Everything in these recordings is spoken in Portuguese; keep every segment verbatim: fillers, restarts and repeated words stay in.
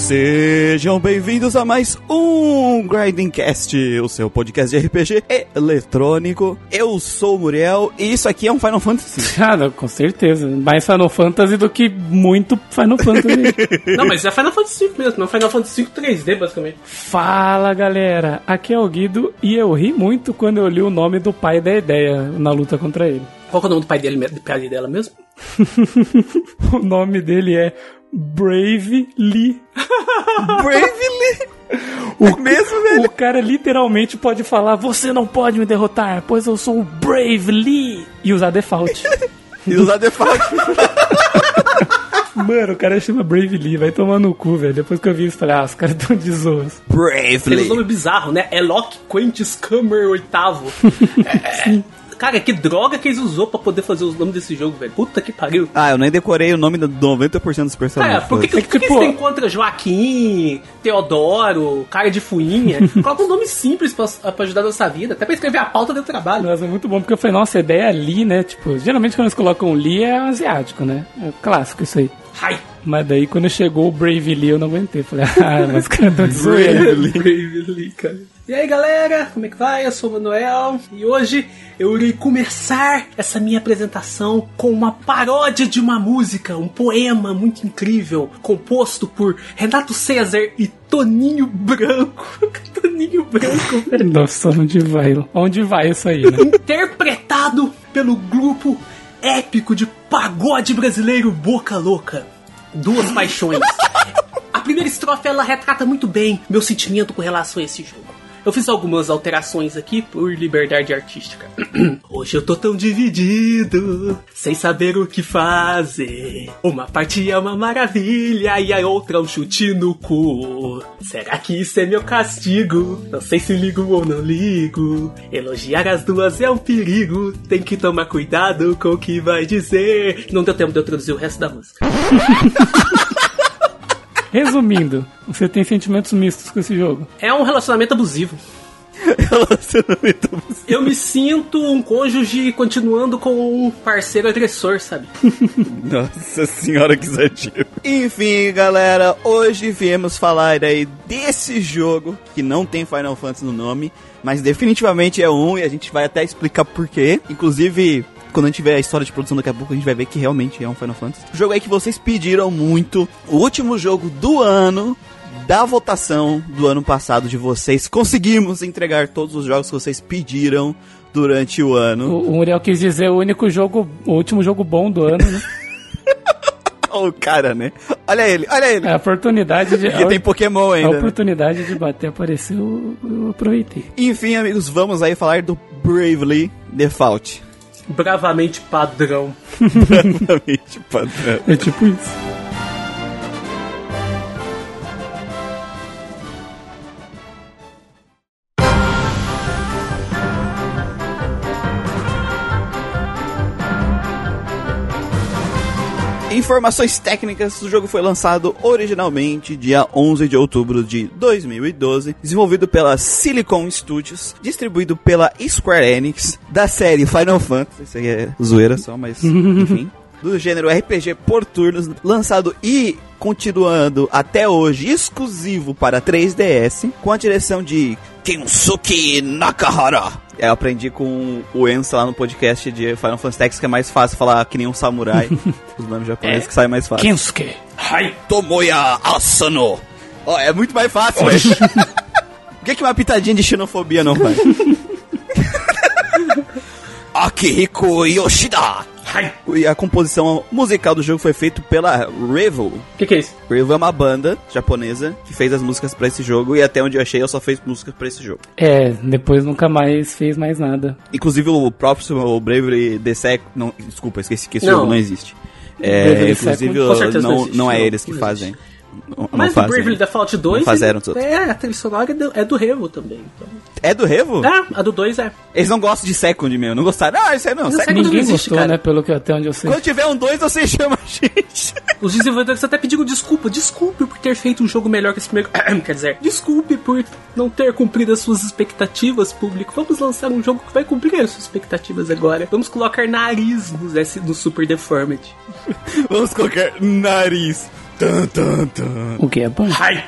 Sejam bem-vindos a mais um Grinding Cast, o seu podcast de R P G eletrônico. Eu sou o Muriel e isso aqui é um Final Fantasy. Ah, não, com certeza. Mais Final Fantasy do que muito Final Fantasy. Não, mas é Final Fantasy cinco mesmo, não Final Fantasy cinco três D, basicamente. Fala, galera. Aqui é o Guido e eu ri muito quando eu li o nome do pai da ideia na luta contra ele. Qual que é o nome do pai dele, do pai dela mesmo? O nome dele é Brave Lee. Brave Lee? O, é mesmo, velho? O cara literalmente pode falar: você não pode me derrotar, pois eu sou o Brave Lee. E usar default. E usar default. Mano, o cara chama Brave Lee, vai tomar no cu, velho. Depois que eu vi isso, falei: ah, os caras tão de zoas. Brave Tem Lee. um nome bizarro, né? Eloque Quentis Cammer oitavo. é... Cara, que droga que eles usou pra poder fazer os nomes desse jogo, velho. Puta que pariu. Ah, eu nem decorei o nome de noventa por cento dos personagens. É, por que, que, que, que você encontra Joaquim, Teodoro, cara de fuinha? Coloca um nome simples pra, pra ajudar na nossa vida, até pra escrever a pauta do trabalho. Nossa, é muito bom, porque eu falei, nossa, a ideia é Lee, né? Tipo, geralmente quando eles colocam Lee é asiático, né? É clássico isso aí. Ai. Mas daí quando chegou o Brave Lee eu não aguentei. Falei, ah, mas os caras tão de zoeira. Brave Lee, cara. E aí, galera, como é que vai? Eu sou o Manuel e hoje eu irei começar essa minha apresentação com uma paródia de uma música, um poema muito incrível, composto por Renato César e Toninho Branco. Toninho Branco, velho. Nossa, onde vai? Onde vai isso aí, né? Interpretado pelo grupo épico de pagode brasileiro Boca Louca. Duas paixões. A primeira estrofe, ela retrata muito bem meu sentimento com relação a esse jogo. Eu fiz algumas alterações aqui por liberdade artística. Hoje eu tô tão dividido, sem saber o que fazer. Uma parte é uma maravilha e a outra um chute no cu. Será que isso é meu castigo? Não sei se ligo ou não ligo. Elogiar as duas é um perigo. Tem que tomar cuidado com o que vai dizer. Não deu tempo de eu traduzir o resto da música. Resumindo, você tem sentimentos mistos com esse jogo? É um relacionamento abusivo. Relacionamento abusivo. Eu me sinto um cônjuge continuando com um parceiro agressor, sabe? Nossa senhora, que exagero. Enfim, galera, hoje viemos falar aí desse jogo que não tem Final Fantasy no nome, mas definitivamente é um e a gente vai até explicar por quê. Inclusive, quando a gente tiver a história de produção daqui a pouco, a gente vai ver que realmente é um Final Fantasy. O jogo aí que vocês pediram muito, o último jogo do ano, da votação do ano passado de vocês. Conseguimos entregar todos os jogos que vocês pediram durante o ano. O, o Muriel quis dizer o único jogo, o último jogo bom do ano, né? O cara, né? Olha ele, olha ele. É a oportunidade de... Porque tem Pokémon ainda. A oportunidade, né, de bater apareceu, eu aproveitei. Enfim, amigos, vamos aí falar do Bravely Default. Bravamente padrão. Bravamente padrão. É tipo isso. Informações técnicas: o jogo foi lançado originalmente dia onze de outubro de dois mil e doze, desenvolvido pela Silicon Studios, distribuído pela Square Enix, da série Final Fantasy, isso aí é zoeira só, mas enfim, do gênero R P G por turnos, lançado e continuando até hoje, exclusivo para três D S, com a direção de Kensuke Nakahara. Eu aprendi com o Enzo lá no podcast de Final Fantasy Tactics que é mais fácil falar que nem um samurai. Os nomes japoneses é. que saem mais fácil. Kensuke. Hai. Tomoya Asano. Oh, é muito mais fácil, velho. Por que, que uma pitadinha de xenofobia não vai? Akihiko Yoshida. Hai. E a composição musical do jogo foi feita pela Revo. O que, que é isso? Revo é uma banda japonesa que fez as músicas pra esse jogo e até onde eu achei, eu só fez músicas pra esse jogo. É, depois nunca mais fez mais nada. Inclusive o próprio o Bravely Default, não, desculpa, esqueci que esse não. jogo não existe. É, inclusive o, não, não, existe, não é não, eles que não fazem. Não, mas não o Bravely Default dois fizeram ele, é, a trilha sonora é do, é do Revo também. Então. É do Revo? É, a do dois é. Eles não gostam de Second, meu. Não gostaram. Ah, isso aí não. não Second Ninguém não existe, gostou, cara. né? Pelo que até onde eu sei. Quando tiver um dois, você chama a gente. Os desenvolvedores até pediram desculpa. Desculpe por ter feito um jogo melhor que esse primeiro. Quer dizer, desculpe por não ter cumprido as suas expectativas, público. Vamos lançar um jogo que vai cumprir as suas expectativas agora. Vamos colocar nariz no, no Super Deformed. Vamos colocar nariz Tum, tum, tum. O que é bom? Ai!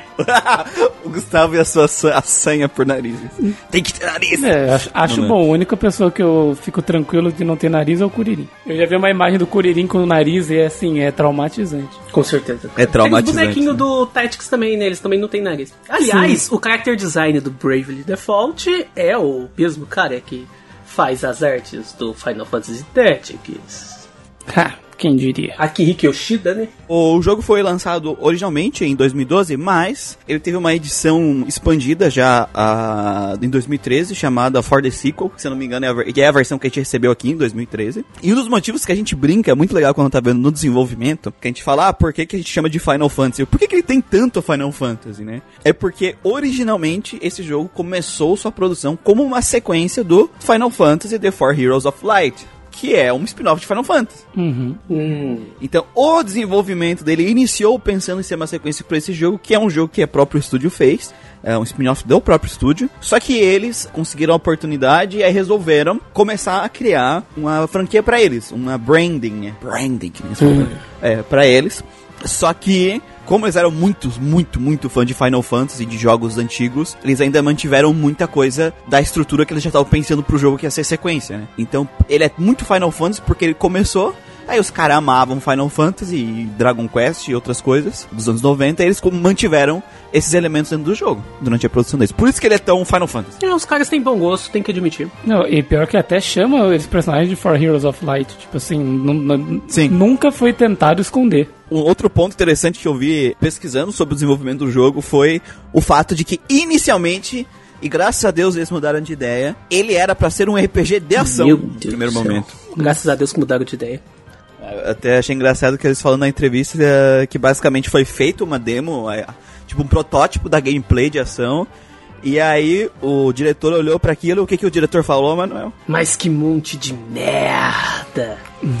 O Gustavo e a sua a senha por narizes. Tem que ter nariz. É, acho, acho bom. A única pessoa que eu fico tranquilo de não ter nariz é o Kuririn. Eu já vi uma imagem do Kuririn com o nariz e é assim, é traumatizante. Com certeza. É traumatizante. Tem o bonequinho do Tactics também, né? Eles também não tem nariz. Aliás, Sim. o character design do Bravely Default é o mesmo cara que faz as artes do Final Fantasy Tactics. Ha! Quem diria? Akihiko Yoshida, né? O jogo foi lançado originalmente em dois mil e doze, mas ele teve uma edição expandida já uh, em dois mil e treze, chamada For the Sequel, que se eu não me engano é a, ver- que é a versão que a gente recebeu aqui em dois mil e treze. E um dos motivos que a gente brinca, é muito legal quando tá vendo no desenvolvimento, que a gente fala, ah, por que, que a gente chama de Final Fantasy? Por que, que ele tem tanto Final Fantasy, né? É porque originalmente esse jogo começou sua produção como uma sequência do Final Fantasy The Four Heroes of Light, que é um spin-off de Final Fantasy. Uhum. Hum. Então, o desenvolvimento dele iniciou pensando em ser uma sequência para esse jogo, que é um jogo que o próprio estúdio fez, é um spin-off do próprio estúdio, só que eles conseguiram a oportunidade e aí resolveram começar a criar uma franquia para eles, uma branding, né? Branding, né? Uhum. É, para eles. Só que, como eles eram muitos, muito, muito fã de Final Fantasy, de jogos antigos, eles ainda mantiveram muita coisa da estrutura que eles já estavam pensando pro jogo que ia ser sequência, né? Então, ele é muito Final Fantasy porque ele começou, aí os caras amavam Final Fantasy e Dragon Quest e outras coisas dos anos noventa, e eles mantiveram esses elementos dentro do jogo, durante a produção deles. Por isso que ele é tão Final Fantasy. É, os caras têm bom gosto, tem que admitir. Não, e pior que até chama esse personagem de Four Heroes of Light. Tipo assim, nu- nu- Sim. nunca foi tentado esconder. Um outro ponto interessante que eu vi pesquisando sobre o desenvolvimento do jogo foi o fato de que, inicialmente, e graças a Deus eles mudaram de ideia, ele era pra ser um R P G de ação Meu no Deus primeiro do céu. momento. Graças a Deus que mudaram de ideia. Eu até achei engraçado que eles falam na entrevista eh, que basicamente foi feita uma demo, eh, tipo um protótipo da gameplay de ação. E aí o diretor olhou pra aquilo, o que, que o diretor falou, Manuel? Mas que monte de merda!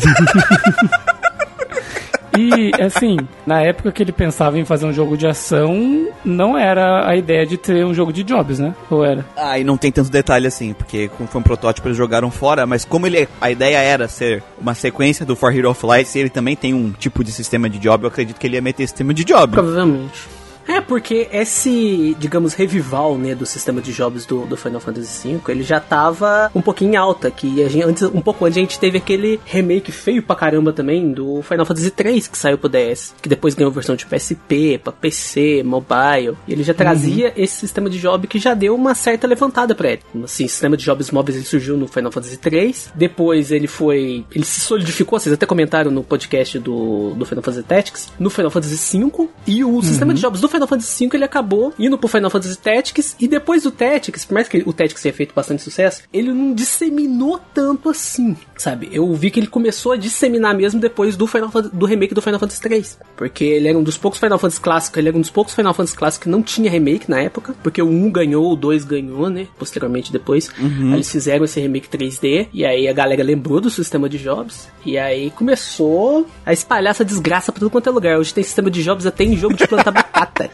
E, assim, na época que ele pensava em fazer um jogo de ação, não era a ideia de ter um jogo de jobs, né? Ou era? Ah, e não tem tanto detalhe assim, porque como foi um protótipo eles jogaram fora, mas como ele, a ideia era ser uma sequência do For Hero of Light, se ele também tem um tipo de sistema de job, eu acredito que ele ia meter esse sistema de job. Provavelmente. É, porque esse, digamos, revival, né, do sistema de jobs do, do Final Fantasy cinco, ele já tava um pouquinho em alta, que a gente, antes, um pouco antes a gente teve aquele remake feio pra caramba também do Final Fantasy três, que saiu pro D S, que depois ganhou versão de P S P, pra P C, mobile, e ele já trazia uhum. esse sistema de job que já deu uma certa levantada pra ele. Assim, o sistema de jobs móveis ele surgiu no Final Fantasy três, depois ele foi, ele se solidificou, vocês até comentaram no podcast do, do Final Fantasy Tactics, no Final Fantasy cinco, e o uhum. sistema de jobs do Final Fantasy cinco ele acabou indo pro Final Fantasy Tactics, e depois do Tactics, por mais que o Tactics tenha feito bastante sucesso, ele não disseminou tanto assim, sabe? Eu vi que ele começou a disseminar mesmo depois do, Final, do remake do Final Fantasy três, porque ele era um dos poucos Final Fantasy clássicos, ele era um dos poucos Final Fantasy clássicos que não tinha remake na época, porque o um ganhou, o dois ganhou, né? Posteriormente depois, uhum. aí eles fizeram esse remake três D, e aí a galera lembrou do sistema de jobs, e aí começou a espalhar essa desgraça pra tudo quanto é lugar. Hoje tem sistema de jobs até em jogo de plantar batata.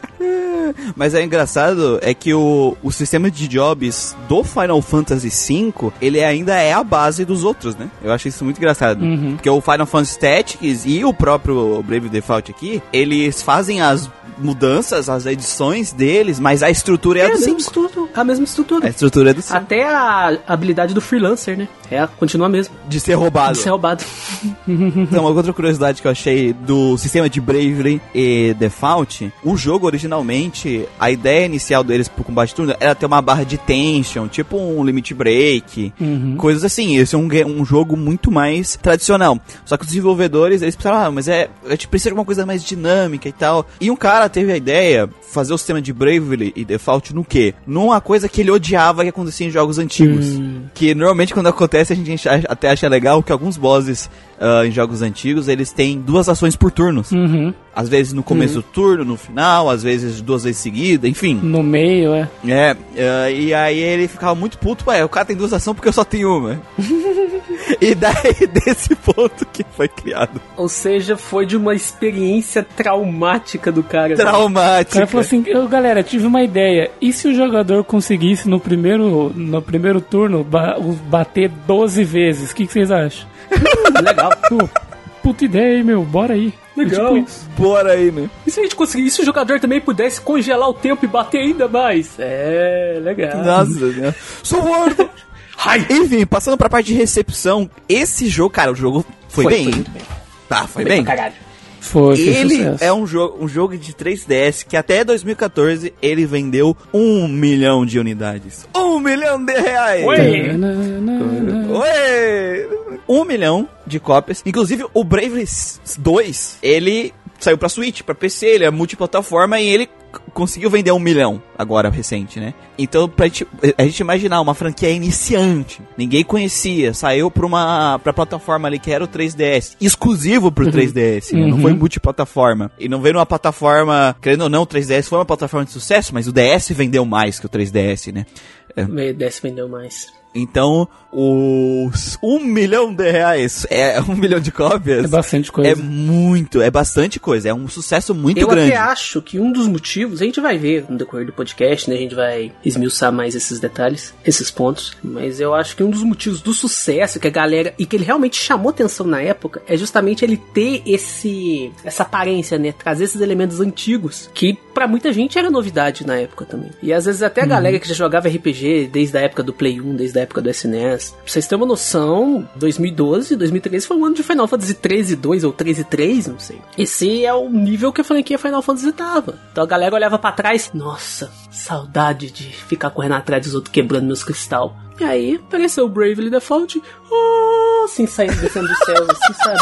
Mas é engraçado é que o, o sistema de jobs do Final Fantasy cinco, ele ainda é a base dos outros, né? Eu acho isso muito engraçado. Uhum. Porque o Final Fantasy Tactics e o próprio Bravely Default aqui, eles fazem as mudanças, as edições deles, mas a estrutura é, é a do cinco. Estrutura, a mesma estrutura. A estrutura é do cinco. Até a habilidade do freelancer, né? É, continua a mesma. De ser roubado. De ser roubado. Então, uma outra curiosidade que eu achei do sistema de Bravely e Default, o jogo originalmente, a ideia inicial deles pro combate de turno era ter uma barra de tension, tipo um limit break, uhum. coisas assim. Esse é um, um jogo muito mais tradicional. Só que os desenvolvedores, eles pensaram, ah, mas é, a gente precisa de uma coisa mais dinâmica e tal. E um cara teve a ideia, fazer o sistema de Bravely e Default no quê? Numa coisa que ele odiava que acontecia em jogos antigos. Hum. Que normalmente quando acontece a gente até acha legal que alguns bosses uh, em jogos antigos, eles têm duas ações por turnos. Uhum. Às vezes no começo uhum. do turno, no final, às vezes duas vezes seguida, enfim. No meio, é. É, uh, e aí ele ficava muito puto, ué, o cara tem duas ações porque eu só tenho uma. E daí desse ponto que foi criado. Ou seja, foi de uma experiência traumática do cara. Traumática. O cara falou assim, eu, galera, tive uma ideia. E se o jogador conseguisse no primeiro, no primeiro turno ba- bater doze vezes? O que, que vocês acham? Legal. Pô, puta ideia, hein, meu, bora aí. Legal. Tipo isso. Bora aí, né? E se a gente conseguir, e se o jogador também pudesse congelar o tempo e bater ainda mais? É, legal. Nossa, sou morto. Enfim, passando pra parte de recepção, esse jogo, cara, o jogo foi, Foi, bem. foi muito bem. Tá, foi, Foi bem. pra caralho. Foi, foi Ele sucesso. é um jogo, um jogo de três D S que até dois mil e catorze ele vendeu um milhão de unidades. Um milhão de reais! Oi! Oi! Um milhão de cópias. Inclusive, o Bravely dois, ele saiu pra Switch, pra P C, ele é multiplataforma e ele c- conseguiu vender um milhão agora, recente, né? Então, pra gente, a gente imaginar uma franquia iniciante, ninguém conhecia, saiu pra uma pra plataforma ali que era o três D S, exclusivo pro três D S, né? Não foi multiplataforma. E não veio numa plataforma, querendo ou não, o três D S foi uma plataforma de sucesso, mas o D S vendeu mais que o três D S, né? O D S vendeu mais. Então, os um milhão de reais, é um milhão de cópias. É bastante coisa. É muito, é bastante coisa. É um sucesso muito Eu grande. até acho que um dos motivos, a gente vai ver no decorrer do podcast, né? A gente vai esmiuçar mais esses detalhes, esses pontos. Mas eu acho que um dos motivos do sucesso que a galera, e que ele realmente chamou atenção na época, é justamente ele ter esse essa aparência, né? Trazer esses elementos antigos, que pra muita gente era novidade na época também. E às vezes até a galera que já jogava R P G desde a época do Play um, desde a época do S N E S. Pra vocês terem uma noção, dois mil e doze, dois mil e treze foi um ano de Final Fantasy treze dois ou treze três, não sei. Esse é o nível que a franquia Final Fantasy tava. Então a galera olhava pra trás, nossa, saudade de ficar correndo atrás dos outros quebrando meus cristal. E aí apareceu o Bravely Default, oh, assim, saindo, descendo dos céus, assim, sabe?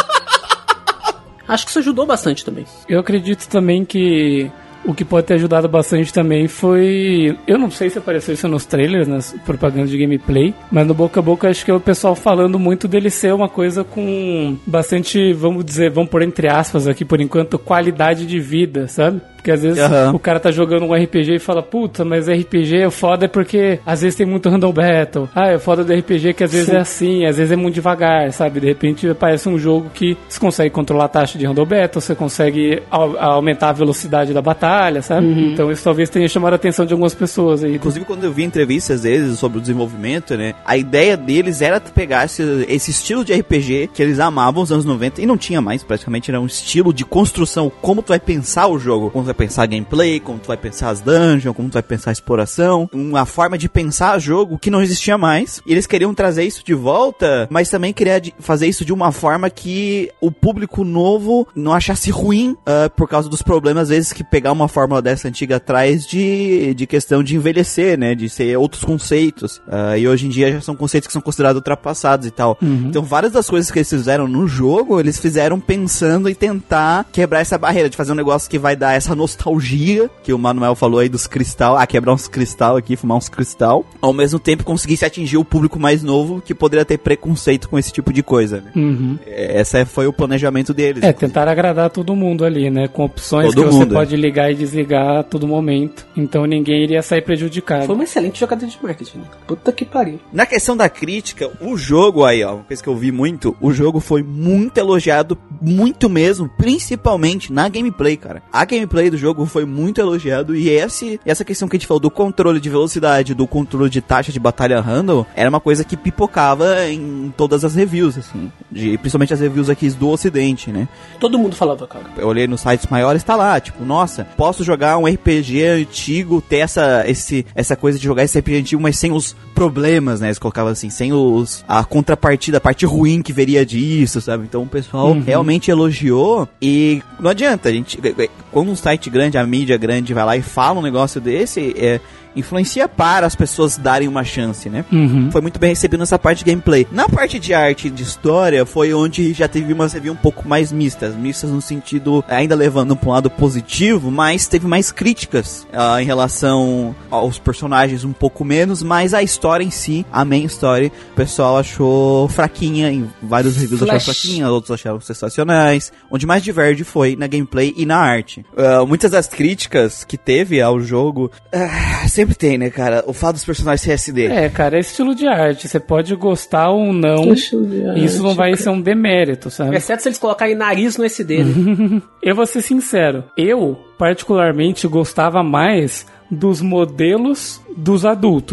Acho que isso ajudou bastante também. Eu acredito também que o que pode ter ajudado bastante também foi... Eu não sei se apareceu isso nos trailers, nas propagandas de gameplay, mas no boca a boca acho que é o pessoal falando muito dele ser uma coisa com bastante, vamos dizer, vamos pôr entre aspas aqui por enquanto, qualidade de vida, sabe? Porque às vezes Uhum. o cara tá jogando um R P G e fala, puta, mas R P G é foda porque às vezes tem muito random battle. Ah, é foda do R P G que às vezes Sim. é assim, às vezes é muito devagar, sabe? De repente aparece um jogo que você consegue controlar a taxa de random battle, você consegue au- aumentar a velocidade da batalha, sabe? Uhum. Então isso talvez tenha chamado a atenção de algumas pessoas aí. Inclusive, quando eu vi entrevistas deles sobre o desenvolvimento, né? A ideia deles era pegar esse, esse estilo de R P G que eles amavam nos anos noventa e não tinha mais, praticamente era um estilo de construção. Como tu vai pensar o jogo, como tu vai pensar gameplay, como tu vai pensar as dungeons, como tu vai pensar a exploração, uma forma de pensar jogo que não existia mais. E eles queriam trazer isso de volta, mas também queria de- fazer isso de uma forma que o público novo não achasse ruim ah, por causa dos problemas, às vezes, que pegar uma fórmula dessa antiga atrás de, de questão de envelhecer, né? De ser outros conceitos. Ah, e hoje em dia já são conceitos que são considerados ultrapassados e tal. Então, várias das coisas que eles fizeram no jogo, eles fizeram pensando em tentar quebrar essa barreira, de fazer um negócio que vai dar essa nostalgia, que o Manuel falou aí dos cristal, ah, quebrar uns cristal aqui, fumar uns cristal, ao mesmo tempo conseguisse atingir o público mais novo, que poderia ter preconceito com esse tipo de coisa, né? Uhum. Esse foi o planejamento deles. É, tentar agradar todo mundo ali, né? Com opções Todo que você mundo, é. pode ligar e desligar a todo momento. Então ninguém iria sair prejudicado. Foi uma excelente jogada de marketing, né? Puta que pariu. Na questão da crítica, o jogo aí, ó, uma coisa que eu vi muito, o jogo foi muito elogiado, muito mesmo, principalmente na gameplay, cara. A gameplay do jogo foi muito elogiado e esse, essa questão que a gente falou do controle de velocidade, do controle de taxa de batalha random, era uma coisa que pipocava em todas as reviews, assim, de, principalmente as reviews aqui do Ocidente, né? Todo mundo falava, cara. Eu olhei nos sites maiores, tá lá, tipo, nossa, posso jogar um R P G antigo, ter essa, esse, essa coisa de jogar esse R P G antigo, mas sem os problemas, né? Eles colocavam assim, sem os, a contrapartida, a parte ruim que veria disso, sabe? Então o pessoal Uhum. realmente elogiou e não adianta, a gente, quando um site grande, a mídia grande vai lá e fala um negócio desse, é... influencia para as pessoas darem uma chance, né? Uhum. Foi muito bem recebido nessa parte de gameplay. Na parte de arte e de história, foi onde já teve umas reviews um pouco mais mistas. Mistas no sentido, ainda levando para um lado positivo, mas teve mais críticas uh, em relação aos personagens um pouco menos, mas a história em si, a main story, o pessoal achou fraquinha, em vários reviews Flash. acharam fraquinha, outros acharam sensacionais. Onde mais diverge foi na gameplay e na arte. Uh, muitas das críticas que teve ao jogo, uh, sempre tem, né, cara? O fato dos personagens C S D. É, cara, é estilo de arte. Você pode gostar ou não. Estilo de arte, Isso não vai cara. ser um demérito, sabe? Exceto se eles colocarem nariz no S D, né? Eu vou ser sincero. Eu, particularmente, gostava mais dos modelos dos adultos.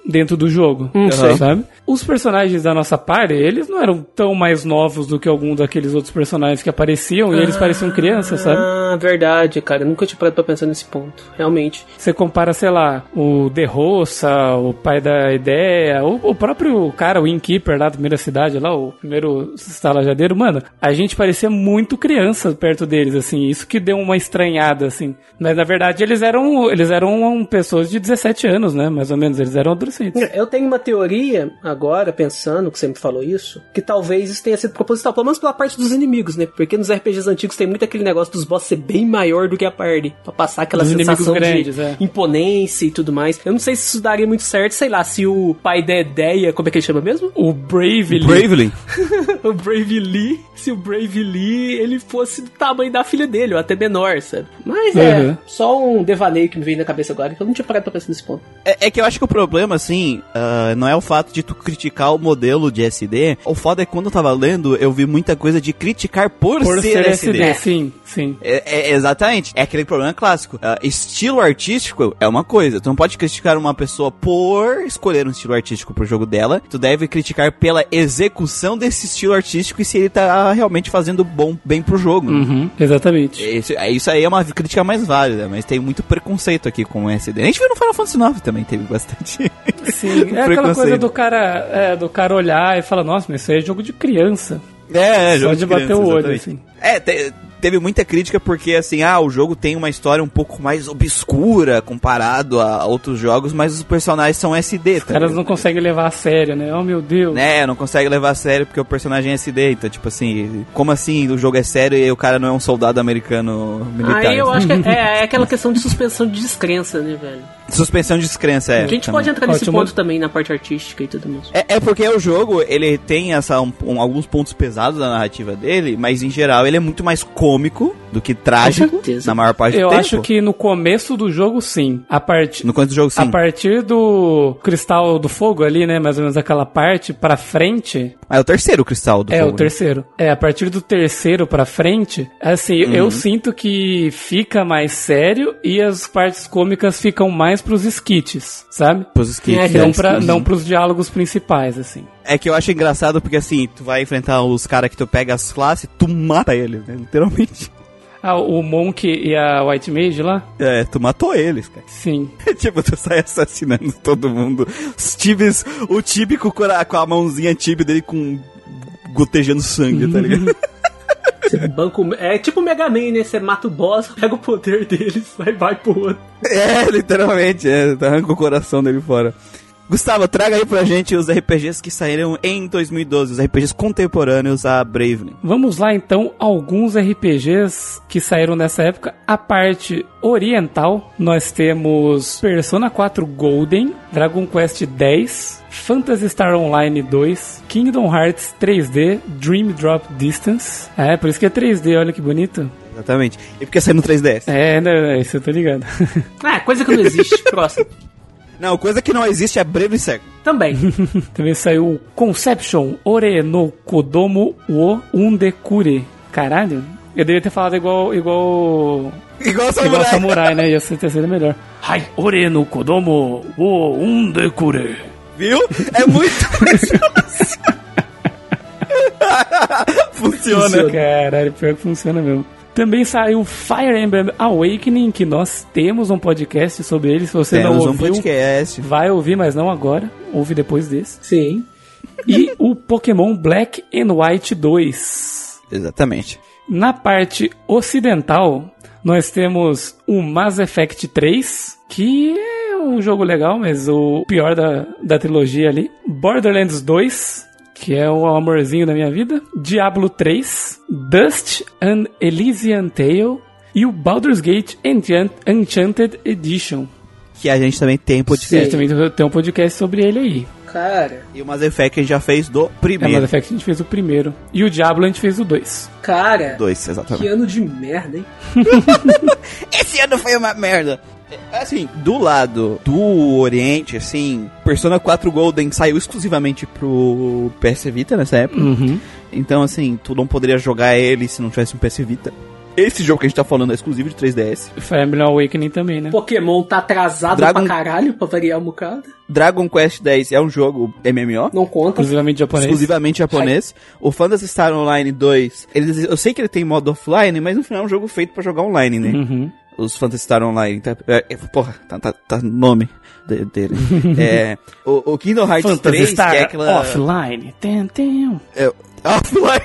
dentro do jogo, Hum, sei. sabe? Os personagens da nossa party, eles não eram tão mais novos do que algum daqueles outros personagens que apareciam e eles Ah, pareciam crianças, sabe? Ah, verdade, cara. Eu nunca tinha parado pra pensar nesse ponto. Realmente. Você compara, sei lá, o De Roça, o pai da ideia, o, o próprio cara, o Innkeeper lá da primeira cidade, lá, o primeiro estalajadeiro, mano, a gente parecia muito criança perto deles, assim, isso que deu uma estranhada, assim. Mas na verdade eles eram, eles eram pessoas de dezessete anos, né, mais ou menos, eles eram adolescentes. Eu tenho uma teoria, agora, pensando que você me falou isso, que talvez isso tenha sido proposital, pelo menos pela parte dos inimigos, né? Porque nos R P Gs antigos tem muito aquele negócio dos boss ser bem maior do que a party, pra passar aquela Dos sensação grandes, de é. imponência e tudo mais. Eu não sei se isso daria muito certo, sei lá, se o pai da ideia, como é que ele chama mesmo? O Bravely. Bravely. O Brave Lee, se o Brave Lee, ele fosse do tamanho da filha dele, ou até menor, sabe? Mas é, Uhum. só um devaneio que me veio na cabeça agora, que eu não tinha parado pra pensar nesse ponto. É, é que eu acho que o problema, assim, uh, não é o fato de tu criticar o modelo de S D. O foda é que quando eu tava lendo, eu vi muita coisa de criticar por, Por ser, ser S D. S D, sim, sim. É, é, exatamente. É aquele problema clássico. Uh, estilo artístico é uma coisa. Tu não pode criticar uma pessoa por escolher um estilo artístico pro jogo dela. Tu deve criticar pela execução desse estilo artístico e se ele tá realmente fazendo bom, bem pro jogo. Uhum, exatamente. Isso, isso aí é uma crítica mais válida, mas tem muito preconceito aqui com o S D. A gente viu no Final Fantasy nove também, teve bastante. Sim, é aquela coisa do cara, é, do cara olhar e falar, nossa, mas isso aí é jogo de criança. É, é Só jogo de bater criança, o olho, exatamente. assim. É, te, teve muita crítica porque, assim, ah, o jogo tem uma história um pouco mais obscura comparado a outros jogos, mas os personagens são S D, Os tá caras ligado? não conseguem levar a sério, né? Oh, meu Deus. Né, não consegue levar a sério porque o personagem é S D, então, tipo assim, como assim o jogo é sério e o cara não é um soldado americano militar? Aí eu assim? acho que é, é aquela questão de suspensão de descrença, né, velho? Suspensão de descrença, é. A gente também. pode entrar nesse Ótimo. ponto também, na parte artística e tudo mais. É, é porque o jogo, ele tem essa, um, um, alguns pontos pesados da narrativa dele, mas em geral ele é muito mais cômico do que trágico, Com certeza. na maior parte Eu do tempo. acho que no começo do jogo, sim. A parte... No começo do jogo, sim. A partir do Cristal do Fogo ali, né? Mais ou menos aquela parte pra frente. Ah, é o terceiro cristal do É, fogo, o terceiro. É, a partir do terceiro pra frente, assim, Uhum. eu sinto que fica mais sério e as partes cômicas ficam mais pros skits, sabe? né? Pros skits, É, né? Não, pra, Uhum. não pros diálogos principais, assim. É que eu acho engraçado porque, assim, tu vai enfrentar os caras que tu pega as classes, tu mata eles, né? Literalmente. Ah, o Monk e a White Mage lá? É, tu matou eles, cara. Sim. Tipo, tu sai assassinando todo mundo. Os tibes, o tibi com a, com a mãozinha tibi dele com... gotejando sangue, tá ligado? Você banco, é tipo o Mega Man, né? Você mata o boss, pega o poder deles, aí vai pro outro. É, literalmente, é, tu arranca o coração dele fora. Gustavo, traga aí pra gente os R P Gs que saíram em dois mil e doze, os R P Gs contemporâneos a Bravely. Vamos lá, então, alguns R P Gs que saíram nessa época. A parte oriental, nós temos Persona quatro Golden, Dragon Quest dez, Phantasy Star Online dois, Kingdom Hearts três D, Dream Drop Distance. É, por isso que é três D, olha que bonito. Exatamente. E porque saiu no três D S? É, né, isso eu tô ligado. Ah, coisa que não existe. Próximo. Não, coisa que não existe é Bravely Second. Também. Também saiu o Conception Ore no Kodomo wo Undekure. Caralho, eu deveria ter falado igual... igual... Igual Igual Samurai. Samurai, né? Ia ser ter sido melhor. Hai, Ore no Kodomo wo Undekure. Viu? É muito... Funciona. Funciona. Caralho, pior que funciona mesmo. Também saiu Fire Emblem Awakening, que nós temos um podcast sobre ele. Se você Temos não um ouviu, podcast. vai ouvir, mas não agora. Ouve depois desse. Sim. E o Pokémon Black and White dois. Exatamente. Na parte ocidental, nós temos o Mass Effect três, que é um jogo legal, mas o pior da, da trilogia ali. Borderlands dois, que é o amorzinho da minha vida. Diablo três, Dust and Elysian Tale e o Baldur's Gate Enchant- Enchanted Edition. Que a gente também tem A podcast. gente também tem um podcast sobre ele aí. Cara, E o Mass Effect a gente já fez do É, Mass primeiro. Effect a gente fez o primeiro. E o Diablo a gente fez o dois. cara. Dois, Que exatamente. ano de merda, hein? Esse ano foi uma merda. É, Assim, do lado do Oriente, assim, Persona quatro Golden saiu exclusivamente pro P S Vita nessa época. Uhum. Então, assim, tu não poderia jogar ele se não tivesse um P S Vita. Esse jogo que a gente tá falando é exclusivo de três D S. Fire Emblem Awakening também, né? Pokémon tá atrasado Dragon... pra caralho, pra variar um bocado. Dragon Quest dez é um jogo M M O. Não conta. Exclusivamente japonês. Exclusivamente japonês. Ai. O Phantasy Star Online dois, eles, eu sei que ele tem modo offline, mas no final é um jogo feito pra jogar online, né? Uhum. Os Phantasy Star Online. Tá, é, porra, tá, tá, tá nome de, dele. é, o, o Kingdom Hearts Phantasy três, Star que é aquela... Offline. Tem, tem. É, offline.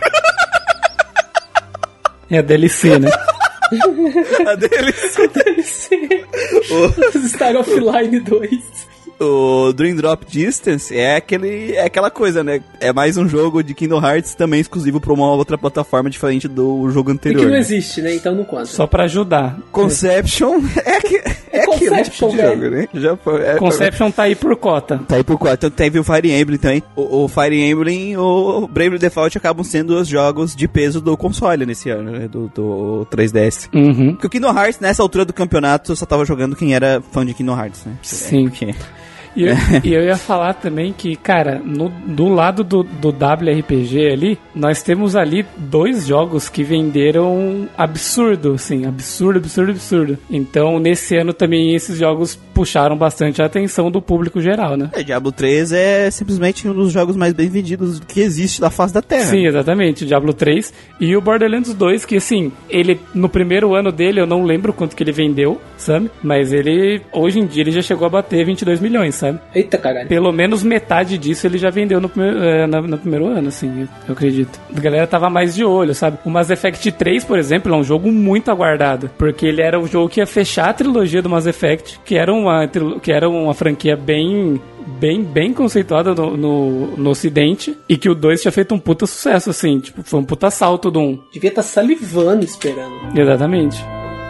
É a D L C, né? A D L C. D L C. O Star Offline dois. O Dream Drop Distance é, aquele, é aquela coisa, né? É mais um jogo de Kingdom Hearts também exclusivo pra uma outra plataforma diferente do jogo anterior. E que não né? existe, né? Então não conta. Só pra ajudar. Conception é, que, é, é aquele tipo de jogo, né? Já foi, é, Conception tá aí por cota. Tá aí por cota. Então teve o Fire Emblem também. O, o Fire Emblem e o Bravely Default acabam sendo os jogos de peso do console nesse ano, né? Do, do três D S. Uhum. Porque o Kingdom Hearts, nessa altura do campeonato, só tava jogando quem era fã de Kingdom Hearts, né? Sim. É, porque... E eu, e eu ia falar também que, cara, no, do lado do, do W R P G ali, nós temos ali dois jogos que venderam absurdo, assim, absurdo, absurdo, absurdo. Então, nesse ano também esses jogos puxaram bastante a atenção do público geral, né? É, Diablo três é simplesmente um dos jogos mais bem vendidos que existe da face da Terra. Sim, exatamente, Diablo três e o Borderlands dois, que assim, ele, no primeiro ano dele, eu não lembro quanto que ele vendeu, sabe? Mas ele, hoje em dia, ele já chegou a bater vinte e dois milhões, sabe? Eita, caralho. Pelo menos metade disso ele já vendeu no primeiro, é, no, no primeiro ano, assim, eu acredito. A galera tava mais de olho, sabe? O Mass Effect três, por exemplo, é um jogo muito aguardado, porque ele era o jogo que ia fechar a trilogia do Mass Effect, que era uma, que era uma franquia bem... bem, bem conceituada no, no, no ocidente, e que o dois tinha feito um puta sucesso, assim, tipo, foi um puta salto do um. Devia estar salivando esperando. Exatamente.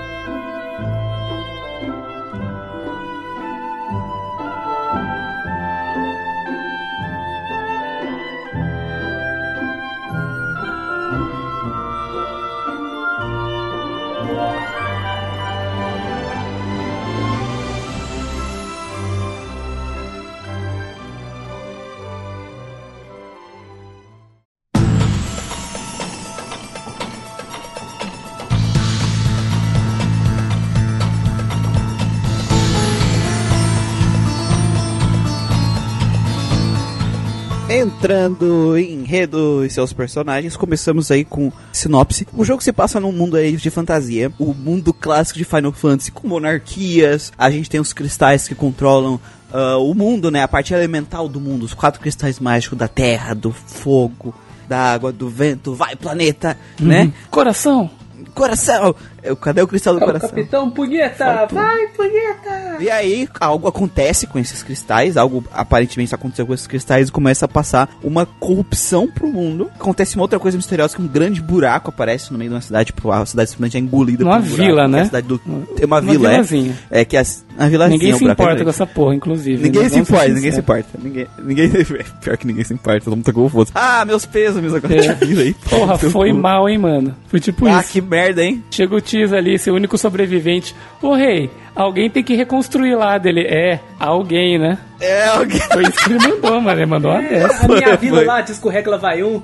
Entrando em enredo e seus personagens, começamos aí com sinopse. O jogo se passa num mundo aí de fantasia, o mundo clássico de Final Fantasy, com monarquias. A gente tem os cristais que controlam uh, o mundo, né? A parte elemental do mundo, os quatro cristais mágicos da terra, do fogo, da água, do vento. Vai, planeta, uhum. né? Coração! Coração! Cadê o cristal do é coração? O Capitão Punheta! Vai, Punheta! E aí, algo acontece com esses cristais, algo aparentemente aconteceu com esses cristais e começa a passar uma corrupção pro mundo. Acontece uma outra coisa misteriosa, que um grande buraco aparece no meio de uma cidade, tipo, a cidade simplesmente é engolida por um buraco. Uma vila, né? A cidade do... Tem uma, uma vila, vilazinha. é. É que a, a vilazinha... Ninguém se importa é com essa porra, inclusive. Ninguém né? se importa, ninguém se importa. Ninguém, ninguém, pior que ninguém se importa, todo mundo tá confuso. Ah, meus pesos, agora é. vila aí. Porra, foi cu. mal, hein, mano. Foi tipo ah, isso. Ah, que merda, hein? Chega o Tiz ali, seu único sobrevivente. Ô, rei, alguém tem que reconstruir lá dele. É, alguém, né? É, alguém. Foi isso que ele mandou, mano. Ele mandou uma dessa. A minha vila foi. Lá, descorrega, lá vai um.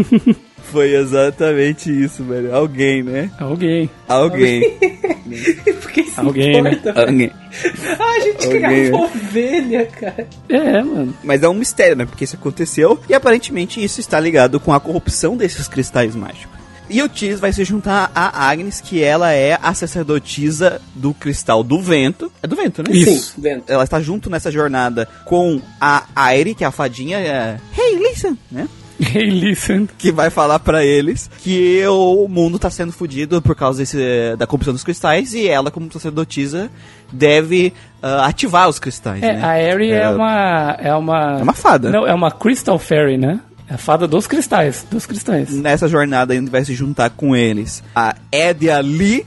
Foi exatamente isso, velho. Alguém, né? Alguém. Alguém. Porque isso alguém, importa, né? Alguém. Ah, a gente alguém. criava ovelha, cara. É, mano. Mas é um mistério, né? Porque isso aconteceu e aparentemente isso está ligado com a corrupção desses cristais mágicos. E o Tiz vai se juntar a Agnes, que ela é a sacerdotisa do Cristal do Vento. É do Vento, né? Isso. Sim, Vento. Ela está junto nessa jornada com a Aerie, que é a fadinha. É... Hey, listen, né? Hey, listen. Que vai falar pra eles que o mundo tá sendo fodido por causa desse, da corrupção dos cristais. E ela, como sacerdotisa, deve uh, ativar os cristais, é, né? A Aerie é, é uma... É uma... É uma fada. Não, é uma Crystal Fairy, né? É a fada dos cristais, dos cristais. Nessa jornada ainda vai se juntar com eles a Edia Lee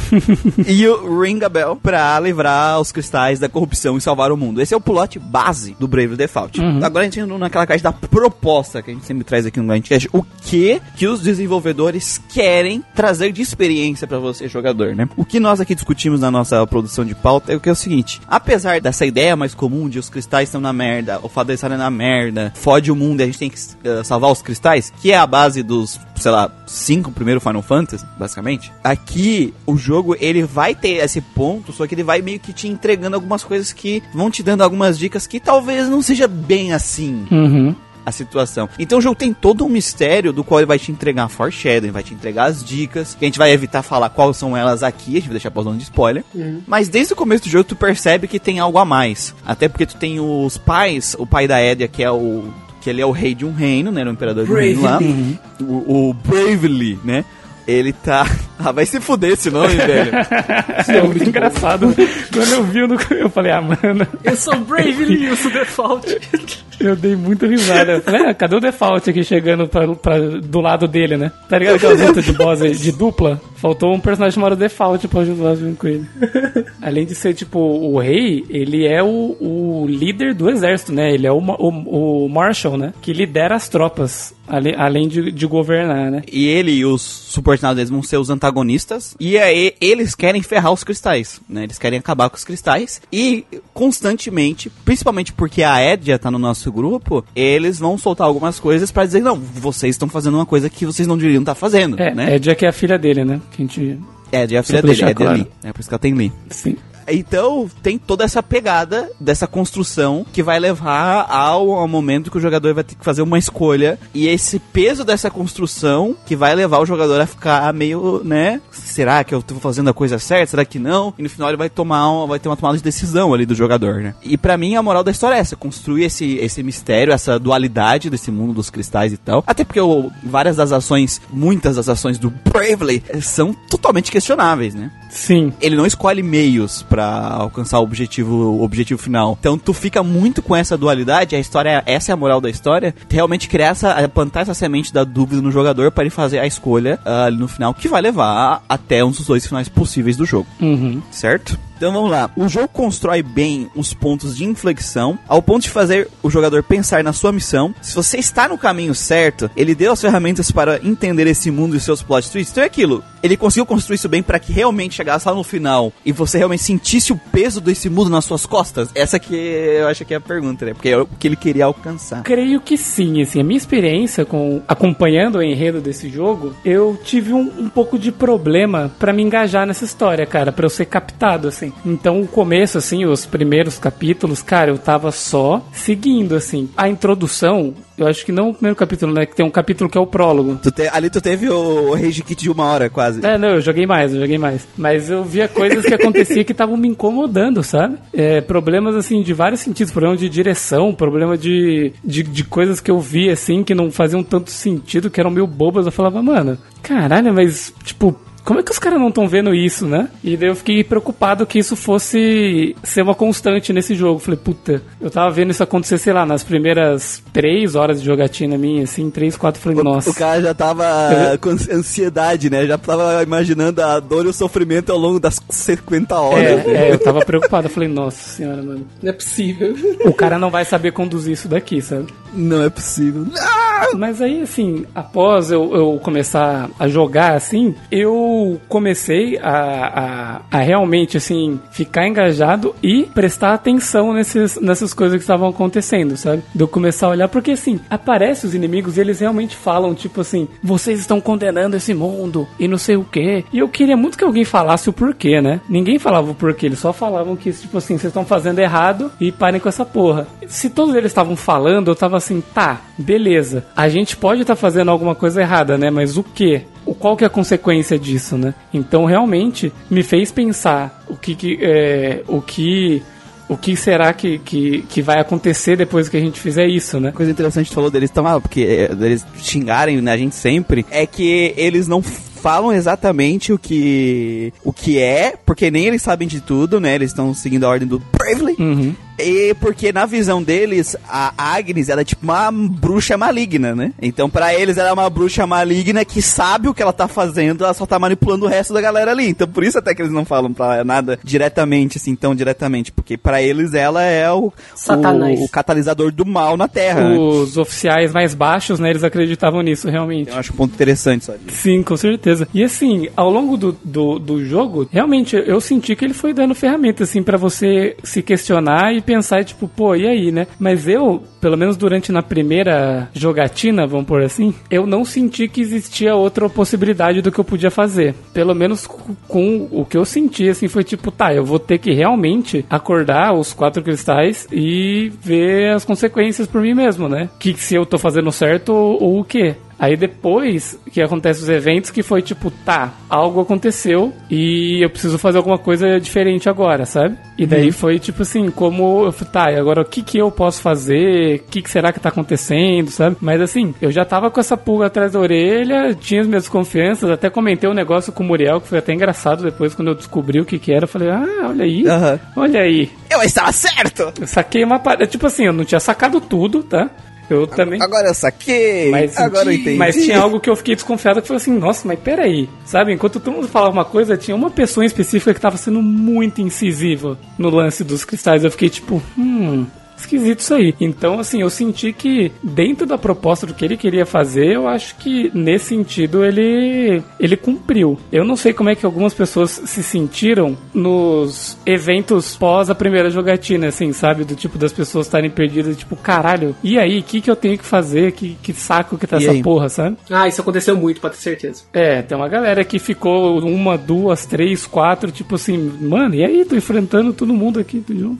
e o Ring a Bell pra livrar os cristais da corrupção e salvar o mundo. Esse é o plot base do Bravely Default. Uhum. Agora a gente entra naquela caixa da proposta que a gente sempre traz aqui no Grindcast. O que que os desenvolvedores querem trazer de experiência pra você, jogador, né? O que nós aqui discutimos na nossa produção de pauta é o que é o seguinte: apesar dessa ideia mais comum de os cristais estão na merda, o fada estar na merda, fode o mundo e a gente tem que uh, salvar os cristais, que é a base dos sei lá, cinco primeiro Final Fantasy, basicamente. Aqui, o jogo, ele vai ter esse ponto, só que ele vai meio que te entregando algumas coisas que vão te dando algumas dicas que talvez não seja bem assim. Uhum. A situação. Então o jogo tem todo um mistério do qual ele vai te entregar foreshadowing, vai te entregar as dicas, que a gente vai evitar falar quais são elas aqui, a gente vai deixar pra zona de spoiler. Uhum. Mas desde o começo do jogo tu percebe que tem algo a mais. Até porque tu tem os pais, o pai da Edea, que é o... que ele é o rei de um reino, né, o imperador de um reino lá. Uhum. O, o Bravely, né? Ele tá... Ah, vai se fuder esse nome, velho. É muito engraçado. Quando eu vi, eu falei, ah, mano... Eu sou Bravely, eu sou Default. Eu dei muita risada. Eu falei, ah, cadê o Default aqui chegando pra, pra, do lado dele, né? Tá ligado aquelas lutas de boss de dupla? Faltou um personagem chamado Default pra ajudar junto com ele. Além de ser, tipo, o rei, ele é o, o líder do exército, né? Ele é o, o, o Marshal, né? Que lidera as tropas, além, além de, de governar, né? E ele e os subordinados deles vão ser os antagonistas. E aí eles querem ferrar os cristais, né? Eles querem acabar com os cristais. E constantemente, principalmente porque a Edea tá no nosso grupo, eles vão soltar algumas coisas pra dizer, não, vocês estão fazendo uma coisa que vocês não deveriam estar fazendo, é, né? Edea que é a filha dele, né? Que a gente... Edea é a filha dele, Edea claro. Lee. É por isso que ela tem Lee. Sim. Então, tem toda essa pegada dessa construção que vai levar ao, ao momento que o jogador vai ter que fazer uma escolha. E esse peso dessa construção que vai levar o jogador a ficar meio, né? Será que eu tô fazendo a coisa certa? Será que não? E no final ele vai tomar uma, vai ter uma tomada de decisão ali do jogador, né? E pra mim a moral da história é essa: construir esse, esse mistério, essa dualidade desse mundo dos cristais e tal. Até porque o, várias das ações, muitas das ações do Bravely são totalmente questionáveis, né? Sim. Ele não escolhe meios pra alcançar o objetivo, o objetivo final. Então tu fica muito com essa dualidade. A história, essa é a moral da história. Realmente criar essa, plantar essa semente da dúvida no jogador para ele fazer a escolha uh, no final, que vai levar até um dos dois finais possíveis do jogo. Uhum. Certo? Então vamos lá. O jogo constrói bem os pontos de inflexão, ao ponto de fazer o jogador pensar na sua missão. Se você está no caminho certo, ele deu as ferramentas para entender esse mundo e seus plot twists. Então é aquilo. Ele conseguiu construir isso bem para que realmente chegasse lá no final e você realmente sentisse o peso desse mundo nas suas costas. Essa que eu acho que é a pergunta, né? Porque é o que ele queria alcançar. Creio que sim, assim. A minha experiência com acompanhando o enredo desse jogo, eu tive um, um pouco de problema para me engajar nessa história, cara, para eu ser captado, assim. Então o começo, assim, os primeiros capítulos, cara, eu tava só seguindo, assim. A introdução, eu acho que não o primeiro capítulo, né? Que tem um capítulo que é o prólogo. Tu te, ali tu teve o, o Rage Kit de uma hora, quase. É, não, eu joguei mais, eu joguei mais. Mas eu via coisas que acontecia que estavam me incomodando, sabe? É, problemas, assim, de vários sentidos. Problema de direção, problema de, de, de coisas que eu via, assim, que não faziam tanto sentido, que eram meio bobas. Eu falava, mano, caralho, mas, tipo... Como é que os caras não estão vendo isso, né? E daí eu fiquei preocupado que isso fosse ser uma constante nesse jogo. Falei, puta, eu tava vendo isso acontecer, sei lá, nas primeiras três horas de jogatina minha, assim, três, quatro, falei, nossa. O, o cara já tava eu... com ansiedade, né? Já tava imaginando a dor e o sofrimento ao longo das cinquenta horas. É, é eu tava preocupado. Eu falei, nossa senhora, mano, não é possível. O cara não vai saber conduzir isso daqui, sabe? Não é possível. Não! Mas aí, assim, após eu, eu começar a jogar, assim, eu comecei a, a, a realmente, assim, ficar engajado e prestar atenção nesses, nessas coisas que estavam acontecendo, sabe? De eu começar a olhar, porque, assim, aparecem os inimigos e eles realmente falam, tipo assim, vocês estão condenando esse mundo e não sei o quê. E eu queria muito que alguém falasse o porquê, né? Ninguém falava o porquê, eles só falavam que, tipo assim, vocês estão fazendo errado e parem com essa porra. Se todos eles estavam falando, eu tava assim, tá, beleza, a gente pode estar tá fazendo alguma coisa errada, né? Mas o quê? Qual que é a consequência disso, né? Então, realmente, me fez pensar o que, que, é, o que, o que será que, que, que vai acontecer depois que a gente fizer isso, né? Coisa interessante que tu falou deles, então, porque é, deles xingarem, né, a gente sempre, é que eles não falam exatamente o que, o que é, porque nem eles sabem de tudo, né? Eles estão seguindo a ordem do Bravely. Uhum. E porque na visão deles, a Agnes, ela é tipo uma bruxa maligna, né? Então pra eles ela é uma bruxa maligna que sabe o que ela tá fazendo, ela só tá manipulando o resto da galera ali. Então por isso até que eles não falam pra nada diretamente, assim, tão diretamente. Porque pra eles ela é o, o, o catalisador do mal na Terra. Os né? oficiais mais baixos, né, eles acreditavam nisso, realmente. Eu acho um ponto interessante, sabe? Sim, com certeza. E assim, ao longo do, do, do jogo, realmente eu senti que ele foi dando ferramentas, assim, pra você se questionar e pensar, tipo, pô, e aí, né? Mas eu, pelo menos durante na primeira jogatina, vamos por assim, eu não senti que existia outra possibilidade do que eu podia fazer. Pelo menos com o que eu senti, assim, foi tipo, tá, eu vou ter que realmente acordar os quatro cristais e ver as consequências por mim mesmo, né? Que se eu tô fazendo certo ou, ou o quê? Aí depois que acontecem os eventos, que foi tipo, tá, algo aconteceu e eu preciso fazer alguma coisa diferente agora, sabe? E daí uhum. foi tipo assim, como eu falei, tá, e agora o que que eu posso fazer? O que que será que tá acontecendo, sabe? Mas assim, eu já tava com essa pulga atrás da orelha, tinha as minhas desconfianças, até comentei um negócio com o Muriel, que foi até engraçado depois quando eu descobri o que que era, eu falei, ah, olha aí, uhum. olha aí. Eu estava certo! Eu saquei uma parada, tipo assim, eu não tinha sacado tudo, tá? Eu também. Agora eu saquei, mas, agora eu entendi. Mas tinha algo que eu fiquei desconfiado, que foi assim, nossa, mas peraí. Sabe, enquanto todo mundo falava uma coisa, tinha uma pessoa em específica que tava sendo muito incisiva no lance dos cristais. Eu fiquei tipo, hum... esquisito isso aí. Então, assim, eu senti que dentro da proposta do que ele queria fazer, eu acho que nesse sentido ele ele cumpriu. Eu não sei como é que algumas pessoas se sentiram nos eventos pós a primeira jogatina, assim, sabe? Do tipo das pessoas estarem perdidas, tipo, caralho, e aí, o que que eu tenho que fazer? Que, que saco que tá e essa aí? Porra, sabe? Ah, isso aconteceu muito, pra ter certeza. É, tem uma galera que ficou uma, duas, três, quatro, tipo assim, mano, e aí? Tô enfrentando todo mundo aqui de novo.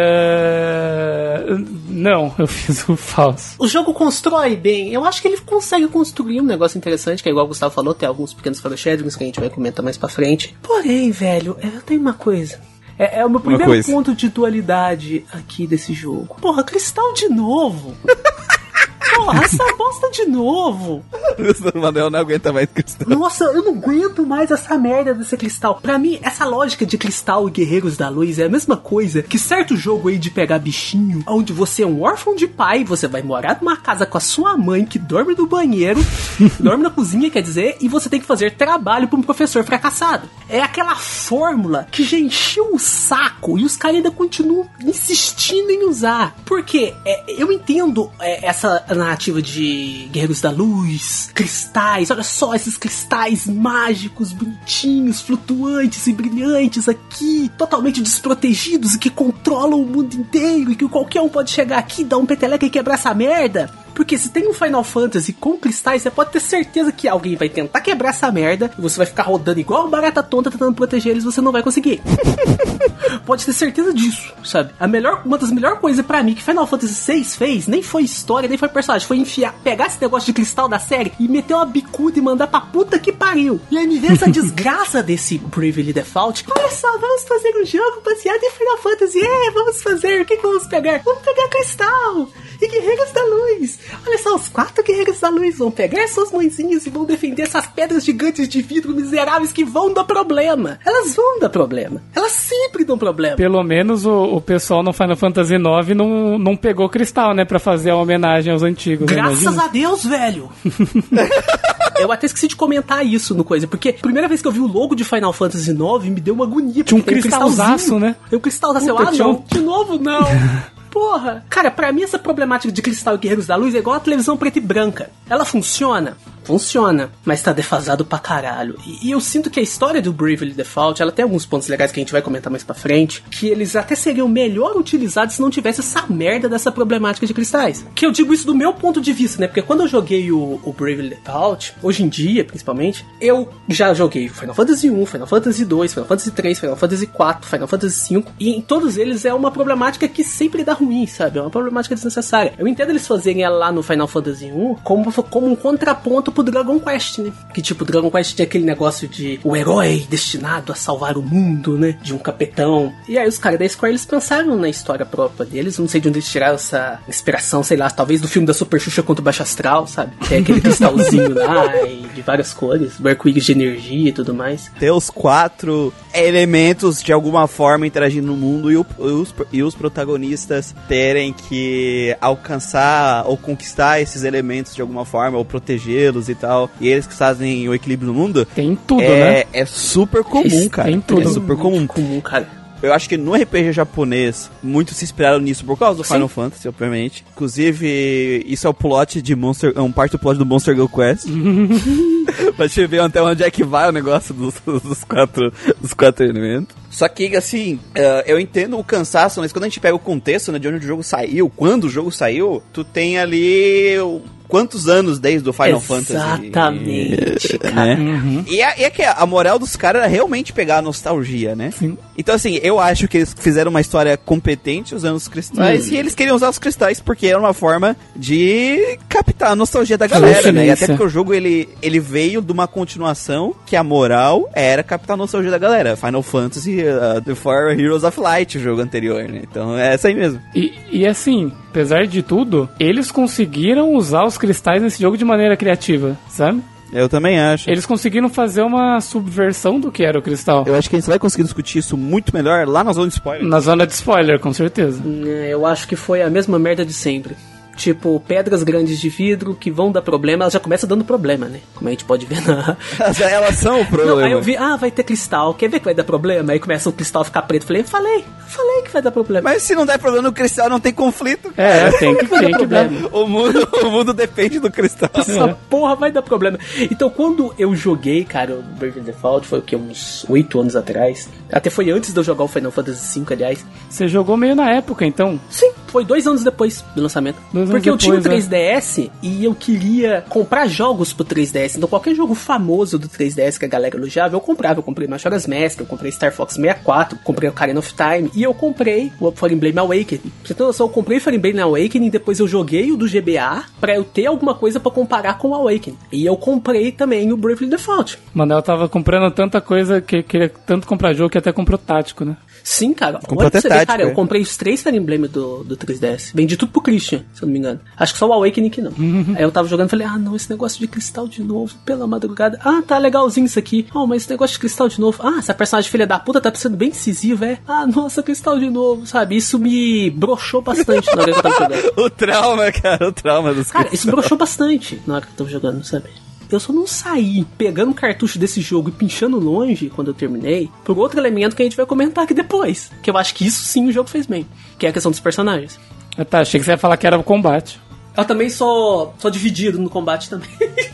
É... Não, eu fiz o falso. O jogo constrói bem. Eu acho que ele consegue construir um negócio interessante, que é igual o Gustavo falou, tem alguns pequenos foreshadowings que a gente vai comentar mais pra frente. Porém, velho, eu tenho uma coisa. É, é o meu primeiro ponto de dualidade aqui desse jogo. Porra, cristal de novo. Porra, essa bosta de novo. O Manuel não aguenta mais cristal. Nossa, eu não aguento mais essa merda desse cristal. Pra mim, essa lógica de cristal e guerreiros da luz é a mesma coisa que certo jogo aí de pegar bichinho, onde você é um órfão de pai, você vai morar numa casa com a sua mãe que dorme no banheiro, dorme na cozinha, quer dizer, e você tem que fazer trabalho pra um professor fracassado. É aquela fórmula que já encheu o saco e os caras ainda continuam insistindo em usar. Porque é, eu entendo é, essa narrativa de guerreiros da luz, cristais, olha só esses cristais mágicos, bonitinhos, flutuantes e brilhantes aqui, totalmente desprotegidos e que controlam o mundo inteiro e que qualquer um pode chegar aqui, dar um peteleca e quebrar essa merda. Porque se tem um Final Fantasy com cristais, você pode ter certeza que alguém vai tentar quebrar essa merda e você vai ficar rodando igual barata tonta tentando proteger eles e você não vai conseguir. Pode ter certeza disso, sabe? A melhor, uma das melhores coisas pra mim que Final Fantasy seis fez, nem foi história, nem foi personagem, foi enfiar, pegar esse negócio de cristal da série e meter uma bicuda e mandar pra puta que pariu. E aí me vê essa desgraça desse Bravely Default. Olha só, vamos fazer um jogo baseado em Final Fantasy. É, vamos fazer, o que, que vamos pegar? Vamos pegar cristal e guerreiros da luz. Olha só, os quatro guerreiros da luz vão pegar suas mãezinhas e vão defender essas pedras gigantes de vidro miseráveis que vão dar problema. Elas vão dar problema. Elas sempre dão problema. Pelo menos o, o pessoal no Final Fantasy nove não, não pegou cristal, né? Pra fazer a homenagem aos antigos. Graças a Deus, velho. Eu até esqueci de comentar isso no coisa, porque a primeira vez que eu vi o logo de Final Fantasy nove me deu uma agonia. Tinha um cristalzaço, né? Tem um cristalzaço. Ah, não. De novo, não. Porra! Cara, pra mim essa problemática de cristal e guerreiros da luz é igual a televisão preta e branca. Ela funciona? Funciona, mas tá defasado pra caralho. E, e eu sinto que a história do Bravely Default, ela tem alguns pontos legais que a gente vai comentar mais pra frente, que eles até seriam melhor utilizados se não tivesse essa merda dessa problemática de cristais. Que eu digo isso do meu ponto de vista, né? Porque quando eu joguei o, o Bravely Default, hoje em dia, principalmente, eu já joguei Final Fantasy um, Final Fantasy dois, Final Fantasy três, Final Fantasy quatro, Final Fantasy cinco, e em todos eles é uma problemática que sempre dá ruim, sabe? É uma problemática desnecessária. Eu entendo eles fazerem ela lá no Final Fantasy um como, como um contraponto pro Dragon Quest, né? Que tipo, Dragon Quest tinha aquele negócio de o herói destinado a salvar o mundo, né? De um capetão. E aí os caras da Square, eles pensaram na história própria deles. Não sei de onde eles tiraram essa inspiração, sei lá, talvez do filme da Super Xuxa contra o Baixo Astral, sabe? Tem aquele cristalzinho lá e de várias cores, arco-íris de energia e tudo mais. Tem os quatro elementos de alguma forma interagindo no mundo e, o, os, e os protagonistas terem que alcançar ou conquistar esses elementos de alguma forma, ou protegê-los e tal, e eles que fazem o equilíbrio no mundo. Tem tudo, é, né? É super comum, Isso, cara. Tem tudo. É super comum. comum, cara. Eu acho que no R P G japonês, muitos se inspiraram nisso por causa do Sim. Final Fantasy, obviamente. Inclusive, isso é o plot de Monster... É um parte do plot do Monster Girl Quest. Pra te ver até onde é que vai o negócio dos, dos, quatro, dos quatro elementos. Só que, assim, uh, eu entendo o cansaço, mas quando a gente pega o contexto, né, de onde o jogo saiu, quando o jogo saiu, tu tem ali... Quantos anos desde o Final Exatamente, Fantasy? Exatamente, cara. Né? Uhum. E, é, e é que a moral dos caras era realmente pegar a nostalgia, né? Sim. Então, assim, eu acho que eles fizeram uma história competente usando os cristais, Hum. e eles queriam usar os cristais porque era uma forma de captar a nostalgia da galera, né? E até porque o jogo, ele, ele veio de uma continuação que a moral era captar a nostalgia da galera. Final Fantasy, uh, The Four Heroes of Light, o jogo anterior, né? Então, é essa aí mesmo. E, e assim, apesar de tudo, eles conseguiram usar os cristais nesse jogo de maneira criativa, sabe? Eu também acho. Eles conseguiram fazer uma subversão do que era o cristal. Eu acho que a gente vai conseguir discutir isso muito melhor lá na zona de spoiler. Na zona de spoiler, com certeza. É, eu acho que foi a mesma merda de sempre. Tipo, pedras grandes de vidro que vão dar problema, elas já começam dando problema, né? Como a gente pode ver na... Elas são o problema. Não, aí eu vi, ah, vai ter cristal, quer ver que vai dar problema? Aí começa o cristal a ficar preto. Falei, falei, falei que vai dar problema. Mas se não der problema no cristal, não tem conflito. É, tem que, tem que dar. O mundo, o mundo depende do cristal. Essa é. porra vai dar problema. Então, quando eu joguei, cara, o Bravely Default, foi o que, uns oito anos atrás. Até foi antes de eu jogar o Final Fantasy cinco, aliás. Você jogou meio na época, então? Sim, foi dois anos depois do lançamento. Dois Porque anos eu tinha o depois, três D S e eu queria comprar jogos pro três D S. Então, qualquer jogo famoso do três D S que a galera elogiava, eu comprava. Eu comprei Majora's Mask, eu comprei Star Fox sessenta e quatro, comprei o Ocarina of Time e eu comprei o Fire Emblem Awakening. Pra você ter noção, eu comprei o Fire Emblem Awakening, depois eu joguei o do G B A pra eu ter alguma coisa pra comparar com o Awakening. E eu comprei também o Bravely Default. Manel tava comprando tanta coisa que queria tanto comprar jogo que até comprou tático, né? Sim, cara. Comprou Olha até você ver, tático, cara, é. eu comprei os três Fire Emblem do, do três D S. Vendi tudo pro Christian, se eu não me engano. Acho que só o Awakening que não. Uhum. Aí eu tava jogando e falei, ah, não, esse negócio de cristal de novo, pela madrugada. Ah, tá legalzinho isso aqui. Oh, mas esse negócio de cristal de novo. Ah, essa personagem filha da puta tá sendo bem decisiva, é? Ah, nossa, cristal de novo, sabe? Isso me broxou bastante na hora que eu tava jogando. O trauma, cara, o trauma dos Cara, isso me broxou bastante na hora que eu tava jogando, sabe? Eu só não saí pegando um cartucho desse jogo e pinchando longe quando eu terminei por outro elemento que a gente vai comentar aqui depois. Que eu acho que isso sim o jogo fez bem. Que é a questão dos personagens. Ah, tá, achei que você ia falar que era o combate. Eu também sou, sou dividido no combate também.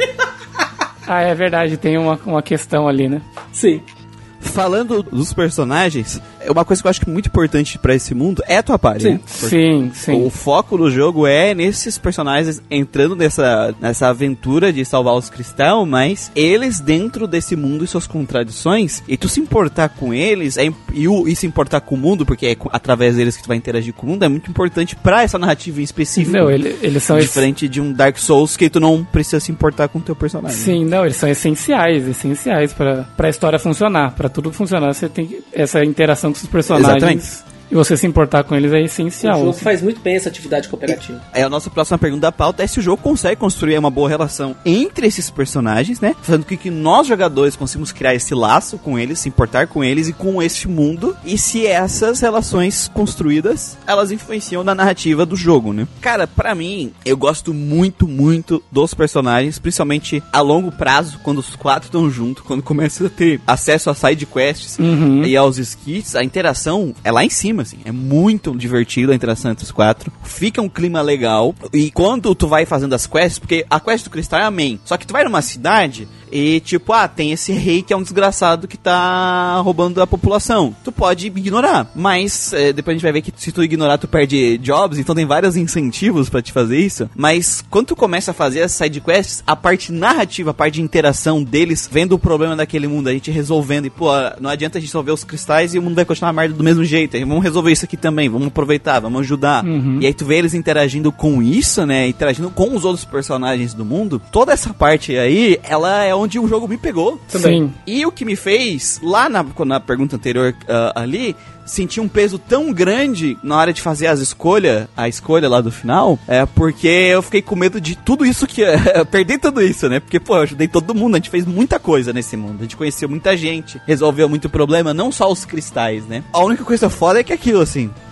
Ah, é verdade, tem uma, uma questão ali, né? Sim. Falando dos personagens, uma coisa que eu acho que é muito importante pra esse mundo é a tua party, Sim. né? Sim, sim. O foco do jogo é nesses personagens entrando nessa, nessa aventura de salvar os cristais, mas eles dentro desse mundo e suas contradições, e tu se importar com eles, é, e, o, e se importar com o mundo, porque é através deles que tu vai interagir com o mundo, é muito importante pra essa narrativa em específico. Não, ele, eles são... Diferente de um Dark Souls que tu não precisa se importar com o teu personagem. Sim, não, eles são essenciais, essenciais pra, pra história funcionar. Pra tudo funcionar, você tem que, essa interação com os personagens. Exatamente. E você se importar com eles é O essencial. jogo assim. faz muito bem essa atividade cooperativa. É, a nossa próxima pergunta da pauta é se o jogo consegue construir uma boa relação entre esses personagens, né? Fazendo com que nós, jogadores, consigamos criar esse laço com eles, se importar com eles e com este mundo. E se essas relações construídas, elas influenciam na narrativa do jogo, né? Cara, pra mim, eu gosto muito, muito dos personagens, principalmente a longo prazo, quando os quatro estão juntos, quando começa a ter acesso a side quests Uhum. e aos skits, a interação é lá em cima. Assim, é muito divertido a interação entre os quatro. Fica um clima legal. E quando tu vai fazendo as quests, porque a quest do cristal é a main. Só que tu vai numa cidade e tipo, ah, tem esse rei que é um desgraçado que tá roubando a população. Tu pode ignorar. Mas é, depois a gente vai ver que se tu ignorar, tu perde jobs. Então tem vários incentivos pra te fazer isso. Mas quando tu começa a fazer as side quests, a parte narrativa, a parte de interação deles, vendo o problema daquele mundo, a gente resolvendo. E pô, não adianta a gente resolver os cristais e o mundo vai continuar merda do mesmo jeito. Aí vamos resolver isso aqui também, vamos aproveitar, vamos ajudar. Uhum. E aí tu vê eles interagindo com isso, né? Interagindo com os outros personagens do mundo. Toda essa parte aí, ela é onde o jogo me pegou. Sim. E o que me fez, lá na, na pergunta anterior uh, ali, sentir um peso tão grande na hora de fazer as escolhas, a escolha lá do final, é porque eu fiquei com medo de tudo isso que... perder tudo isso, né? Porque, pô, eu ajudei todo mundo, a gente fez muita coisa nesse mundo, a gente conheceu muita gente, resolveu muito problema, não só os cristais, né? A única coisa foda é que aquilo, assim...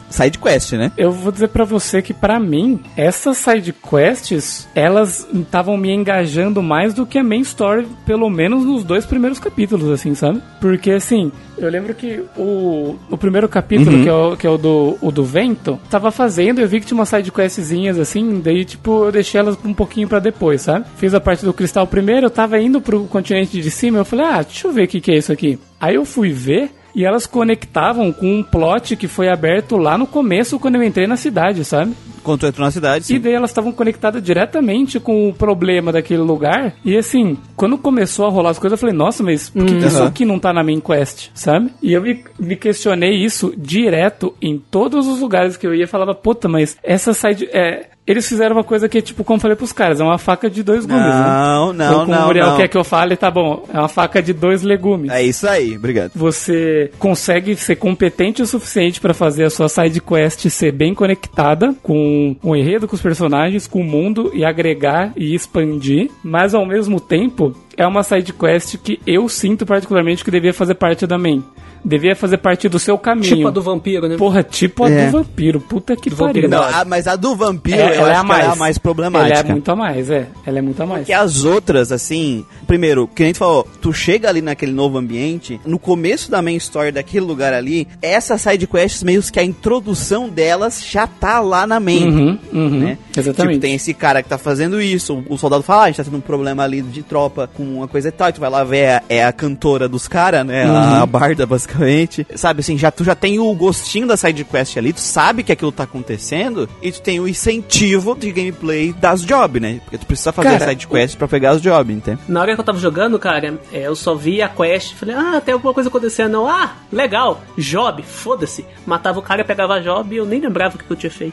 side quest, né? Eu vou dizer pra você que, pra mim, essas side quests, elas estavam me engajando mais do que a main story, pelo menos nos dois primeiros capítulos, assim, sabe? Porque, assim, eu lembro que o, o primeiro capítulo, uhum. que, é o, que é o do, o do vento, tava fazendo, eu vi que tinha umas side questzinhas, assim, daí, tipo, eu deixei elas um pouquinho pra depois, sabe? Fiz a parte do cristal primeiro, eu tava indo pro continente de cima, eu falei, ah, deixa eu ver o que que é isso aqui. Aí eu fui ver, e elas conectavam com um plot que foi aberto lá no começo, quando eu entrei na cidade, sabe? Quando tu entrou na cidade, sim. E daí elas estavam conectadas diretamente com o problema daquele lugar. E assim, quando começou a rolar as coisas, eu falei, nossa, mas por que, uhum. que isso aqui não tá na main quest, sabe? E eu me, me questionei isso direto em todos os lugares que eu ia. Falava, puta, mas essa side... É, eles fizeram uma coisa que, tipo, como eu falei pros caras, é uma faca de dois gumes, não, né? Não, Ou como não, o Muriel não. quer que eu fale, tá bom. É uma faca de dois legumes. É isso aí, obrigado. Você consegue ser competente o suficiente pra fazer a sua side quest ser bem conectada com o enredo, com os personagens, com o mundo, e agregar e expandir, mas ao mesmo tempo é uma side quest que eu sinto particularmente que devia fazer parte da main. Devia fazer parte do seu caminho. Tipo a do vampiro, né? Porra, tipo a é. do vampiro. Puta que do pariu. Não, a, mas a do vampiro é, eu ela acho é a mais. que ela é a mais problemática. Ela é muito a mais, é. Ela é muito a mais. Porque as outras, assim... Primeiro, que a gente falou, tu chega ali naquele novo ambiente, no começo da main story daquele lugar ali, essas side quests, meio que a introdução delas já tá lá na main. Uhum, uhum, né? Exatamente. Tipo, tem esse cara que tá fazendo isso, o soldado fala, ah, a gente tá tendo um problema ali de tropa com uma coisa e tal, e tu vai lá ver, é, é a cantora dos caras, né? Uhum. A, a barda, basicamente. Sabe, assim, já, tu já tem o gostinho da side quest ali, tu sabe que aquilo tá acontecendo, e tu tem o incentivo de gameplay das jobs, né? Porque tu precisa fazer cara, a side quest pra pegar as jobs, entende? Na hora que eu tava jogando, cara, eu só vi a quest, falei, ah, tem alguma coisa acontecendo. Ah, legal, job, foda-se. Matava o cara, pegava a job e eu nem lembrava o que eu tinha feito.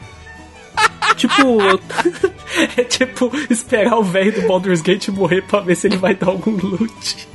Tipo, eu... é tipo esperar o velho do Baldur's Gate morrer pra ver se ele vai dar algum loot.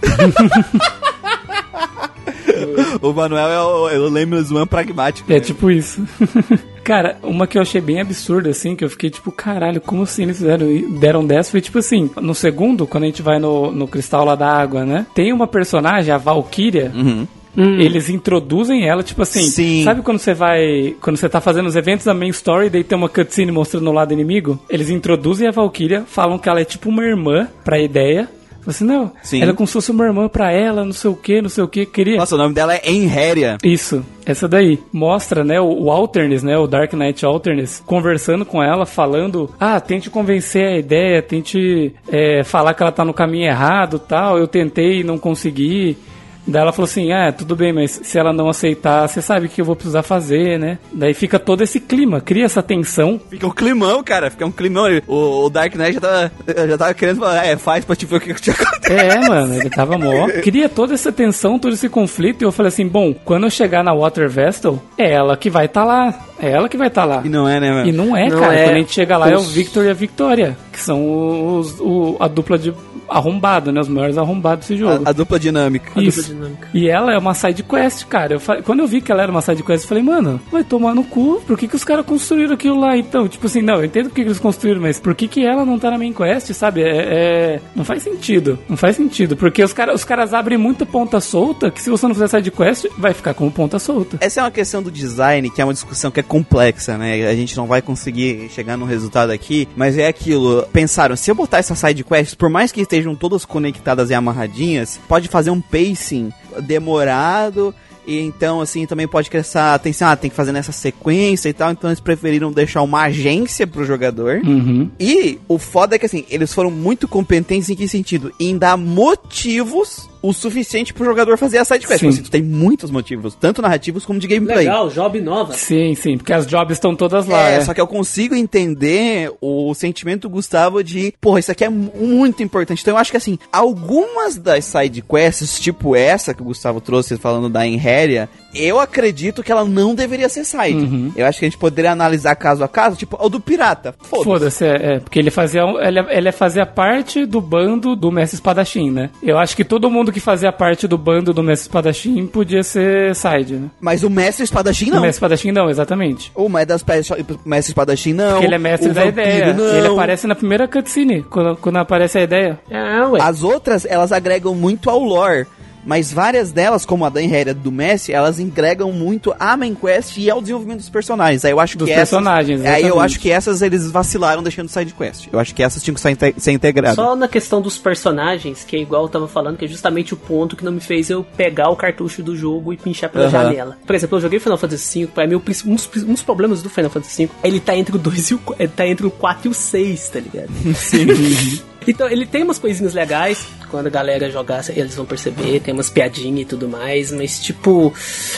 O Manuel é o, eu lembro do Zoan pragmático. É, né? Tipo isso. Cara, uma que eu achei bem absurda, assim, que eu fiquei tipo, caralho, como assim eles fizeram, deram dessa? Foi tipo assim, no segundo, quando a gente vai no, no cristal lá da água, né? Tem uma personagem, a Valkyria. Uhum. Hum. Eles introduzem ela, tipo assim, Sim. Sabe quando você vai, quando você tá fazendo os eventos da main story, daí tem uma cutscene mostrando o lado inimigo? Eles introduzem a Valkyria, falam que ela é tipo uma irmã pra ideia. Assim, não, Sim. ela é como se fosse uma irmã pra ela, não sei o que, não sei o que, queria... Nossa, o nome dela é Enhéria. Isso, essa daí. Mostra, né, o, o Alternus, né, o Dark Knight Alternus, conversando com ela, falando, ah, tente convencer a ideia, tente é, falar que ela tá no caminho errado, tal, eu tentei e não consegui... Daí ela falou assim, ah, tudo bem, mas se ela não aceitar, você sabe o que eu vou precisar fazer, né? Daí fica todo esse clima, cria essa tensão. Fica um climão, cara, fica um climão. O, o Dark Knight já tava, já tava querendo falar, é, faz pra te ver o que tinha acontecido. É, mano, ele tava mó. Cria toda essa tensão, todo esse conflito, e eu falei assim, bom, quando eu chegar na Water Vestal, é ela que vai estar tá lá. É ela que vai estar tá lá. E não é, né, mano? E não é, não cara. É. Quando a gente chega lá, Os... é o Victor e a Victoria, que são os, o, a dupla de arrombado, né? Os maiores arrombados desse jogo. A, a dupla dinâmica. Isso. A dupla dinâmica. E ela é uma side quest, cara. Eu falei, quando eu vi que ela era uma side quest, eu falei, mano, vai tomar no cu. Por que, que os caras construíram aquilo lá, então? Tipo assim, não, eu entendo por que, que eles construíram, mas por que, que ela não tá na main quest, sabe? É, é... Não faz sentido. Não faz sentido. Porque os, cara, os caras abrem muita ponta solta, que se você não fizer side quest, vai ficar como ponta solta. Essa é uma questão do design, que é uma discussão que é complexa, né? A gente não vai conseguir chegar num resultado aqui, mas é aquilo. Pensaram, se eu botar essa side quest, por mais que estejam todas conectadas e amarradinhas, pode fazer um pacing demorado. E então, assim, também pode crescer atenção, ah, tem que fazer nessa sequência e tal. Então eles preferiram deixar uma agência pro jogador. Uhum. E o foda é que, assim, eles foram muito competentes em que sentido? Em dar motivos o suficiente pro jogador fazer a side quest. Assim, tu tem muitos motivos, tanto narrativos como de gameplay. Legal, job nova. Sim, sim, porque as jobs estão todas lá. É, é, só que eu consigo entender o sentimento do Gustavo de, porra, isso aqui é muito importante. Então eu acho que, assim, algumas das side quests, tipo essa que o Gustavo trouxe falando da Enhéria, eu acredito que ela não deveria ser side. Uhum. Eu acho que a gente poderia analisar caso a caso, tipo, o do pirata. Foda-se. Foda-se, é, é, porque ele fazia, ele, ele fazia parte do bando do Mestre Espadachim, né? Eu acho que todo mundo que fazia parte do bando do Mestre Espadachim podia ser side, né? Mas o Mestre Espadachim não. O Mestre Espadachim não, exatamente. O Mestre Espadachim não. Porque ele é mestre o da ideia. Não. Ele aparece na primeira cutscene, quando, quando aparece a ideia. É, ué. As outras, elas agregam muito ao lore. mas várias delas, como a da Enhéria do Messi, elas agregam muito à main quest e ao desenvolvimento dos personagens. Aí eu acho dos que personagens, essas, aí eu acho que essas eles vacilaram deixando side quest. Eu acho que essas tinham que ser, inte- ser integradas. Só na questão dos personagens, que é igual eu tava falando, que é justamente o ponto que não me fez eu pegar o cartucho do jogo e pinchar pela uhum. janela. Por exemplo, eu joguei Final Fantasy cinco, pra mim um dos, um dos problemas do Final Fantasy cinco, ele tá entre o dois e o ele tá entre o quatro e o seis, tá ligado? Sim. Então, ele tem umas coisinhas legais, quando a galera jogar, eles vão perceber, tem umas piadinhas e tudo mais, mas tipo,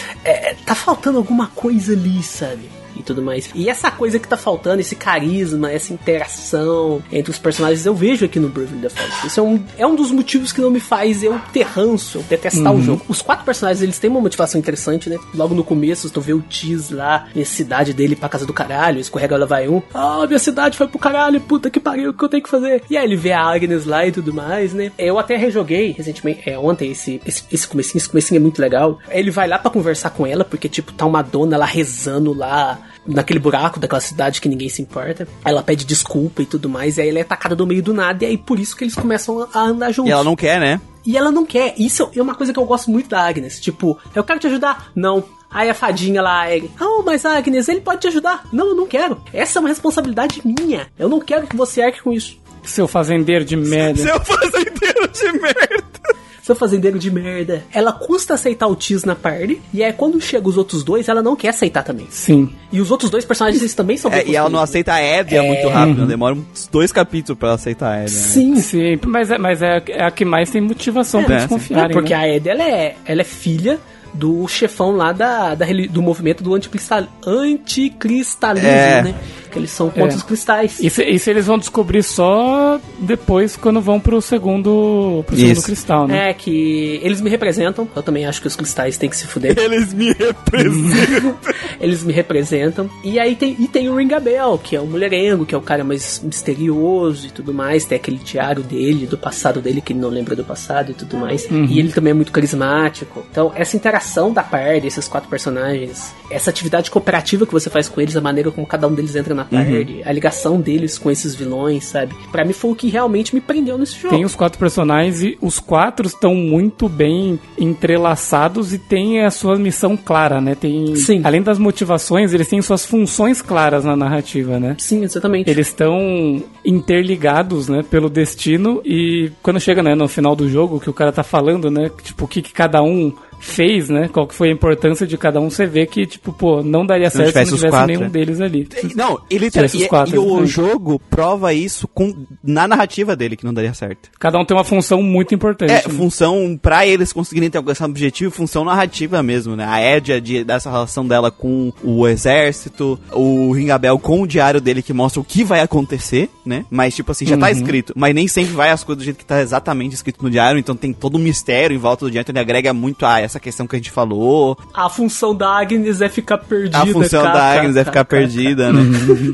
é, tá faltando alguma coisa ali, sabe? E tudo mais. E essa coisa que tá faltando, esse carisma, essa interação entre os personagens, eu vejo aqui no Bravely Default. Isso é um, é um dos motivos que não me faz eu ter ranço, eu detestar uhum. o jogo. Os quatro personagens, eles têm uma motivação interessante, né? Logo no começo, tu vê o Tiz lá, na cidade dele pra casa do caralho, escorrega lá vai um. Ah, minha cidade foi pro caralho, puta que pariu, o que eu tenho que fazer? E aí ele vê a Agnes lá e tudo mais, né? Eu até rejoguei recentemente, é, ontem, esse, esse, esse comecinho, esse comecinho é muito legal. Ele vai lá pra conversar com ela, porque tipo, tá uma dona lá rezando lá, naquele buraco daquela cidade que ninguém se importa. Ela pede desculpa e tudo mais, e aí ela é atacada do meio do nada, e aí por isso que eles começam a andar juntos. E ela não quer, né? E ela não quer. Isso é uma coisa que eu gosto muito da Agnes. Tipo, eu quero te ajudar. Não. Aí a fadinha lá, ele, oh, mas Agnes, ele pode te ajudar. Não, eu não quero. Essa é uma responsabilidade minha. Eu não quero que você arque com isso. Seu fazendeiro de merda. Seu fazendeiro de merda. Seu fazendeiro de merda. Ela custa aceitar o Tiz na party, e aí quando chega os outros dois, ela não quer aceitar também. Sim. E os outros dois personagens, eles também são é, e ela não aceita a Edea é... muito rápido, né? Demora uns dois capítulos pra ela aceitar a Edea. Sim, né? Sim. Mas, é, mas é, é a que mais tem motivação é, pra eles confiarem. É, porque né? a Edea, ela é, ela é filha do chefão lá da, da, do movimento do anticristal, anticristalismo, é. né? Que eles são contra é. os cristais. Isso, isso eles vão descobrir só depois, quando vão pro segundo, pro segundo cristal, né? É, que eles me representam. Eu também acho que os cristais têm que se fuder. Eles me representam. Eles me representam. E aí tem, e tem o Ringabel, que é o mulherengo, que é o cara mais misterioso e tudo mais. Tem aquele diário dele, do passado dele, que ele não lembra do passado e tudo mais. Uhum. E ele também é muito carismático. Então, essa interação da party, esses quatro personagens, essa atividade cooperativa que você faz com eles, a maneira como cada um deles entra na party, uhum. a ligação deles com esses vilões, sabe? Pra mim foi o que realmente me prendeu nesse jogo. Tem os quatro personagens e os quatro estão muito bem entrelaçados e tem a sua missão clara, né? Tem, Sim. Além das motivações, eles têm suas funções claras na narrativa, né? Sim, exatamente. Eles estão interligados, né? Pelo destino, e quando chega, né, no final do jogo, que o cara tá falando, né? Tipo, o que, que cada um fez, né? Qual que foi a importância de cada um, você vê que, tipo, pô, não daria certo se não tivesse quatro, nenhum é. deles ali. Não, ele tá, e, quatro, e o jogo prova isso com, na narrativa dele, que não daria certo. Cada um tem uma função muito importante. É, né? função pra eles conseguirem ter alcançado o objetivo, função narrativa mesmo, né? A Edea, de, dessa relação dela com o exército, o Ringabel com o diário dele, que mostra o que vai acontecer, né? Mas, tipo assim, já uhum. tá escrito, mas nem sempre vai as coisas do jeito que tá exatamente escrito no diário, então tem todo um mistério em volta do diário, então ele agrega muito a essa questão que a gente falou. A função da Agnes é ficar perdida. A função cá, da Agnes cá, é ficar cá, perdida, cá. né?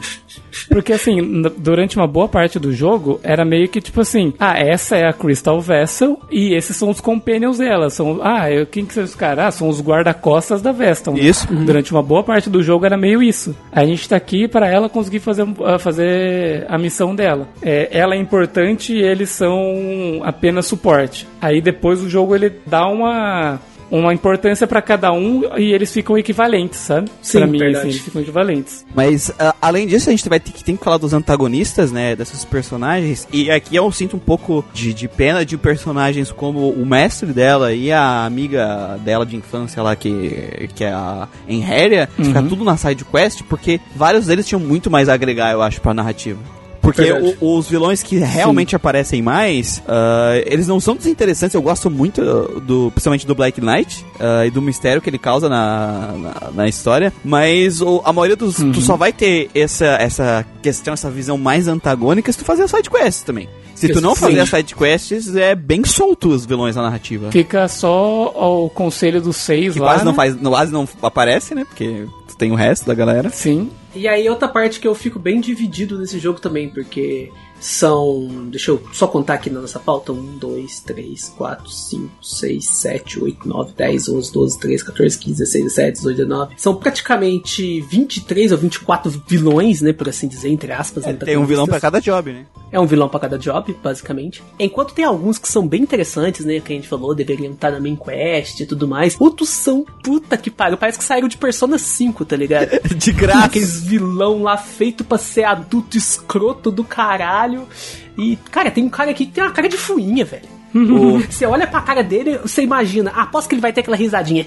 Porque assim, durante uma boa parte do jogo, era meio que tipo assim, ah, essa é a Crystal Vessel e esses são os companions dela. São, ah, eu, quem que são os caras? Ah, são os guarda-costas da Vestal. Né? Isso. Uhum. Durante uma boa parte do jogo era meio isso. A gente tá aqui para ela conseguir fazer, fazer a missão dela. É, ela é importante e eles são apenas suporte. Aí depois o jogo ele dá uma... uma importância pra cada um e eles ficam equivalentes, sabe? Sim, pra mim, verdade. assim, eles ficam equivalentes. Mas, uh, além disso, a gente vai ter que, tem que falar dos antagonistas, né? Desses personagens. E aqui eu sinto um pouco de, de pena de personagens como o mestre dela e a amiga dela de infância lá, que, que é a Enhéria, uhum. ficar tudo na side quest, porque vários deles tinham muito mais a agregar, eu acho, pra narrativa. Porque o, os vilões que realmente Sim. aparecem mais, uh, eles não são desinteressantes. Eu gosto muito, do, principalmente do Black Knight uh, e do mistério que ele causa na, na, na história. Mas o, a maioria dos... Uhum. Tu só vai ter essa, essa questão, essa visão mais antagônica se tu fazer as side quests também. Se tu não Sim. fazer as side quests, é bem solto os vilões na narrativa. Fica só o conselho dos seis que lá, quase né? não faz, quase não aparece, né? Porque tu tem o resto da galera. Sim. E aí outra parte que eu fico bem dividido nesse jogo também, porque São, deixa eu só contar aqui na nossa pauta, um, dois, três, quatro, cinco, seis, sete, oito, nove, dez, onze, doze, treze, quatorze, quinze, dezesseis, dezessete, dezoito, dezenove. São praticamente vinte e três ou vinte e quatro vilões, né, por assim dizer, entre aspas. É, né, tem um vilão pra cada job, né? É um vilão pra cada job, basicamente. Enquanto tem alguns que são bem interessantes, né, que a gente falou, deveriam estar na main quest e tudo mais. Outros são, puta que pariu, parece que saíram de Persona cinco, tá ligado? De graça. Aqueles vilão lá feito pra ser adulto escroto do caralho. E, cara, tem um cara aqui que tem uma cara de fuinha, velho. Uhum. Você olha pra cara dele, você imagina, ah, aposto que ele vai ter aquela risadinha.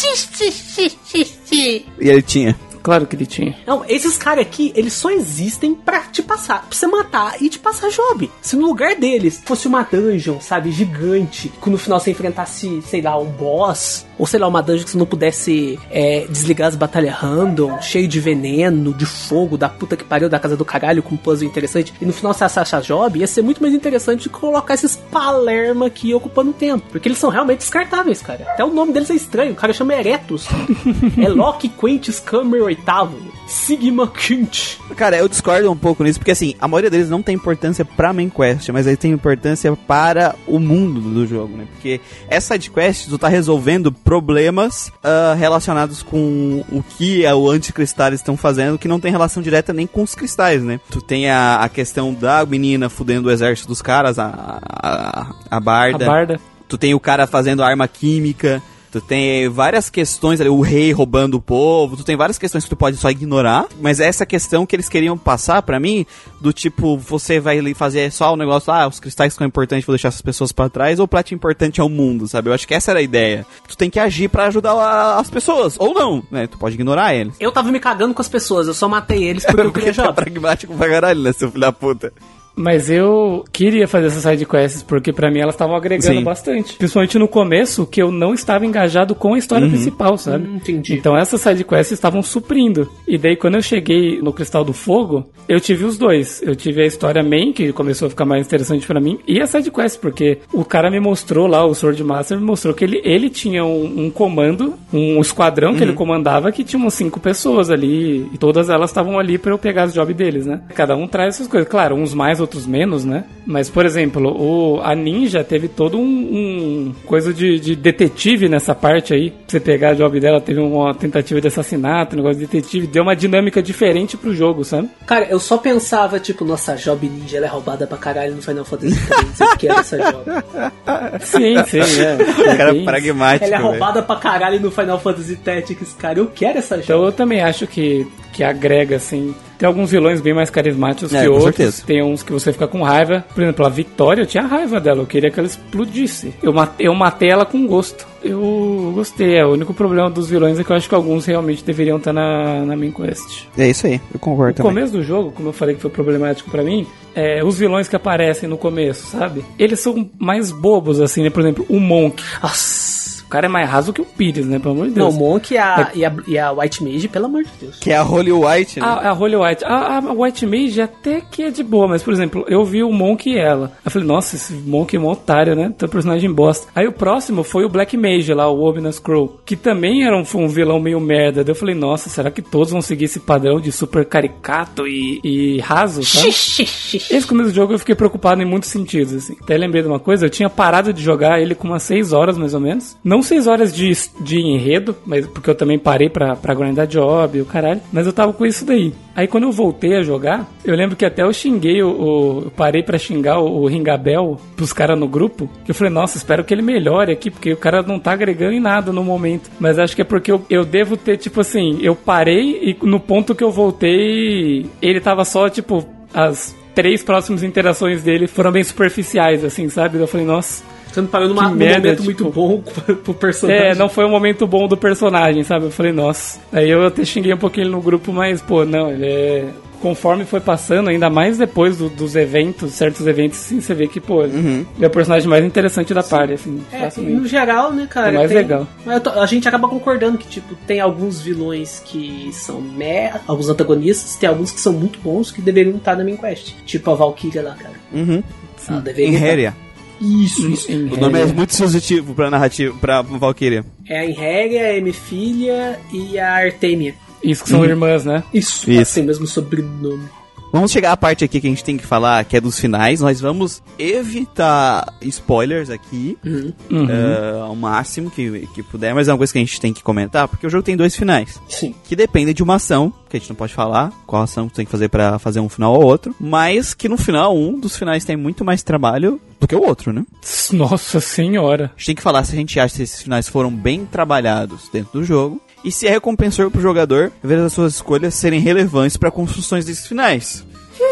E ele tinha. Claro que ele tinha. Não, esses caras aqui, eles só existem pra te passar, pra você matar e te passar job. Se no lugar deles fosse uma dungeon, sabe, gigante, que no final você enfrentasse, sei lá, um boss, ou sei lá, uma dungeon que você não pudesse é, desligar as batalhas random, cheio de veneno, de fogo, da puta que pariu, da casa do caralho, com um puzzle interessante, e no final você achar job, ia ser muito mais interessante colocar esses palerma aqui ocupando tempo. Porque eles são realmente descartáveis, cara. Até o nome deles é estranho, o cara chama Eretus. É Loki Quentis Câmara oitavo. Sigma Quint. Cara, eu discordo um pouco nisso, porque assim, a maioria deles não tem importância pra main quest, mas eles têm importância para o mundo do jogo, né? Porque essa side quest, tu tá resolvendo problemas uh, relacionados com o que o anticristais estão fazendo, que não tem relação direta nem com os cristais, né? Tu tem a, a questão da menina fudendo o exército dos caras, a, a, a Barda. A Barda. Tu tem o cara fazendo arma química. Tu tem várias questões ali, o rei roubando o povo, tu tem várias questões que tu pode só ignorar, mas essa questão que eles queriam passar pra mim, do tipo, você vai fazer só o negócio, ah, os cristais são importantes, vou deixar essas pessoas pra trás, ou o prato importante é o mundo, sabe? Eu acho que essa era a ideia. Tu tem que agir pra ajudar a, as pessoas, ou não, né? Tu pode ignorar eles. Eu tava me cagando com as pessoas, eu só matei eles porque eu queria jogar. É pragmático pra caralho, né, seu filho da puta? Mas eu queria fazer essas sidequests, porque pra mim elas estavam agregando Sim. bastante. Principalmente no começo, que eu não estava engajado com a história uhum. principal, sabe? Hum, entendi. Então essas sidequests estavam suprindo. E daí quando eu cheguei no Cristal do Fogo, eu tive os dois. Eu tive a história main, que começou a ficar mais interessante pra mim, e a sidequest, porque o cara me mostrou lá, o Sword Master me mostrou que ele, ele tinha um, um comando, um esquadrão uhum. que ele comandava, que tinha umas cinco pessoas ali, e todas elas estavam ali pra eu pegar as jobs deles, né? Cada um traz essas coisas. Claro, uns mais, outros menos, né? Mas, por exemplo, o, a Ninja teve todo um, um coisa de, de detetive nessa parte aí. Pra você pegar a job dela, teve uma tentativa de assassinato, um negócio de detetive. Deu uma dinâmica diferente pro jogo, sabe? Cara, eu só pensava, tipo, nossa, a job Ninja ela é roubada pra caralho no Final Fantasy três. Eu quero essa job. Sim, sim, é. O cara é pragmático. Ela é roubada véio. pra caralho no Final Fantasy Tactics, cara. Eu quero essa job. Então eu também acho que, que agrega, assim... Tem alguns vilões bem mais carismáticos é, que outros. Certeza. Tem uns que você fica com raiva. Por exemplo, a Victoria, eu tinha raiva dela. Eu queria que ela explodisse. Eu matei, eu matei ela com gosto. Eu gostei. É, o único problema dos vilões é que eu acho que alguns realmente deveriam estar na, na main quest. É isso aí, eu concordo no também. No começo do jogo, como eu falei que foi problemático pra mim, é, os vilões que aparecem no começo, sabe? Eles são mais bobos, assim, né? Por exemplo, o Monk. Nossa... O cara é mais raso que o Pires, né? Pelo amor de Deus. Não, o Monk e a, é... e, a, e a White Mage, pelo amor de Deus. Que é a Holy White, né? A, a Holy White. A, a White Mage até que é de boa, mas, por exemplo, eu vi o Monk e ela. Eu falei, nossa, esse Monk é um otário, né? Tá personagem bosta. Aí o próximo foi o Black Mage lá, o Ominous Crow, que também era um, um vilão meio merda. Daí eu falei, nossa, será que todos vão seguir esse padrão de super caricato e, e raso, sabe? Esse começo do jogo eu fiquei preocupado em muitos sentidos, assim. Até lembrei de uma coisa, eu tinha parado de jogar ele com umas seis horas, mais ou menos. Não seis horas de de enredo, mas porque eu também parei pra, pra grindar job e o caralho, mas eu tava com isso daí. Aí quando eu voltei a jogar, eu lembro que até eu xinguei o, o eu parei pra xingar o, o Ringabel pros caras no grupo, que eu falei, nossa, espero que ele melhore aqui, porque o cara não tá agregando em nada no momento, mas acho que é porque eu, eu devo ter, tipo assim, eu parei e no ponto que eu voltei, ele tava só, tipo, as três próximas interações dele foram bem superficiais, assim, sabe? Eu falei, nossa... Você não parou numa, num merda, momento tipo, muito bom pro personagem. É, não foi um momento bom do personagem, sabe? Eu falei, nossa. Aí eu até xinguei um pouquinho ele no grupo, mas, pô, não, ele é... Conforme foi passando, ainda mais depois do, dos eventos, certos eventos, assim, você vê que, pô, uhum. ele é o personagem mais interessante da party, assim, é, facilmente. No geral, né, cara? É mais tem, legal. Tô, a gente acaba concordando que, tipo, tem alguns vilões que são meh, alguns antagonistas, tem alguns que são muito bons que deveriam estar na main quest. Tipo a Valkyria lá, cara. Uhum. Ela deveria Inheria. Isso, isso. Em o nome é muito sugestivo pra narrativa, pra Valkyria. É a Inheria, a Hemifília e a Artemia. Isso, que são uhum. irmãs, né? Isso, isso. tem o mesmo sobrenome. Vamos chegar à parte aqui que a gente tem que falar, que é dos finais. Nós vamos evitar spoilers aqui, Uhum. uh, ao máximo que, que puder, mas é uma coisa que a gente tem que comentar, porque o jogo tem dois finais. Sim. Que dependem de uma ação, que a gente não pode falar qual ação que tem que fazer pra fazer um final ou outro, mas que no final, um dos finais tem muito mais trabalho do que o outro, né? Nossa senhora. A gente tem que falar se a gente acha que esses finais foram bem trabalhados dentro do jogo, e se é recompensador pro jogador ver as suas escolhas serem relevantes para construções desses finais.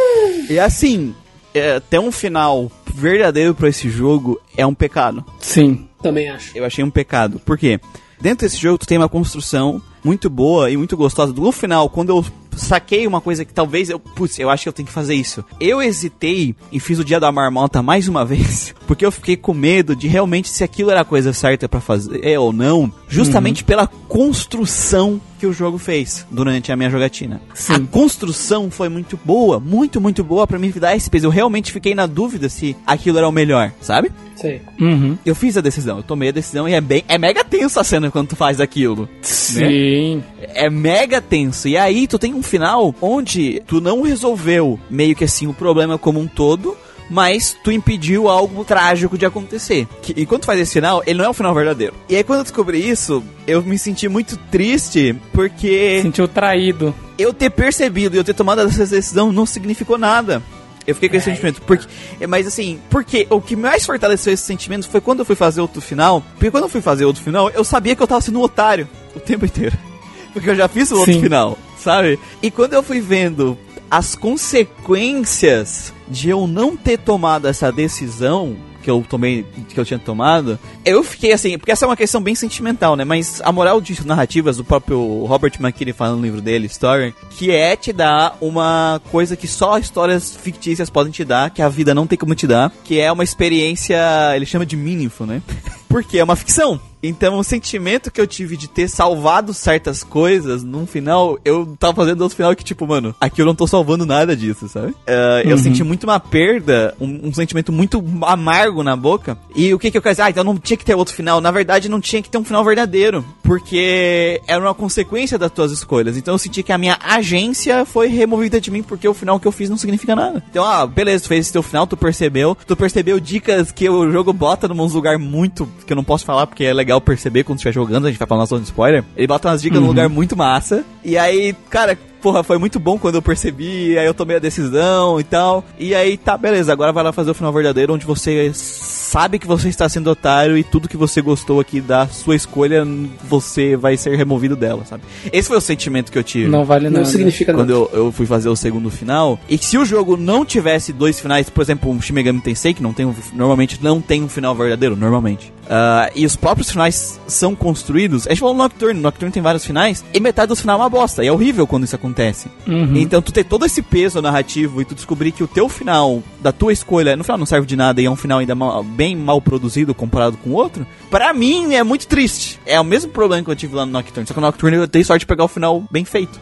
E assim, é, ter um final verdadeiro pra esse jogo é um pecado. Sim. Também acho. Eu achei um pecado. Por quê? Dentro desse jogo tu tem uma construção muito boa e muito gostosa. No final, quando eu saquei uma coisa que talvez eu... Putz, eu acho que eu tenho que fazer isso. Eu hesitei e fiz o Dia da Marmota mais uma vez, porque eu fiquei com medo de realmente se aquilo era a coisa certa pra fazer ou não, justamente uhum. pela construção que o jogo fez durante a minha jogatina. Sim. A construção foi muito boa, muito, muito boa pra me dar esse peso. Eu realmente fiquei na dúvida se aquilo era o melhor, sabe? Sim. Uhum. Eu fiz a decisão, eu tomei a decisão e é bem, é mega tenso a cena quando tu faz aquilo. Sim. Né? É mega tenso. E aí tu tem um final onde tu não resolveu meio que assim o problema como um todo, mas tu impediu algo trágico de acontecer. Que, e quando tu faz esse final, ele não é o final verdadeiro. E aí quando eu descobri isso, eu me senti muito triste, porque... Sentiu traído. Eu ter percebido e eu ter tomado essa decisão não significou nada. Eu fiquei com esse sentimento, porque, mas assim, porque o que mais fortaleceu esse sentimento foi quando eu fui fazer outro final, porque quando eu fui fazer outro final, eu sabia que eu tava sendo um otário o tempo inteiro, porque eu já fiz o outro Sim. final, sabe? E quando eu fui vendo as consequências de eu não ter tomado essa decisão que eu tomei, que eu tinha tomado, eu fiquei assim, porque essa é uma questão bem sentimental, né, mas a moral de narrativas do próprio Robert McKinney falando no livro dele, Story, que é te dar uma coisa que só histórias fictícias podem te dar, que a vida não tem como te dar, que é uma experiência, ele chama de meaningful, né, porque é uma ficção. Então, o sentimento que eu tive de ter salvado certas coisas num final, eu tava fazendo outro final que, tipo, mano, aqui eu não tô salvando nada disso, sabe? Uh, uhum. Eu senti muito uma perda, um, um sentimento muito amargo na boca. E o que que eu quero dizer? Ah, então não tinha que ter outro final. Na verdade, não tinha que ter um final verdadeiro. Porque era uma consequência das tuas escolhas. Então, eu senti que a minha agência foi removida de mim, porque o final que eu fiz não significa nada. Então, ah, beleza, tu fez esse teu final, tu percebeu. Tu percebeu dicas que o jogo bota num lugar muito... que eu não posso falar, porque é legal perceber quando estiver jogando, a gente vai falar na zona de spoiler. Ele bota umas dicas uhum. num lugar muito massa. E aí, cara, porra, foi muito bom quando eu percebi, aí eu tomei a decisão e tal. E aí, tá, beleza, agora vai lá fazer o final verdadeiro, onde você sabe que você está sendo otário e tudo que você gostou aqui da sua escolha, você vai ser removido dela, sabe? Esse foi o sentimento que eu tive. Não vale nada. Não significa quando nada. Quando eu, eu fui fazer o segundo final. E se o jogo não tivesse dois finais, por exemplo, um Shin Megami Tensei, que não tem um, normalmente não tem um final verdadeiro, normalmente. Uh, e os próprios finais são construídos. A gente falou no Nocturne, no Nocturne tem vários finais, e metade dos finais é uma bosta. E é horrível quando isso acontece. Uhum. Então tu ter todo esse peso narrativo e tu descobrir que o teu final, da tua escolha, no final não serve de nada e é um final ainda mal, bem mal produzido comparado com o outro, pra mim é muito triste. É o mesmo problema que eu tive lá no Nocturne, só que no Nocturne eu dei sorte de pegar o final bem feito.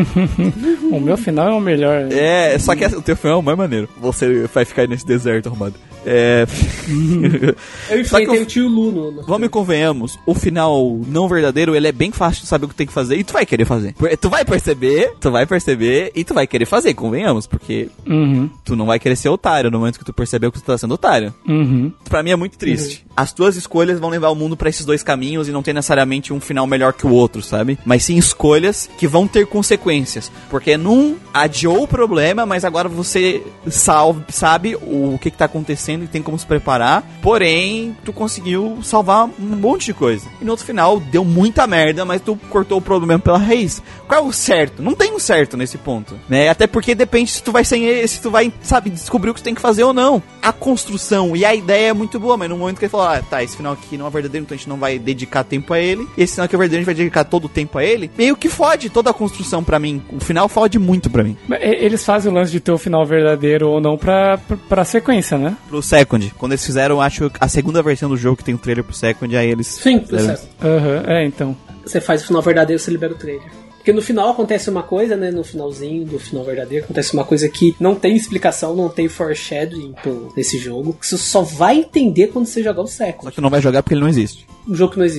O meu final é o melhor. É, só que o teu final é o mais maneiro. Você vai ficar nesse deserto arrumado. É... eu enfrentei o tio Lu no, no... Vamos e convenhamos, o final não verdadeiro, ele é bem fácil de saber o que tem que fazer e tu vai querer fazer. Tu vai perceber, tu vai perceber e tu vai querer fazer, convenhamos, porque uhum. tu não vai querer ser otário no momento que tu percebeu que tu tá sendo otário. Uhum. Pra mim é muito triste. Uhum. As tuas escolhas vão levar o mundo pra esses dois caminhos e não tem necessariamente um final melhor que o outro, sabe? Mas sim escolhas que vão ter consequências. Porque num adiou o problema, mas agora você salve, sabe o que que tá acontecendo e tem como se preparar, porém tu conseguiu salvar um monte de coisa. E no outro final deu muita merda, mas tu cortou o problema pela raiz. Qual é o certo? Não tem um certo nesse ponto, né? Até porque depende se tu vai sem ele, se tu vai, sabe, descobrir o que tu tem que fazer ou não. A construção e a ideia é muito boa, mas no momento que ele falou, ah, tá, esse final aqui não é verdadeiro, então a gente não vai dedicar tempo a ele, e esse final aqui é verdadeiro, a gente vai dedicar todo o tempo a ele, meio que fode toda a construção pra mim. O final fode muito pra mim. Eles fazem o lance de ter o final verdadeiro ou não pra, pra, pra sequência, né? Pro Second. Quando eles fizeram, acho, a segunda versão do jogo que tem o trailer pro Second, aí eles... Sim, pro Second. Aham, é, então. Você faz o final verdadeiro, você libera o trailer. Porque no final acontece uma coisa, né? No finalzinho do final verdadeiro, acontece uma coisa que não tem explicação, não tem foreshadowing nesse jogo. Que você só vai entender quando você jogar o Second. Só que não vai jogar porque ele não existe. Um jogo que não existe.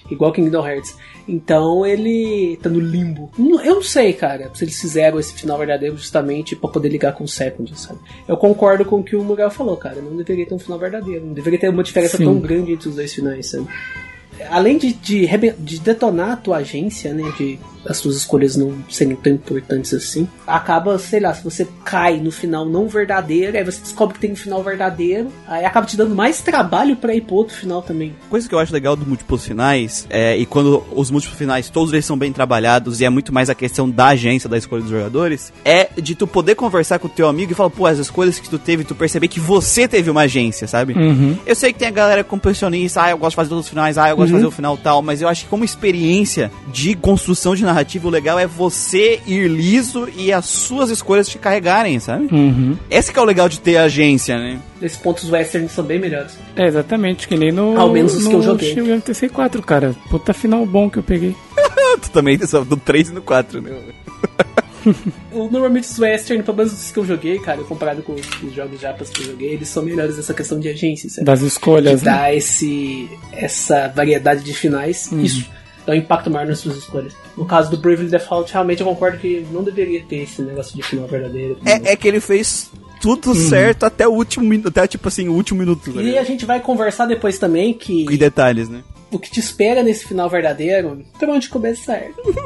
igual Kingdom Hearts. Então ele tá no limbo. Eu não sei, cara, se eles fizeram esse final verdadeiro justamente pra poder ligar com o Second, sabe? Eu concordo com o que o Muriel falou, cara. Não deveria ter um final verdadeiro. Não deveria ter uma diferença Sim. tão grande entre os dois finais, sabe? Além de, de, de detonar a tua agência, né, de as tuas escolhas não serem tão importantes assim, acaba, sei lá, se você cai no final não verdadeiro, aí você descobre que tem um final verdadeiro, aí acaba te dando mais trabalho pra ir pro outro final também. Coisa que eu acho legal dos múltiplos finais, é, e quando os múltiplos finais, todos eles são bem trabalhados, e é muito mais a questão da agência, da escolha dos jogadores, é de tu poder conversar com o teu amigo e falar, pô, as escolhas que tu teve, tu perceber que você teve uma agência, sabe? Uhum. Eu sei que tem a galera completionista, ah, eu gosto de fazer todos os finais, ah, eu gosto uhum. de fazer o final tal, mas eu acho que como experiência de construção de narrativa, o legal é você ir liso e as suas escolhas te carregarem, sabe? Uhum. Esse que é o legal de ter agência, né? Esses pontos western são bem melhores. É, exatamente, que nem no... Ao menos os no que eu joguei. No M T C quatro, cara. Puta final bom que eu peguei. Tu também, só do três e no quatro, né? Normalmente os western, pelo menos os que eu joguei, cara, comparado com os jogos japas que eu joguei, eles são melhores nessa questão de agência, sabe? Das escolhas, que dá né? esse, essa variedade de finais. Uhum. Isso dá um impacto maior nas suas escolhas. No caso do Bravely Default, realmente eu concordo que não deveria ter esse negócio de final verdadeiro. É, é que ele fez tudo uhum. certo até o último minuto, até tipo assim, o último minuto. E a gente vai conversar depois também que... E detalhes, né? O que te espera nesse final verdadeiro, pra onde começar.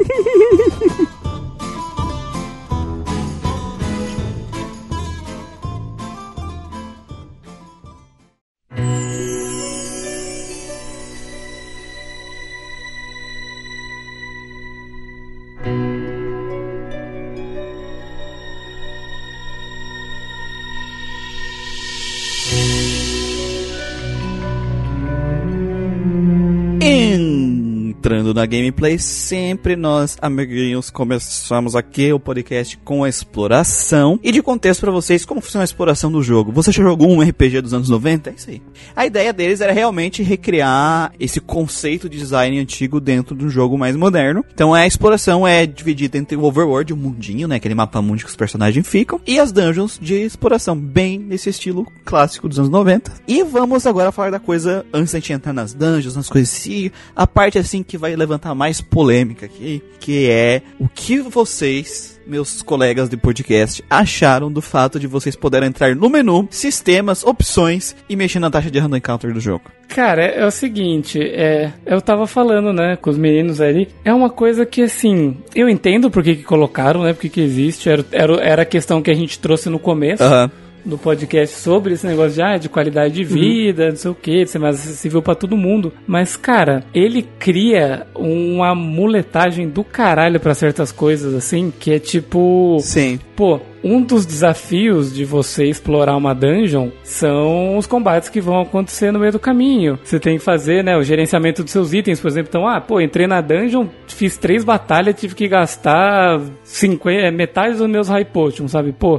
Entrando na gameplay, sempre nós, amiguinhos, começamos aqui o podcast com a exploração. E de contexto pra vocês, como funciona a exploração do jogo? Você já jogou um R P G dos anos noventa? É isso aí. A ideia deles era realmente recriar esse conceito de design antigo dentro de um jogo mais moderno. Então a exploração é dividida entre o overworld, o mundinho, né, aquele mapa mundo que os personagens ficam, e as dungeons de exploração, bem nesse estilo clássico dos anos noventa. E vamos agora falar da coisa, antes de a gente entrar nas dungeons, nas coisas assim, a parte assim que vai levantar mais polêmica aqui, que é o que vocês, meus colegas de podcast, acharam do fato de vocês poderem entrar no menu, sistemas, opções e mexer na taxa de random encounter do jogo. Cara, é, é o seguinte, é, eu tava falando, né, com os meninos ali, é uma coisa que, assim, eu entendo por que que colocaram, né, por que que existe, era, era, era a questão que a gente trouxe no começo. Aham. Uhum. Do podcast sobre esse negócio de, ah, de qualidade de vida, uhum. não sei o que, de ser mais acessível pra todo mundo. Mas, cara, ele cria uma muletagem do caralho pra certas coisas, assim, que é tipo... Sim. Pô, um dos desafios de você explorar uma dungeon são os combates que vão acontecer no meio do caminho. Você tem que fazer, né, o gerenciamento dos seus itens, por exemplo. Então, ah, pô, entrei na dungeon, fiz três batalhas, tive que gastar cinquenta, metade dos meus high potions, sabe? Pô,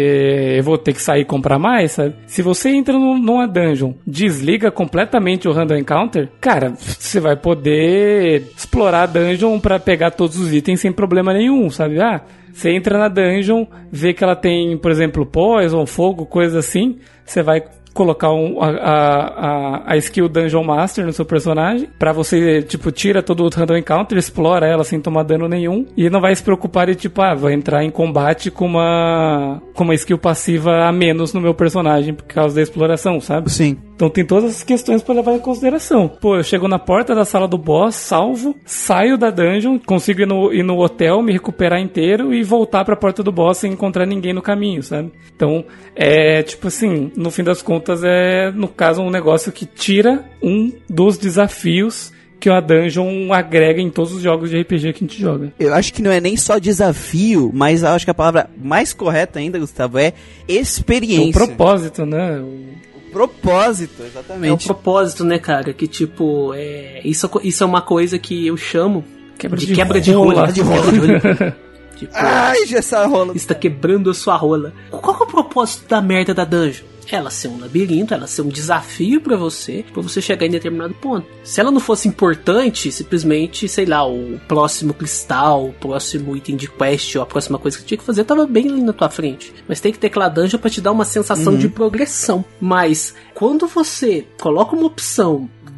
eu vou ter que sair e comprar mais, sabe? Se você entra no, numa dungeon, desliga completamente o random encounter, cara, você vai poder explorar a dungeon pra pegar todos os itens sem problema nenhum, sabe? Ah, você entra na dungeon, vê que ela tem, por exemplo, poison, fogo, coisa assim, você vai colocar um, a, a, a skill Dungeon Master no seu personagem, pra você, tipo, tira todo o random encounter, explora ela sem tomar dano nenhum, e não vai se preocupar de, tipo, ah, vai entrar em combate com uma, com uma skill passiva a menos no meu personagem por causa da exploração, sabe? Sim. Então tem todas essas questões pra levar em consideração. Pô, eu chego na porta da sala do boss, salvo, saio da dungeon, consigo ir no, ir no hotel, me recuperar inteiro e voltar pra porta do boss sem encontrar ninguém no caminho, sabe? Então, é tipo assim, no fim das contas é, no caso, um negócio que tira um dos desafios que a dungeon agrega em todos os jogos de R P G que a gente joga. Eu acho que não é nem só desafio, mas eu acho que a palavra mais correta ainda, Gustavo, é experiência. O propósito, né? O... propósito, exatamente. É o propósito, né, cara? Que tipo, é... Isso, isso é uma coisa que eu chamo quebra de, de quebra rola. de rola. De rola. Tipo, ai, já essa rola. Está quebrando a sua rola. Qual que é o propósito da merda da dungeon? Ela ser um labirinto, ela ser um desafio pra você, pra você chegar em determinado ponto. Se ela não fosse importante, simplesmente, sei lá, o próximo cristal, o próximo item de quest, ou a próxima coisa que você tinha que fazer, tava bem ali na tua frente. Mas tem que ter aquela dungeon pra te dar uma sensação uhum. de progressão. Mas, quando você coloca uma opção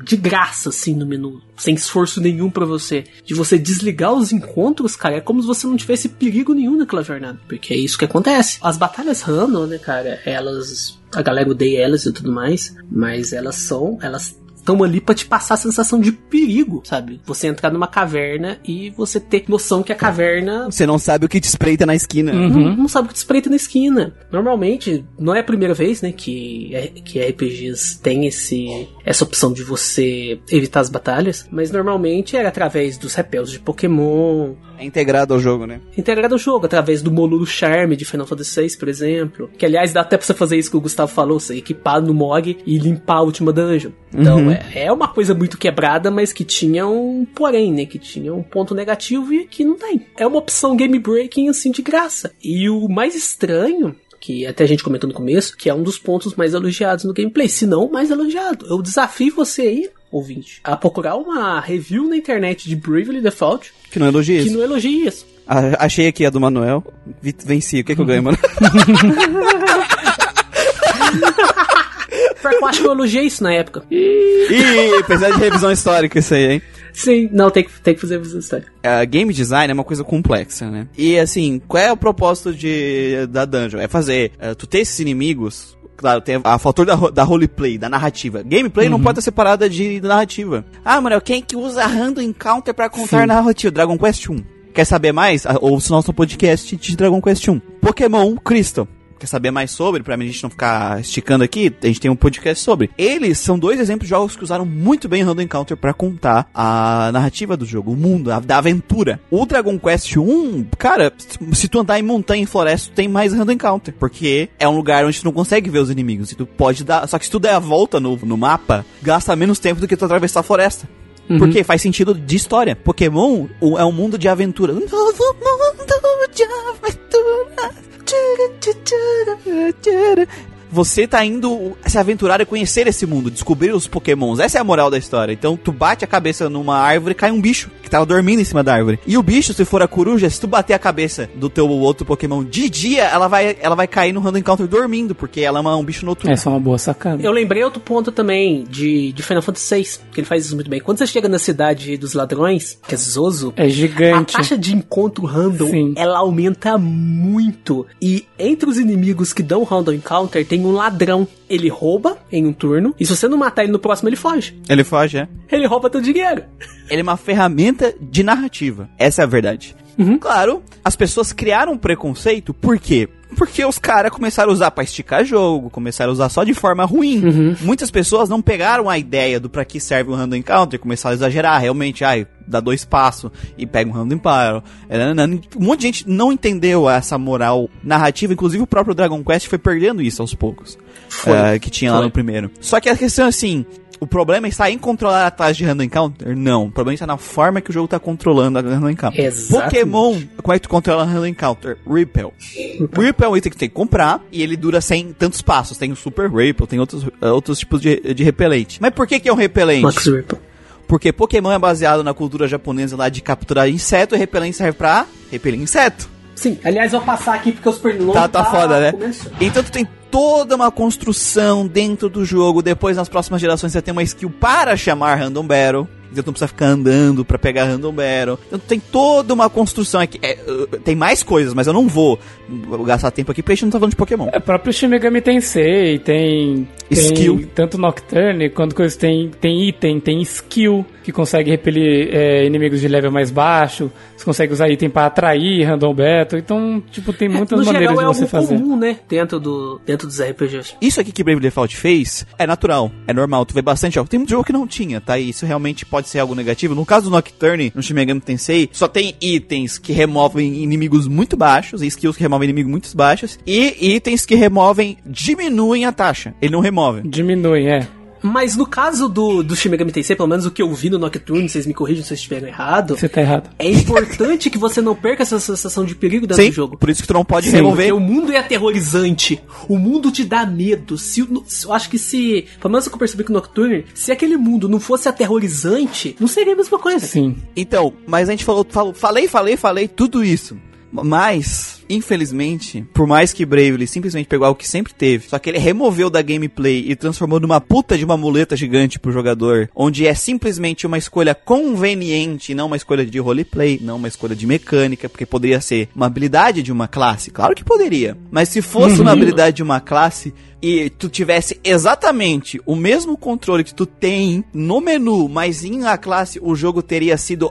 de graça, assim, no menu, sem esforço nenhum pra você, de você desligar os encontros, cara, é como se você não tivesse perigo nenhum naquela jornada, porque é isso que acontece. As batalhas random, né, cara, elas, a galera odeia elas e tudo mais, mas elas são, elas estão ali pra te passar a sensação de perigo, sabe? Você entrar numa caverna e você ter noção que a caverna... Você não sabe o que te espreita na esquina. Uhum. Não, não sabe o que te espreita na esquina. Normalmente, não é a primeira vez, né, que, que R P Gs tem esse, essa opção de você evitar as batalhas, mas normalmente era através dos repels de Pokémon... É integrado ao jogo, né? Integrado ao jogo, através do Molulu Charme de Final Fantasy seis, por exemplo. Que, aliás, dá até pra você fazer isso que o Gustavo falou, você equipar no M O G e limpar a última dungeon. Então, Uhum. é, é uma coisa muito quebrada, mas que tinha um porém, né? Que tinha um ponto negativo e que não tem. É uma opção game breaking, assim, de graça. E o mais estranho... que até a gente comentou no começo, que é um dos pontos mais elogiados no gameplay, se não o mais elogiado. Eu desafio você aí, ouvinte, a procurar uma review na internet de Bravely Default Que não elogia que isso. não elogia isso. Ah, achei aqui a do Manuel. Vi- Venci. O que, que eu ganho, mano? Pior que eu acho que eu elogiei isso na época. Ih, precisa de revisão histórica isso aí, hein? Sim, não, tem que, tem que fazer a visão histórica. Uh, game design é uma coisa complexa, né? E assim, qual é o propósito de, da dungeon? É fazer, uh, tu ter esses inimigos. Claro, tem a fator da, da roleplay, da narrativa. Gameplay uhum. não pode estar separada de narrativa. Ah, mano, quem que usa random encounter pra contar Sim. narrativa? Dragon Quest um. Quer saber mais? Ouça o nosso podcast de Dragon Quest um. Pokémon Crystal. Quer saber mais sobre? Pra mim a gente não ficar esticando aqui, a gente tem um podcast sobre. Eles são dois exemplos de jogos que usaram muito bem o Random Encounter pra contar a narrativa do jogo, o mundo, a, da aventura. O Dragon Quest um, cara, se tu andar em montanha e floresta, tu tem mais Random Encounter, porque é um lugar onde tu não consegue ver os inimigos, e tu pode dar, só que se tu der a volta no, no mapa, gasta menos tempo do que tu atravessar a floresta. Uhum. Porque faz sentido de história. Pokémon é um mundo de aventura. Um novo mundo de aventura. Você tá indo se aventurar e conhecer esse mundo, descobrir os Pokémons. Essa é a moral da história. Então tu bate a cabeça numa árvore e cai um bicho que tava dormindo em cima da árvore. E o bicho, se for a coruja, se tu bater a cabeça do teu outro Pokémon de dia, ela vai, ela vai cair no Random Encounter dormindo, porque ela é uma, um bicho noturno. Essa é uma boa sacada. Eu lembrei outro ponto também de, de Final Fantasy seis, que ele faz isso muito bem. Quando você chega na cidade dos ladrões, que é Zozo, é gigante. A taxa de encontro random, Sim. ela aumenta muito. E entre os inimigos que dão Random Encounter, tem um ladrão. Ele rouba em um turno, e se você não matar ele no próximo, ele foge. Ele foge, é. Ele rouba teu dinheiro. Ele é uma ferramenta de narrativa. Essa é a verdade. Uhum. Claro, as pessoas criaram um preconceito, por quê? Porque os caras começaram a usar pra esticar jogo, começaram a usar só de forma ruim. Uhum. Muitas pessoas não pegaram a ideia do pra que serve um Random Encounter, começaram a exagerar, realmente, ai, dá dois passos e pega um Random Encounter. Um monte de gente não entendeu essa moral narrativa, inclusive o próprio Dragon Quest foi perdendo isso aos poucos, uh, que tinha foi. lá no primeiro. Só que a questão é assim... O problema está em controlar a taxa de Random Encounter? Não. O problema está na forma que o jogo está controlando a Random Encounter. Exatamente. Pokémon, como é que tu controla a Random Encounter? Repel. O Repel é um item que tu tem que comprar e ele dura sem tantos passos. Tem o Super Repel, tem outros, uh, outros tipos de, de repelente. Mas por que que é um repelente? Max Repel. Porque Pokémon é baseado na cultura japonesa lá de capturar inseto e repelente serve pra repelir inseto. Sim, aliás, vou passar aqui porque os pernilongos tá, tá, tá foda, né? Começando. Então tu tem toda uma construção dentro do jogo. Depois, nas próximas gerações, você tem uma skill para chamar Random Battle. Então tu não precisa ficar andando pra pegar Random Battle. Então tu tem toda uma construção aqui. É, uh, tem mais coisas, mas eu não vou gastar tempo aqui porque a gente não tá falando de Pokémon. É, o próprio Shin Megami Tensei tem... Skill. Tem, tanto Nocturne, quanto coisa tem, tem item, tem skill, que consegue repelir é, inimigos de level mais baixo. Você consegue usar item pra atrair Random Battle. Então, tipo, tem muitas é, maneiras geral, de você é fazer. comum, né? Dentro, do, dentro dos R P Gs. Isso aqui que Bravely Default fez é natural, é normal. Tu vê bastante jogo. Tem muito jogo que não tinha, tá? E isso realmente pode ser algo negativo. No caso do Nocturne, no Shin Megami Tensei, só tem itens que removem inimigos muito baixos, e skills que removem inimigos muito baixos, e itens que removem, diminuem a taxa. Ele não remove. Diminui, é. Mas no caso do, do Shin Megami Tensei, pelo menos o que eu vi no Nocturne, vocês me corrijam se eu estiver errado. Você tá errado. É importante que você não perca essa sensação de perigo dentro Sim, do jogo. Por isso que tu não pode Sim, remover. Porque o mundo é aterrorizante. O mundo te dá medo. Se, se, eu acho que se... Pelo menos que eu percebi que no Nocturne, se aquele mundo não fosse aterrorizante, não seria a mesma coisa. Sim. Então, mas a gente falou, falou falei, falei, falei tudo isso. Mas... infelizmente, por mais que Bravely simplesmente pegou algo que sempre teve, só que ele removeu da gameplay e transformou numa puta de uma muleta gigante pro jogador, onde é simplesmente uma escolha conveniente, não uma escolha de roleplay, não uma escolha de mecânica, porque poderia ser uma habilidade de uma classe, claro que poderia, mas se fosse uhum. uma habilidade de uma classe e tu tivesse exatamente o mesmo controle que tu tem no menu, mas em a classe o jogo teria sido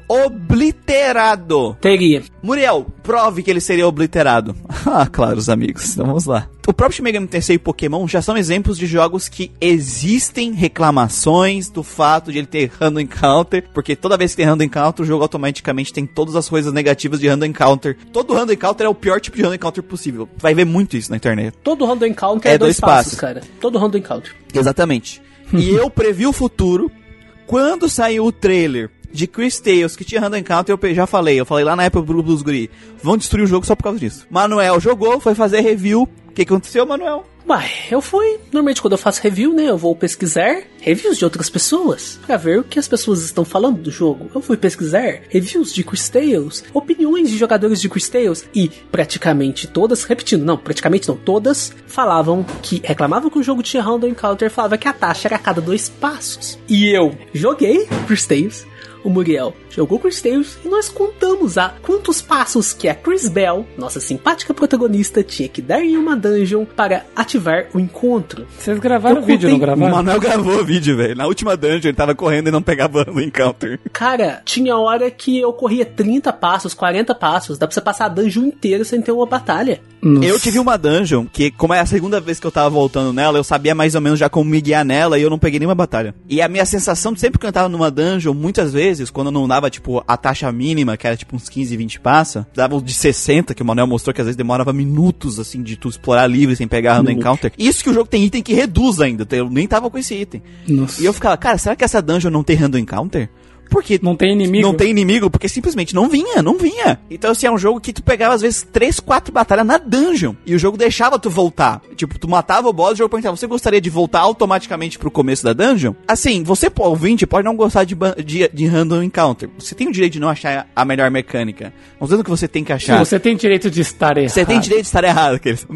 obliterado. Teria. Muriel, prove que ele seria obliterado. Ah, claro, os amigos. Então vamos lá. O próprio Shin Megami Tensei e Pokémon já são exemplos de jogos que existem reclamações do fato de ele ter random encounter, porque toda vez que tem random encounter, o jogo automaticamente tem todas as coisas negativas de random encounter. Todo random encounter é o pior tipo de random encounter possível. Vai ver muito isso na internet. Todo random encounter é, é dois, dois passos, passos, cara. Todo random encounter. Exatamente. E eu previ o futuro quando saiu o trailer de Chris Tales, que tinha random encounter, eu já falei, eu falei lá na época do Blues Guri, vão destruir o jogo só por causa disso. Manuel jogou, foi fazer review. O que aconteceu, Manuel? Uai, eu fui, normalmente quando eu faço review, né, eu vou pesquisar reviews de outras pessoas, pra ver o que as pessoas estão falando do jogo. Eu fui pesquisar reviews de Chris Tales, opiniões de jogadores de Chris Tales, e praticamente todas, repetindo, não, praticamente não, todas falavam que, reclamavam que o jogo tinha random encounter, falava que a taxa era a cada dois passos. E eu joguei Chris Tales, o Muriel jogou Chris Tales e nós contamos a quantos passos que a Chris Bell, nossa simpática protagonista, tinha que dar em uma dungeon para ativar o encontro. Vocês gravaram o vídeo, não gravaram? O Manuel gravou o vídeo, velho. Na última dungeon ele tava correndo e não pegava o encounter. Cara, tinha hora que eu corria trinta passos, quarenta passos. Dá pra você passar a dungeon inteira sem ter uma batalha. Nossa. Eu tive uma dungeon que, como é a segunda vez que eu tava voltando nela, eu sabia mais ou menos já como me guiar nela e eu não peguei nenhuma batalha. E a minha sensação de sempre que eu tava numa dungeon, muitas vezes, quando eu não dava, tipo, a taxa mínima, que era tipo uns quinze, vinte passa, dava de sessenta, que o Manuel mostrou que às vezes demorava minutos, assim, de tu explorar livre sem pegar random encounter. Isso que o jogo tem item que reduz ainda, eu nem tava com esse item. Nossa. E eu ficava, cara, será que essa dungeon não tem random encounter? Porque não tem inimigo. Não tem inimigo, porque simplesmente não vinha, não vinha. Então, assim, é um jogo que tu pegava, às vezes, três, quatro batalhas na dungeon. E o jogo deixava tu voltar. Tipo, tu matava o boss e o jogo perguntava, você gostaria de voltar automaticamente pro começo da dungeon? Assim, você, ouvinte, pode não gostar de, de, de random encounter. Você tem o direito de não achar a melhor mecânica. Não dizendo que você tem que achar. Sim, você tem direito de estar errado. Você tem direito de estar errado, aqueles.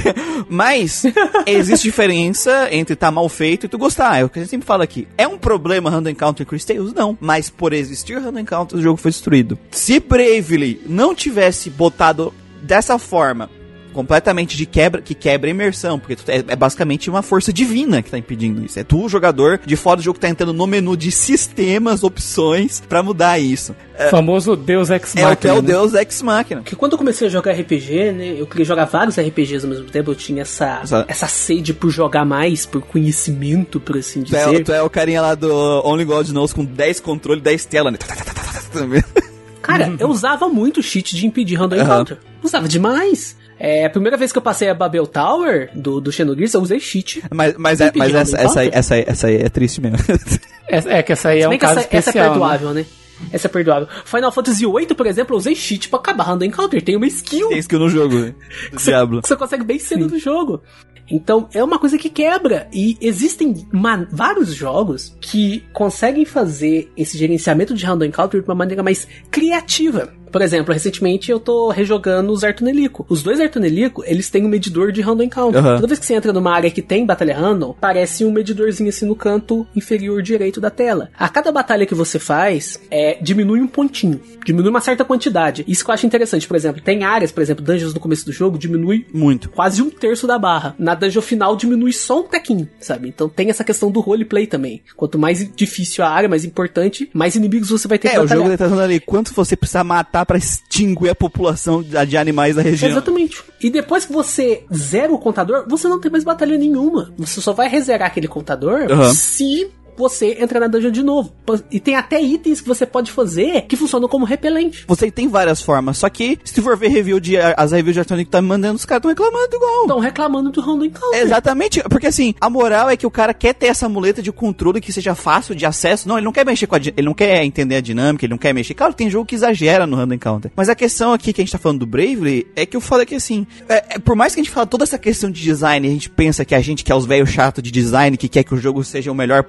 Mas, existe diferença entre estar tá mal feito e tu gostar. É o que a gente sempre fala aqui. É um problema random encounter em Chris Tales? Não. Mas, por existir random encounter, o jogo foi destruído. Se Bravely não tivesse botado dessa forma, completamente de quebra, que quebra a imersão, porque tu, é, é basicamente uma força divina que tá impedindo isso. É tu, o jogador, de fora do jogo, que tá entrando no menu de sistemas, opções, pra mudar isso. O famoso Deus Ex Machina. É o que é o Deus Ex Machina. Porque quando eu comecei a jogar R P G, né, eu queria jogar vários R P Gs ao mesmo tempo, eu tinha essa, essa... essa sede por jogar mais, por conhecimento, por assim dizer. Tu é, tu é o carinha lá do Only God Knows com dez controles, dez telas, né? Cara, eu usava muito cheat de impedir random uhum. encounter. Usava demais. É, a primeira vez que eu passei a Babel Tower do, do Xenogears, eu usei cheat. Mas, mas, é, mas essa, essa, aí, essa, aí, essa aí é triste mesmo. É, é que essa aí é um caso essa, especial. Essa é perdoável, né? né? Essa é perdoável. Final Fantasy oito, por exemplo, eu usei cheat pra acabar random encounter. Tem uma skill. Tem skill no jogo, né? Do que Diablo. Você, que você consegue bem cedo no jogo. Então, é uma coisa que quebra. E existem uma, vários jogos que conseguem fazer esse gerenciamento de random encounter de uma maneira mais criativa. Por exemplo, recentemente eu tô rejogando os Artonelico. Os dois Artonelico, eles têm um medidor de random encounter. Uhum. Toda vez que você entra numa área que tem batalha random, parece um medidorzinho assim no canto inferior direito da tela. A cada batalha que você faz, é, diminui um pontinho. Diminui uma certa quantidade. Isso que eu acho interessante. Por exemplo, tem áreas, por exemplo, dungeons no começo do jogo, diminui muito. Quase um terço da barra. Na dungeon final, diminui só um tequinho, sabe? Então tem essa questão do roleplay também. Quanto mais difícil a área, mais importante, mais inimigos você vai ter é, que batalhar. É, o jogo tá falando ali, quanto você precisa matar pra extinguir a população de animais da região. Exatamente. E depois que você zera o contador, você não tem mais batalha nenhuma. Você só vai rezerar aquele contador uhum. se você entrar na dungeon de novo. E tem até itens que você pode fazer que funcionam como repelente. Você tem várias formas, só que se for ver review de as reviews de Artonic que tá me mandando, os caras estão reclamando igual. Estão reclamando do random encounter. Exatamente, porque assim, a moral é que o cara quer ter essa muleta de controle que seja fácil de acesso. Não, ele não quer mexer com a ele não quer entender a dinâmica, ele não quer mexer. Claro, tem jogo que exagera no random encounter. Mas a questão aqui que a gente tá falando do Bravely é que eu falo que assim, é, é, por mais que a gente fale toda essa questão de design, a gente pensa que a gente quer os velhos chatos de design, que quer que o jogo seja o melhor possível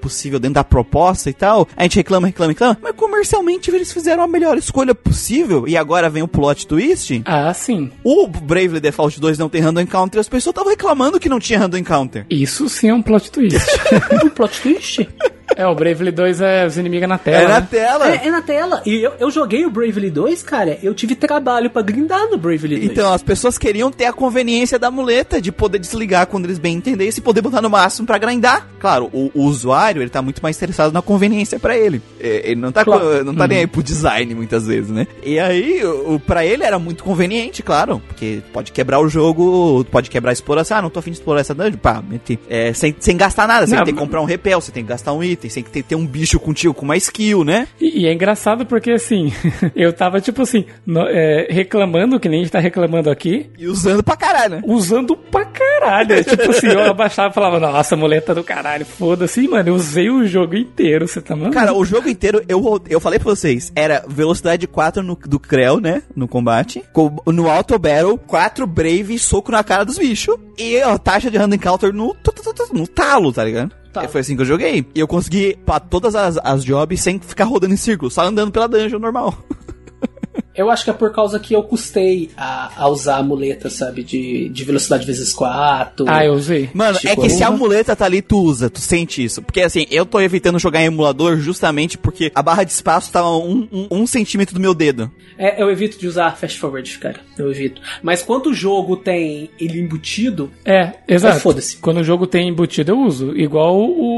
dentro da proposta e tal, a gente reclama, reclama, reclama, mas comercialmente eles fizeram a melhor escolha possível, e agora vem o plot twist. Ah, sim. O Bravely Default dois não tem Random Encounter, as pessoas estavam reclamando que não tinha Random Encounter. Isso sim é um plot twist. Um plot twist? É, o Bravely dois é os inimigos na tela. É na né? tela. É, é na tela. E eu, eu joguei o Bravely dois, cara, eu tive trabalho pra grindar no Bravely dois. Então, as pessoas queriam ter a conveniência da muleta, de poder desligar quando eles bem entendessem e poder botar no máximo pra grindar. Claro, o, o usuário, ele tá muito mais interessado na conveniência pra ele. É, ele não tá, claro. co- não tá uhum. nem aí pro design, muitas vezes, né? E aí, o, pra ele era muito conveniente, claro, porque pode quebrar o jogo, pode quebrar a exploração. Ah, não tô afim de explorar essa dungeon, pá, meti. É, sem, sem gastar nada, sem não, ter que comprar um repel, você tem que gastar um item, sem ter, ter um bicho contigo com uma skill, né? E, e é engraçado porque, assim, eu tava, tipo assim, no, é, reclamando, que nem a gente tá reclamando aqui. E usando pra caralho, né? Usando pra caralho. Tipo assim, eu abaixava e falava, nossa, muleta do caralho, foda-se. Mano, eu usei o jogo inteiro, você tá mandando? Cara, o jogo inteiro, eu, eu falei pra vocês, era velocidade quatro no, do Creu, né? No combate. Com, no Auto Battle, quatro Brave, soco na cara dos bichos. E a taxa de Random Encounter no, no talo, tá ligado? Tá. Foi assim que eu joguei. E eu consegui pra todas as, as jobs sem ficar rodando em círculo, só andando pela dungeon normal. Eu acho que é por causa que eu custei a, a usar a muleta, sabe? De, de velocidade vezes quatro. Ah, eu usei. Mano, tipo, é que se a muleta tá ali, tu usa, tu sente isso. Porque assim, eu tô evitando jogar em emulador justamente porque a barra de espaço tava um, um, um centímetro do meu dedo. É, eu evito de usar fast forward, cara. Eu evito. Mas quando o jogo tem ele embutido... É, exato. É, foda-se. Quando o jogo tem embutido, eu uso. Igual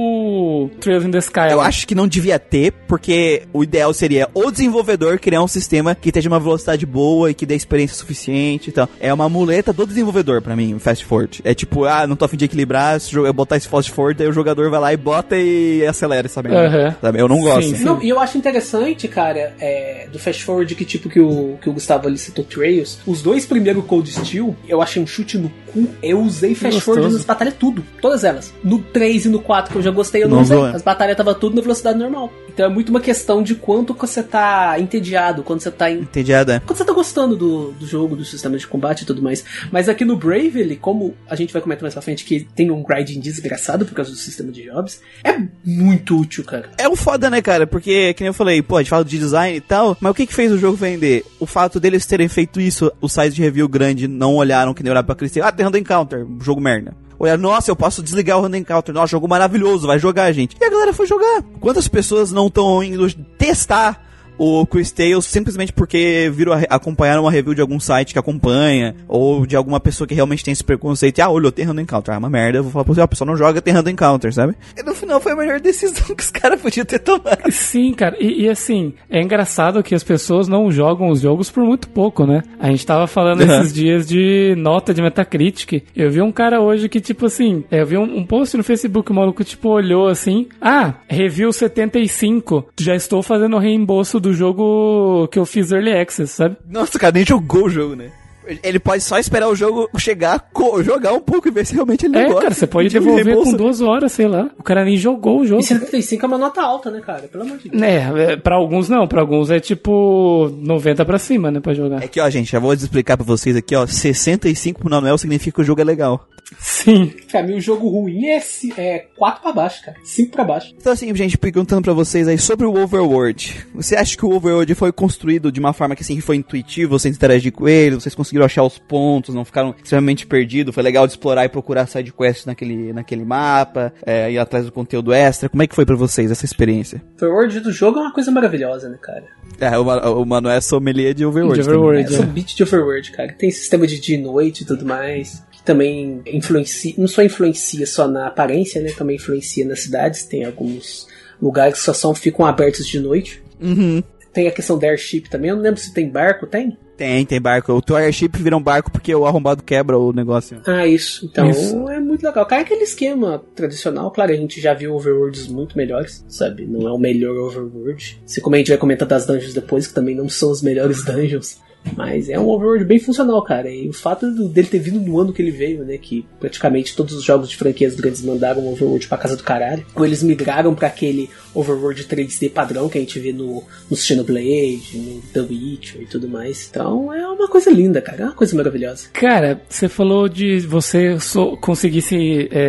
o Trails in the Sky. Eu acho que não devia ter, porque o ideal seria o desenvolvedor criar um sistema que esteja uma velocidade boa e que dê experiência suficiente e tal. É uma muleta do desenvolvedor pra mim, o fast forward. É tipo, ah, não tô a fim de equilibrar, se eu botar esse fast forward, aí o jogador vai lá e bota e acelera, sabe? Uhum. sabe? Eu não gosto. Sim, sim. Não, e eu acho interessante, cara, é, do fast forward que tipo que o, que o Gustavo ali citou, Trails, os dois primeiros Cold Steel, eu achei um chute no cu. Eu usei fast Gostoso. forward nas batalhas tudo, todas elas. No três e no quatro que eu já gostei, eu não, não usei. Vou. As batalhas tava tudo na velocidade normal. Então é muito uma questão de quanto que você tá entediado, quando você tá em... Entediado, é. Quando você tá gostando do, do jogo, do sistema de combate e tudo mais. Mas aqui no Bravely, como a gente vai comentar mais pra frente, que tem um grinding desgraçado por causa do sistema de jobs, é muito útil, cara. É o foda, né, cara? Porque, que nem eu falei, pô, a gente fala de design e tal, mas o que que fez o jogo vender? O fato deles terem feito isso, os sites de review grande não olharam que nem olharam pra crescer. Ah, tem Random Encounter, jogo merda. Olha, nossa, eu posso desligar o Random Encounter. Nossa, jogo maravilhoso, vai jogar, gente. E a galera foi jogar. Quantas pessoas não estão indo testar o Chris Tales simplesmente porque viram a, acompanharam uma review de algum site que acompanha, ou de alguma pessoa que realmente tem esse preconceito, e, ah, olhou, tem Random Encounter, ah, uma merda, eu vou falar pra você, ó, a pessoa não joga, tem Random Encounter, sabe? E no final foi a melhor decisão que os caras podiam ter tomado. Sim, cara, e, e assim, é engraçado que as pessoas não jogam os jogos por muito pouco, né? A gente tava falando uhum. esses dias de nota de Metacritic, eu vi um cara hoje que, tipo assim, eu vi um, um post no Facebook, o maluco, tipo, olhou assim, ah, review setenta e cinco, já estou fazendo reembolso do jogo que eu fiz Early Access, sabe? Nossa, cara, nem jogou o jogo, né? Ele pode só esperar o jogo chegar, jogar um pouco e ver se realmente ele é, gosta. É, cara, você pode devolver com duas horas, sei lá. O cara nem jogou o jogo. E setenta e cinco é uma nota alta, né, cara? Pelo amor de Deus. É, pra alguns não. Pra alguns é tipo noventa pra cima, né, pra jogar. É que, ó, gente, já vou explicar pra vocês aqui, ó. sessenta e cinco pro Manuel significa que o jogo é legal. Sim. Pra mim, o jogo ruim é, é quatro pra baixo, cara. cinco pra baixo. Então, assim, gente, perguntando pra vocês aí sobre o Overworld. Você acha que o Overworld foi construído de uma forma que, assim, foi intuitivo, você interagir com ele, vocês conseguiram achar os pontos, não ficaram extremamente perdidos, foi legal de explorar e procurar sidequests naquele, naquele mapa, é, ir atrás do conteúdo extra. Como é que foi pra vocês essa experiência? O Overworld do jogo é uma coisa maravilhosa, né, cara? É, o, o Manoel é sommelier de Overworld. De Overworld, é. Eu sou beat de Overworld, cara. Tem sistema de dia e noite e tudo mais. Também influencia, não só influencia só na aparência, né? Também influencia nas cidades. Tem alguns lugares que só são, ficam abertos de noite. Uhum. Tem a questão da airship também. Eu não lembro se tem barco, tem? Tem, tem barco. O teu airship vira um barco porque o arrombado quebra o negócio. Ah, isso. Então isso. É muito legal. Cara, é aquele esquema tradicional. Claro, a gente já viu overworlds muito melhores, sabe? Não é o melhor overworld. Se como a gente vai comentar das dungeons depois, que também não são os melhores dungeons. Mas é um overworld bem funcional, cara. E o fato dele ter vindo no ano que ele veio, né? Que praticamente todos os jogos de franquias grandes mandaram um overworld pra casa do caralho. Ou eles migraram pra aquele overworld três D padrão que a gente vê no, no Xenoblade, no The Witcher e tudo mais. Então é uma coisa linda, cara. É uma coisa maravilhosa. Cara, você falou de você so- conseguir se... É...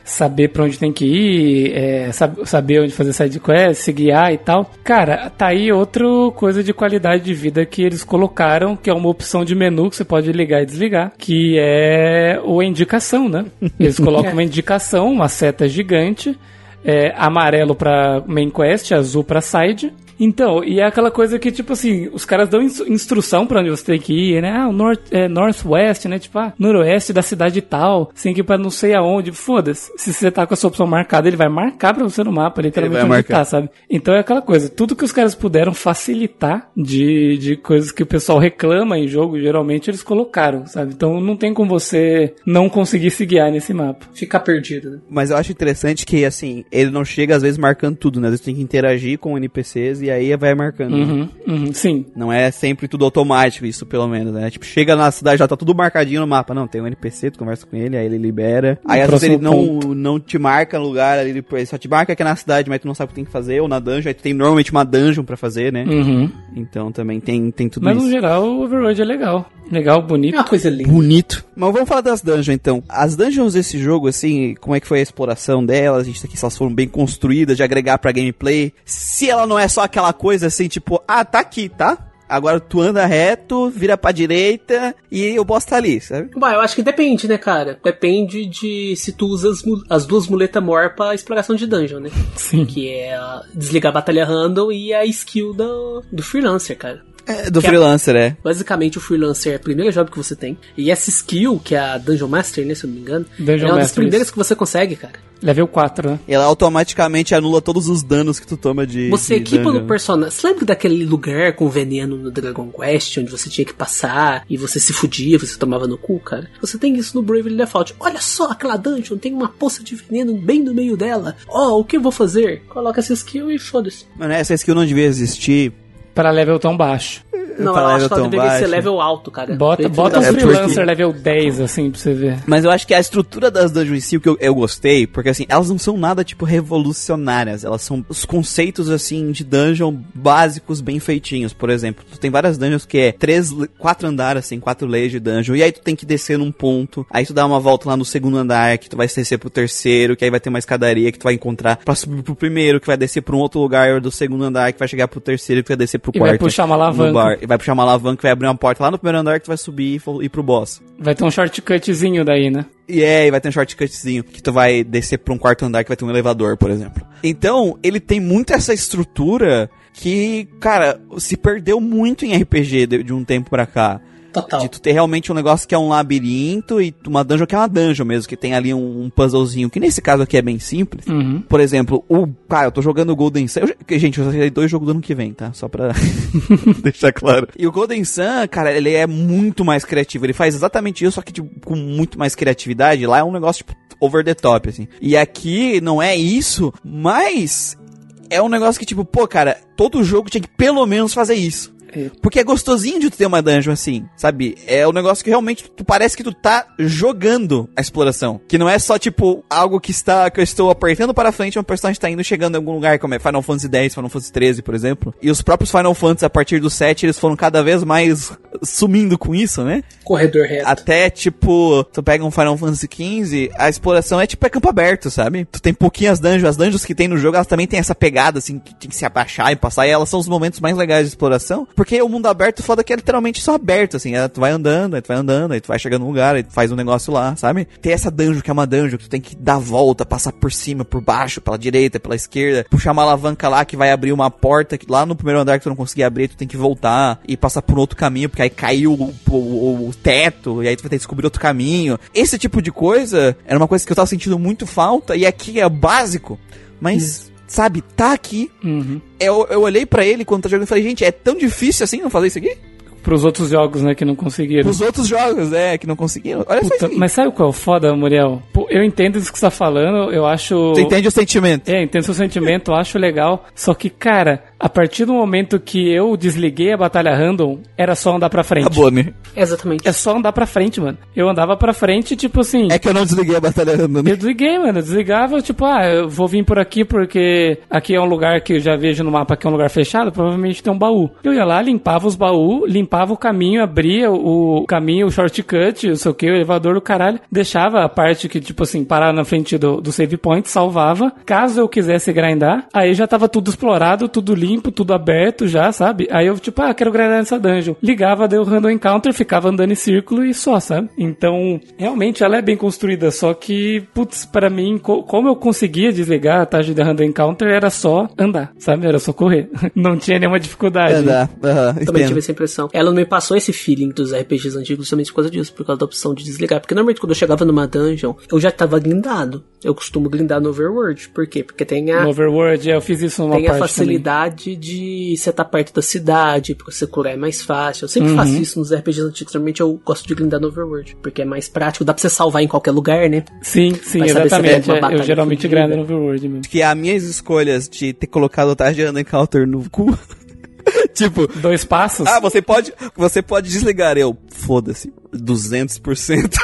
saber pra onde tem que ir, é, sab- saber onde fazer side quest, se guiar e tal. Cara, tá aí outra coisa de qualidade de vida que eles colocaram, que é uma opção de menu que você pode ligar e desligar, que é a indicação, né? Eles colocam uma indicação, uma seta gigante, é, amarelo pra main quest, azul pra side. Então, e é aquela coisa que, tipo assim, os caras dão instru- instrução pra onde você tem que ir, né? Ah, o north, é, Northwest, né? Tipo, ah, noroeste da cidade tal, você tem que ir pra não sei aonde. Foda-se. Se você tá com a sua opção marcada, ele vai marcar pra você no mapa, literalmente onde tá, sabe? Então é aquela coisa, tudo que os caras puderam facilitar de, de coisas que o pessoal reclama em jogo, geralmente eles colocaram, sabe? Então não tem como você não conseguir se guiar nesse mapa. Ficar perdido, né? Mas eu acho interessante que, assim, ele não chega às vezes marcando tudo, né? Às vezes tem que interagir com N P Cs e aí vai marcando. Uhum, uhum, sim. Não é sempre tudo automático, isso pelo menos, né? Tipo, chega na cidade, já tá tudo marcadinho no mapa. Não, tem um N P C, tu conversa com ele, aí ele libera. Aí às vezes ele não, não te marca no lugar, ele só te marca aqui na cidade, mas tu não sabe o que tem que fazer, ou na dungeon, aí tu tem normalmente uma dungeon pra fazer, né? Uhum. Então também tem, tem tudo mas, isso. Mas no geral, o Overworld é legal. Legal, bonito. É uma coisa linda. Bonito. Mas vamos falar das dungeons, então. As dungeons desse jogo, assim, como é que foi a exploração delas? A gente tá aqui se elas foram bem construídas, de agregar pra gameplay. Se ela não é só aquela coisa, assim, tipo, ah, tá aqui, tá? Agora tu anda reto, vira pra direita e o boss tá ali, sabe? Bah, eu acho que depende, né, cara? Depende de se tu usa as, mu- as duas muletas mor pra exploração de dungeon, né? Sim. Que é a desligar a batalha random e a skill do, do freelancer, cara. É, do Que freelancer, é, é. Basicamente, o freelancer é a primeira job que você tem. E essa skill, que é a Dungeon Master, né, se eu não me engano, Dungeon é uma das Master, primeiras isso. que você consegue, cara. Level quatro, né? Ela automaticamente anula todos os danos que tu toma de Você de equipa dungeon. no personagem. Você lembra daquele lugar com veneno no Dragon Quest, onde você tinha que passar e você se fudia, você tomava no cu, cara? Você tem isso no Bravely Default. Olha só, aquela dungeon tem uma poça de veneno bem no meio dela. Ó, oh, o que eu vou fazer? Coloca essa skill e foda-se. Mano, essa skill não devia existir. Pra level tão baixo. Não, Pra eu acho level que ela tão deveria baixo. ser level alto, cara. Bota, bota um É freelancer porque- level dez, assim, pra você ver. Mas eu acho que a estrutura das dungeons em si, o que eu, eu gostei, porque assim, elas não são nada, tipo, revolucionárias. Elas são os conceitos, assim, de dungeon básicos, bem feitinhos. Por exemplo, tu tem várias dungeons que é três, quatro andares, assim, quatro layers de dungeon. E aí tu tem que descer num ponto. Aí tu dá uma volta lá no segundo andar, que tu vai descer pro terceiro, que aí vai ter uma escadaria que tu vai encontrar pra subir pro primeiro, que vai descer pra um outro lugar do segundo andar, que vai chegar pro terceiro, que vai descer pro E quarto. vai puxar uma no alavanca. bar. E vai puxar uma alavanca, que vai abrir uma porta lá no primeiro andar, que tu vai subir e fo- ir pro boss. Vai ter um shortcutzinho daí, né? E é, e vai ter um shortcutzinho que tu vai descer pra um quarto andar que vai ter um elevador, por exemplo. Então, ele tem muito essa estrutura que, cara, se perdeu muito em R P G de, de um tempo pra cá. Total. De tu ter realmente um negócio que é um labirinto e uma dungeon que é uma dungeon mesmo, que tem ali um, um puzzlezinho, que nesse caso aqui é bem simples. Uhum. Por exemplo, o... Cara, eu tô jogando o Golden Sun... Eu, gente, eu sei dois jogos do ano que vem, tá? Só pra deixar claro. E o Golden Sun, cara, ele é muito mais criativo. Ele faz exatamente isso, só que tipo, com muito mais criatividade. Lá é um negócio, tipo, over the top, assim. E aqui não é isso, mas... É um negócio que, tipo, pô, cara, todo jogo tinha que pelo menos fazer isso. Porque é gostosinho de tu ter uma dungeon assim, sabe? É um negócio que realmente tu parece que tu tá jogando a exploração. Que não é só, tipo, algo que está que eu estou apertando para frente e uma personagem tá indo chegando em algum lugar, como é Final Fantasy dez, Final Fantasy treze, por exemplo. E os próprios Final Fantasy, a partir do sete, eles foram cada vez mais sumindo com isso, né? Corredor reto. Até, tipo, tu pega um Final Fantasy quinze, a exploração é tipo é campo aberto, sabe? Tu tem pouquinhas dungeons, as dungeons que tem no jogo, elas também tem essa pegada, assim, que tem que se abaixar e passar, e elas são os momentos mais legais de exploração, porque o mundo aberto, foda que é literalmente só aberto, assim, é, tu vai andando, aí tu vai andando, aí tu vai chegando num lugar, aí tu faz um negócio lá, sabe? Tem essa dungeon que é uma dungeon que tu tem que dar volta, passar por cima, por baixo, pela direita, pela esquerda, puxar uma alavanca lá que vai abrir uma porta, que lá no primeiro andar que tu não conseguia abrir, tu tem que voltar e passar por outro caminho, porque aí caiu o, o, o teto, e aí tu vai ter que descobrir outro caminho. Esse tipo de coisa era uma coisa que eu tava sentindo muito falta, e aqui é básico, mas... Hum. Sabe, tá aqui. Uhum. Eu, eu olhei pra ele quando tá jogando e falei, gente, é tão difícil assim não fazer isso aqui? Pros outros jogos, né, que não conseguiram. Pros outros jogos, é, que não conseguiram. Olha Puta, só isso. mas sabe qual é o foda, Muriel? Pô, eu entendo isso que você tá falando, eu acho... Você entende o sentimento? É, entendo seu sentimento, eu acho legal. Só que, cara, a partir do momento que eu desliguei a batalha random, era só andar pra frente. Acabou, né? Exatamente. É só andar pra frente, mano. Eu andava pra frente, tipo assim... É que eu não desliguei a batalha random, né? Eu desliguei, mano. Eu desligava, tipo, ah, eu vou vir por aqui porque aqui é um lugar que eu já vejo no mapa que é um lugar fechado, provavelmente tem um baú. Eu ia lá, limpava os baús, limpava limpava o caminho, abria o caminho, o shortcut, não sei o que, o elevador do caralho, deixava a parte que, tipo assim, parava na frente do, do save point, salvava. Caso eu quisesse grindar, aí já tava tudo explorado, tudo limpo, tudo aberto já, sabe? Aí eu, tipo, ah, quero grindar nessa dungeon. Ligava, deu o random encounter, ficava andando em círculo e só, sabe? Então, realmente, ela é bem construída, só que, putz, pra mim, co- como eu conseguia desligar a taxa de random encounter, era só andar, sabe? Era só correr. Não tinha nenhuma dificuldade. Andar, aham, Também entendo. tive essa impressão. Ela não me passou esse feeling dos R P Gs antigos justamente por causa disso, por causa da opção de desligar. Porque normalmente quando eu chegava numa dungeon, eu já tava grindado. Eu costumo grindar no Overworld. Por quê? Porque tem a... No Overworld, eu fiz isso numa Tem a parte facilidade também. De você estar perto da cidade, pra você curar é mais fácil. Eu sempre uhum. faço isso nos R P Gs antigos. Normalmente eu gosto de grindar no Overworld, porque é mais prático. Dá pra você salvar em qualquer lugar, né? Sim, sim, Vai exatamente. É, eu geralmente grindo no Overworld mesmo. Que as minhas escolhas de ter colocado a taxa de random encounter no cu... Tipo... Dois passos? Ah, você pode, você pode desligar. Eu, foda-se, duzentos por cento.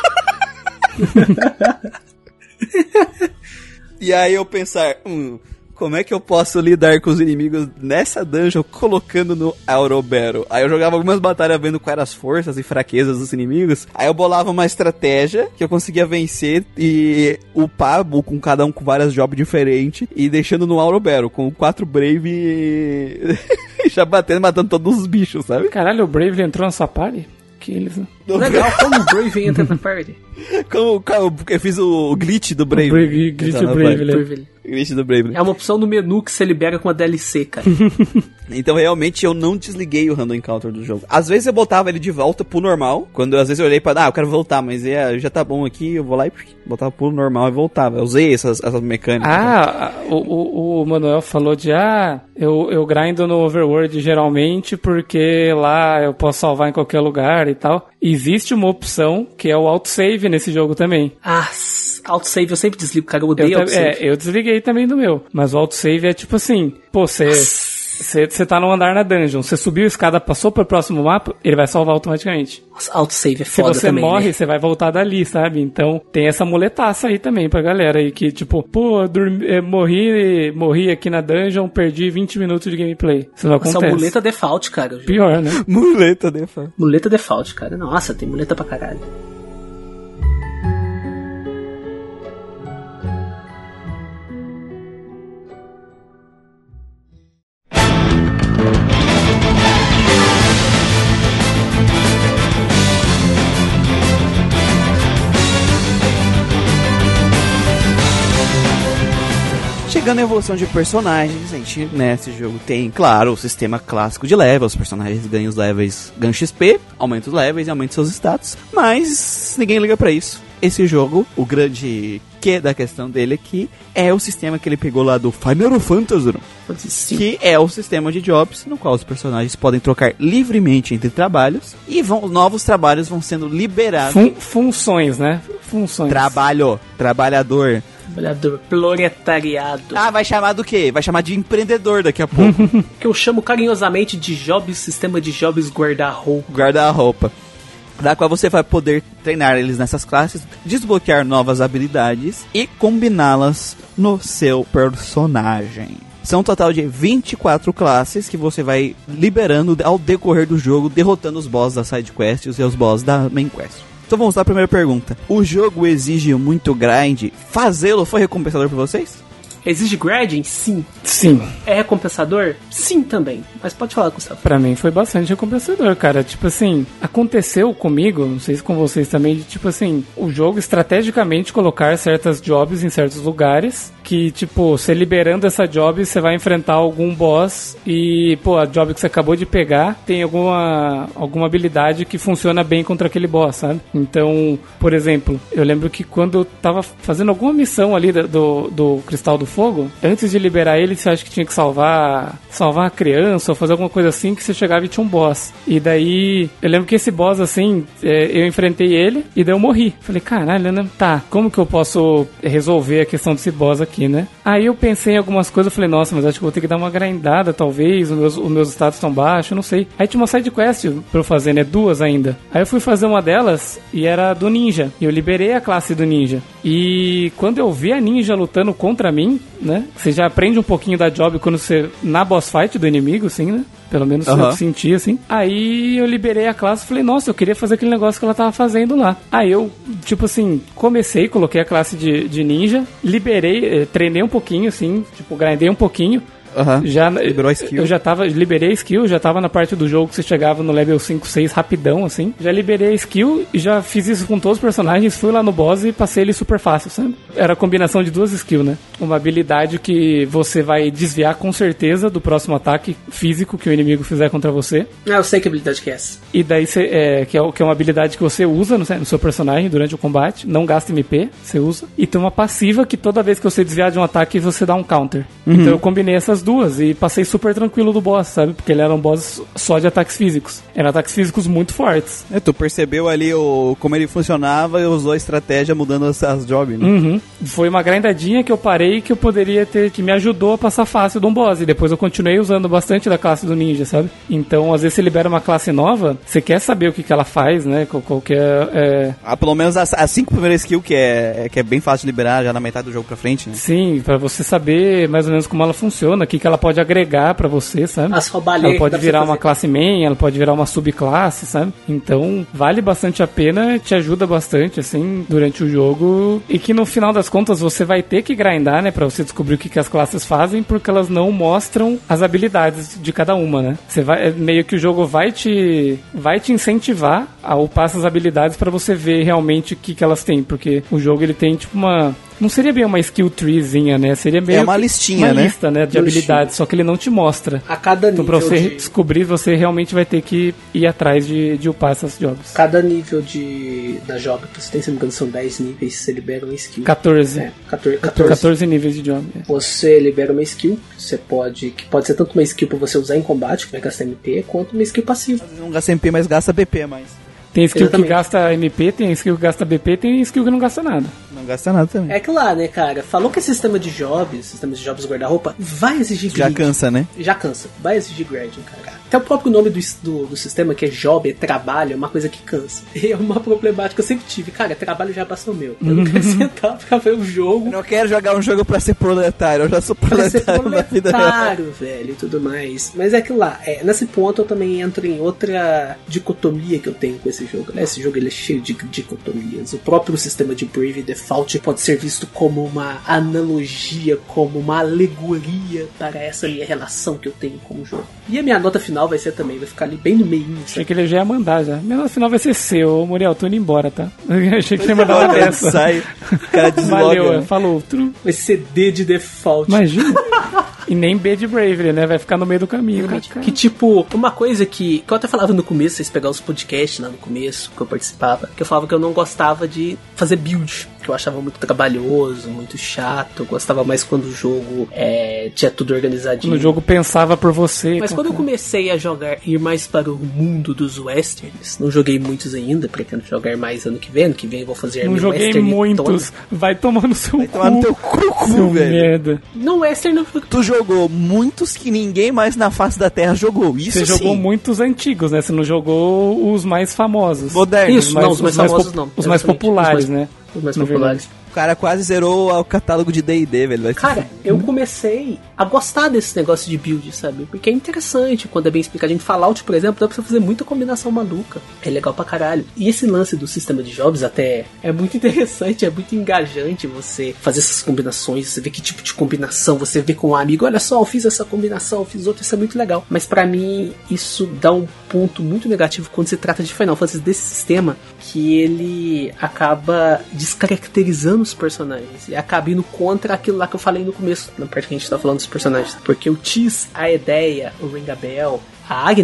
E aí eu pensar, hum, como é que eu posso lidar com os inimigos nessa dungeon colocando no Auto Battle? Aí eu jogava algumas batalhas vendo quais eram as forças e fraquezas dos inimigos. Aí eu bolava uma estratégia que eu conseguia vencer e upar com cada um com várias jobs diferentes e deixando no Auto Battle com quatro Brave e... já batendo, matando todos os bichos, sabe? Caralho, o Brave entrou na sua party? Que eles... Legal, como o Brave entra na party? Como, como eu fiz o glitch do Brave. O Brave glitch do Brave, Brave. Glitch do Brave. É uma opção no menu que você libera com a D L C, cara. Então, realmente, eu não desliguei o Random Encounter do jogo. Às vezes eu botava ele de volta pro normal. Quando, às vezes, eu olhei pra... Ah, eu quero voltar, mas é, já tá bom aqui. Eu vou lá e botava pro normal e voltava. Eu usei essas, essas mecânicas. Ah, o, o, o Manuel falou de... Ah, eu, eu grindo no Overworld geralmente porque lá eu posso salvar em qualquer lugar e tal. Existe uma opção que é o autosave nesse jogo também. Ah, autosave eu sempre desligo, cara. Eu odeio eu, autosave. É, eu desliguei também do meu. Mas o autosave é tipo assim... Pô, você... Você tá num andar na dungeon, você subiu a escada, passou pro próximo mapa, ele vai salvar automaticamente. Nossa, autosave é foda. Se você também, morre, né? você vai voltar dali, sabe? Então, tem essa muletaça aí também pra galera aí que, tipo, pô, dormi, eh, morri, morri aqui na dungeon, perdi vinte minutos de gameplay. Isso não acontece. Essa muleta default, cara. Pior, né? Muleta default. Muleta default, cara. Nossa, tem muleta pra caralho. Chegando à evolução de personagens, a gente, né, esse jogo tem, claro, o sistema clássico de level, os personagens ganham os levels, ganham X P, aumentam os levels e aumentam seus status, mas ninguém liga pra isso. Esse jogo, o grande que da questão dele aqui, é o sistema que ele pegou lá do Final Fantasy, Sim. que é o sistema de jobs, no qual os personagens podem trocar livremente entre trabalhos, e vão, novos trabalhos vão sendo liberados. Fun- funções, né? Funções. Trabalho, trabalhador. Trabalhador, proletariado. Ah, vai chamar do quê? Vai chamar de empreendedor daqui a pouco. Que eu chamo carinhosamente de jobs, sistema de jobs guarda-roupa. Guarda-roupa. Da qual você vai poder treinar eles nessas classes, desbloquear novas habilidades e combiná-las no seu personagem. São um total de vinte e quatro classes que você vai liberando ao decorrer do jogo, derrotando os bosses da side quest e os bosses da main quest. Então vamos lá, primeira pergunta. O jogo exige muito grind? Fazê-lo foi recompensador pra vocês? Exige grinding? Sim. Sim. É recompensador? Sim também. Mas pode falar, Gustavo. Pra mim foi bastante recompensador, cara. Tipo assim, aconteceu comigo, não sei se com vocês também, de tipo assim, o jogo estrategicamente colocar certas jobs em certos lugares, que tipo, você liberando essa job, você vai enfrentar algum boss e, pô, a job que você acabou de pegar tem alguma, alguma habilidade que funciona bem contra aquele boss, sabe? Então, por exemplo, eu lembro que quando eu tava fazendo alguma missão ali do, do Cristal do Fogo, antes de liberar ele, você acha que tinha que salvar salvar a criança ou fazer alguma coisa assim, que você chegava e tinha um boss. E daí, eu lembro que esse boss, assim, é, eu enfrentei ele e daí eu morri. Falei, caralho, né? Tá, como que eu posso resolver a questão desse boss aqui? aqui, né? Aí eu pensei em algumas coisas, eu falei, nossa, mas acho que vou ter que dar uma grindada, talvez, os meus, os meus status estão baixos, não sei. Aí tinha uma side quest pra eu fazer, né? Duas ainda. Aí eu fui fazer uma delas e era do ninja. E eu liberei a classe do ninja. E quando eu vi a ninja lutando contra mim, né? Você já aprende um pouquinho da job quando você... Na boss fight do inimigo, assim, né? Pelo menos uhum. eu senti, assim. Aí eu liberei a classe e falei, nossa, eu queria fazer aquele negócio que ela tava fazendo lá. Aí eu, tipo assim, comecei, coloquei a classe de, de ninja, liberei, eh, treinei um pouquinho, assim, tipo, grindei um pouquinho. Uhum. Já, liberou a skill. Eu já tava, liberei a skill, já tava na parte do jogo que você chegava no level cinco, seis rapidão, assim. Já liberei a skill e já fiz isso com todos os personagens, fui lá no boss e passei ele super fácil, sabe? Era a combinação de duas skills, né? Uma habilidade que você vai desviar com certeza do próximo ataque físico que o inimigo fizer contra você. Ah, eu sei que habilidade que é essa. E daí, você, é, que, é, que é uma habilidade que você usa no, no seu personagem durante o combate, não gasta M P, você usa. E tem uma passiva que toda vez que você desviar de um ataque, você dá um counter. Uhum. Então eu combinei essas duas e passei super tranquilo do boss, sabe? Porque ele era um boss só de ataques físicos. Eram ataques físicos muito fortes. É, tu percebeu ali o, como ele funcionava e usou a estratégia mudando as, as jobs, né? Uhum. Foi uma grindadinha que eu parei que eu poderia ter, que me ajudou a passar fácil de um boss. E depois eu continuei usando bastante da classe do ninja, sabe? Então, às vezes você libera uma classe nova, você quer saber o que, que ela faz, né? Qual, qual que é... é... Ah, pelo menos as, as cinco primeiras skills, que é, que é bem fácil de liberar já na metade do jogo pra frente, né? Sim, pra você saber mais ou menos como ela funciona, o que, que ela pode agregar pra você, sabe? As roubalheiras. Ela pode virar uma classe main, ela pode virar uma subclasse, sabe? Então, vale bastante a pena, te ajuda bastante, assim, durante o jogo. E que no final das contas você vai ter que grindar, né? Pra você descobrir o que, que as classes fazem, porque elas não mostram as habilidades de cada uma, né? Você vai, meio que o jogo vai te, vai te incentivar a upar essas habilidades pra você ver realmente o que, que elas têm. Porque o jogo, ele tem, tipo, uma... Não seria bem uma skill treezinha, né? Seria meio é uma listinha, uma né? lista, né, de habilidades, só que ele não te mostra. A cada então, nível pra você de... descobrir, você realmente vai ter que ir atrás de, de upar essas jobs. Cada nível de da job que você tem, se não me engano, são dez níveis, você libera uma skill. catorze. É, catorze. catorze. catorze níveis de job. É. Você libera uma skill, você pode, que pode ser tanto uma skill pra você usar em combate, que vai gastar M P, quanto uma skill passiva. Não gasta M P, mas gasta B P mais. Tem skill Exatamente. que gasta M P, tem skill que gasta B P, tem skill que não gasta nada. Não gasta nada também. É que lá, né, cara? Falou que é sistema de jobs, sistema de jobs guarda-roupa, vai exigir Já grind. cansa, né? Já cansa. Vai exigir grinding, cara. Até o próprio nome do, do, do sistema, que é job, é trabalho, é uma coisa que cansa. É uma problemática que eu sempre tive. Cara, trabalho já basta o meu. Eu não quero sentar pra ver o jogo. Eu não quero jogar um jogo pra ser proletário. Eu já sou Pra ser proletário na vida real. proletário, velho, e tudo mais. Mas é que lá, é, nesse ponto eu também entro em outra dicotomia que eu tenho com esse jogo. Né? Esse jogo ele é cheio de dicotomias. O próprio sistema de Brave Default pode ser visto como uma analogia, como uma alegoria para essa minha relação que eu tenho com o jogo. E a minha nota final vai ser também, vai ficar ali bem no meio. Achei que ele já ia mandar já. Minha nota final vai ser seu, Muriel, tô indo embora, tá? Eu achei que você ia mandar uma dessa. Sai, o cara desloga. Valeu, né? falou. Tru. Vai ser D de Default. Imagina. E nem B de Bravely, né? Vai ficar no meio do caminho. Né, que tipo, uma coisa que, que eu até falava no começo, vocês pegaram os podcasts lá no começo, que eu participava, que eu falava que eu não gostava de fazer build, que eu achava muito trabalhoso, muito chato. Eu gostava mais quando o jogo é, tinha tudo organizadinho. No jogo pensava por você. Mas quando eu comecei a jogar, ir mais para o mundo dos westerns, não joguei muitos ainda, pretendo jogar mais ano que vem, ano que vem eu vou fazer não a minha joguei western muitos, tona. Vai tomar no seu Vai cu. tomar no teu cu, seu velho. merda. Não, western não. Tu jogou muitos que ninguém mais na face da Terra jogou. Isso Você sim. jogou muitos antigos, né? Você não jogou os mais famosos. Modernos. Isso, não, os mais famosos não. Os mais Exatamente. populares, Os mais- né? Os mais Na populares. O cara quase zerou o catálogo de D e D, velho. Vai Cara, eu comecei a gostar desse negócio de build, sabe? Porque é interessante quando é bem explicado. Em Fallout, por exemplo, dá pra você fazer muita combinação maluca. É legal pra caralho. E esse lance do sistema de jobs até é muito interessante, é muito engajante você fazer essas combinações, você ver que tipo de combinação, você vê com um amigo, olha só, eu fiz essa combinação, eu fiz outra, isso é muito legal. Mas pra mim, isso dá um ponto muito negativo quando se trata de Final Fantasy desse sistema, que ele acaba descaracterizando os personagens e acaba indo contra aquilo lá que eu falei no começo, na parte que a gente tá falando dos personagens. Porque o Tis, a Ideia, o Ring a Bell, a Agnes,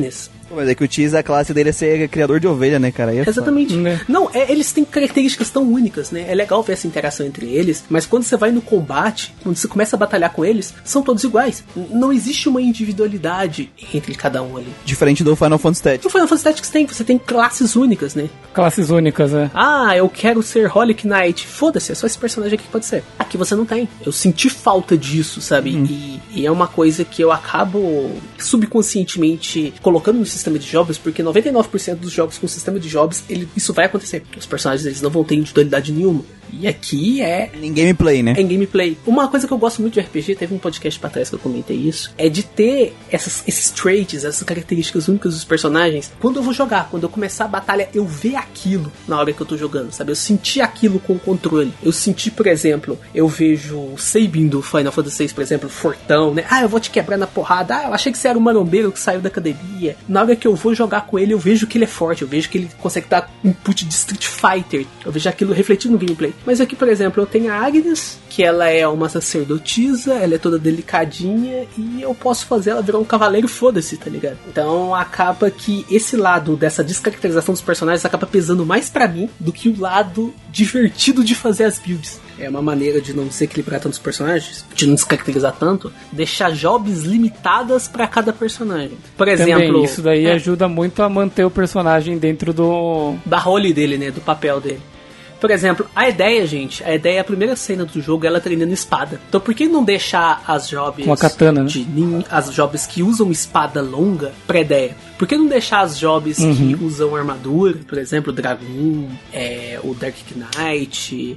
Mas é que o Cheese, a classe dele é ser criador de ovelha, né, cara? É Exatamente. Né? Não, é, eles têm características tão únicas, né? É legal ver essa interação entre eles, mas quando você vai no combate, quando você começa a batalhar com eles, são todos iguais. Não existe uma individualidade entre cada um ali. Diferente do Final Fantasy Tactics. No Final Fantasy Tactics tem, você tem classes únicas, né? Classes únicas, é. Ah, eu quero ser Holic Knight. Foda-se, é só esse personagem aqui que pode ser. Aqui você não tem. Eu senti falta disso, sabe? Hum. E, e é uma coisa que eu acabo subconscientemente colocando no sistema de jogos, porque noventa e nove por cento dos jogos com sistema de jogos, ele, isso vai acontecer. Os personagens eles não vão ter individualidade nenhuma. E aqui é... em gameplay, né? É em gameplay. Uma coisa que eu gosto muito de R P G, teve um podcast pra trás que eu comentei isso, é de ter essas, esses traits, essas características únicas dos personagens. Quando eu vou jogar, quando eu começar a batalha, eu ver aquilo na hora que eu tô jogando, sabe? Eu senti aquilo com o controle. Eu senti, por exemplo, eu vejo o Sabin do Final Fantasy seis, por exemplo, fortão, né? Ah, eu vou te quebrar na porrada. Ah, eu achei que você era um marombeiro que saiu da academia. Na hora que eu vou jogar com ele, eu vejo que ele é forte, eu vejo que ele consegue dar input de Street Fighter. Eu vejo aquilo refletido no gameplay. Mas aqui, por exemplo, eu tenho a Agnes, que ela é uma sacerdotisa, ela é toda delicadinha, e eu posso fazer ela virar um cavaleiro, foda-se, tá ligado? Então acaba que esse lado dessa descaracterização dos personagens acaba pesando mais pra mim do que o lado divertido de fazer as builds. É uma maneira de não desequilibrar tantos personagens, de não descaracterizar tanto, deixar jobs limitadas pra cada personagem. Por exemplo... Também, isso daí é, ajuda muito a manter o personagem dentro do... da role dele, né? Do papel dele. Por exemplo, a ideia, gente, a ideia, a primeira cena do jogo é ela treinando espada. Então por que não deixar as jobs... com a katana, né? de nin, as jobs que usam espada longa pra ideia? Por que não deixar as jobs uhum. que usam armadura, por exemplo, o Dragoon, é, o Dark Knight,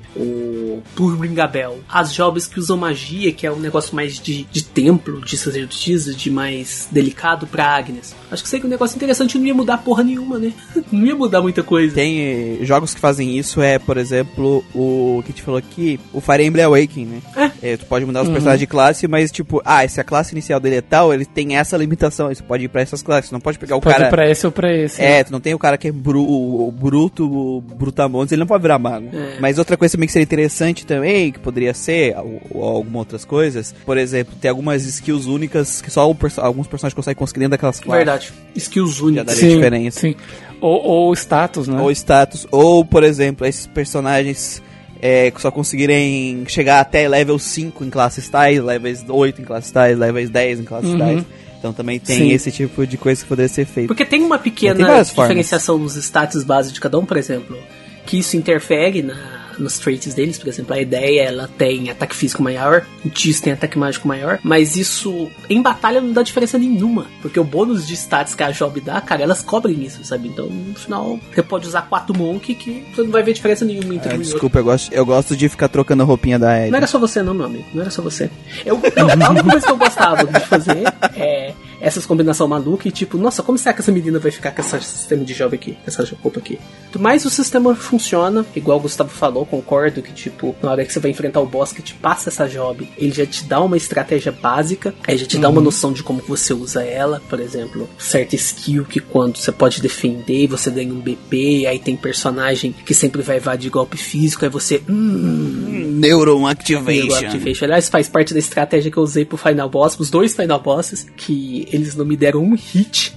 o Purringabel, as jobs que usam magia, que é um negócio mais de, de templo, de sacerdotisa, de mais delicado pra Agnes? Acho que seria um negócio interessante, não ia mudar porra nenhuma, né? Não ia mudar muita coisa. Tem jogos que fazem isso, é, por exemplo, o que a gente falou aqui, o Fire Emblem Awakening, né? É. É, tu pode mudar os uhum. personagens de classe, mas tipo, ah, se a classe inicial dele é tal, ele tem essa limitação, você pode ir pra essas classes, não pode pegar o pode cara... ir pra esse ou pra esse. É, né? tu não tem o cara que é bru, o bruto, o brutamontes, ele não pode virar mago. É. Mas outra coisa também que seria interessante também, que poderia ser, ou, ou algumas outras coisas, por exemplo, ter algumas skills únicas que só o, alguns personagens conseguem conseguir dentro daquelas classes. Verdade. Skills únicas. Já daria sim, diferença. Sim. Ou, ou status, né? Ou status. Ou, por exemplo, esses personagens é, que só conseguirem chegar até level cinco em classes tais, levels oito em classes tais, levels dez em classes uhum. tais. Então também tem Sim. esse tipo de coisa que poderia ser feito. Porque tem uma pequena diferenciação formas. nos status base de cada um, por exemplo, que isso interfere na... nos traits deles, por exemplo, a ideia ela tem ataque físico maior, o Tiz tem ataque mágico maior, mas isso em batalha não dá diferença nenhuma, porque o bônus de stats que a Job dá, cara, elas cobrem isso, sabe? Então no final você pode usar quatro Monk que você não vai ver diferença nenhuma entre ah, um e desculpa, eu gosto, eu gosto de ficar trocando a roupinha da Ellie. Não era só você não, meu amigo, não era só você. Eu, não, a única coisa que eu gostava de fazer é essas combinações malucas e tipo, nossa, como será que essa menina vai ficar com esse sistema de job aqui, com essa roupa aqui? Mas o sistema funciona, igual o Gustavo falou, concordo que tipo, na hora que você vai enfrentar o boss que te passa essa job, ele já te dá uma estratégia básica, aí já te uhum. dá uma noção de como você usa ela, por exemplo, certa skill que quando você pode defender, você ganha um B P, aí tem personagem que sempre vai evadir golpe físico, aí você... Hum, Neuron Activation. Neuron Activation. Aliás, faz parte da estratégia que eu usei pro Final Boss, os dois Final Bosses, que eles não me deram um hit.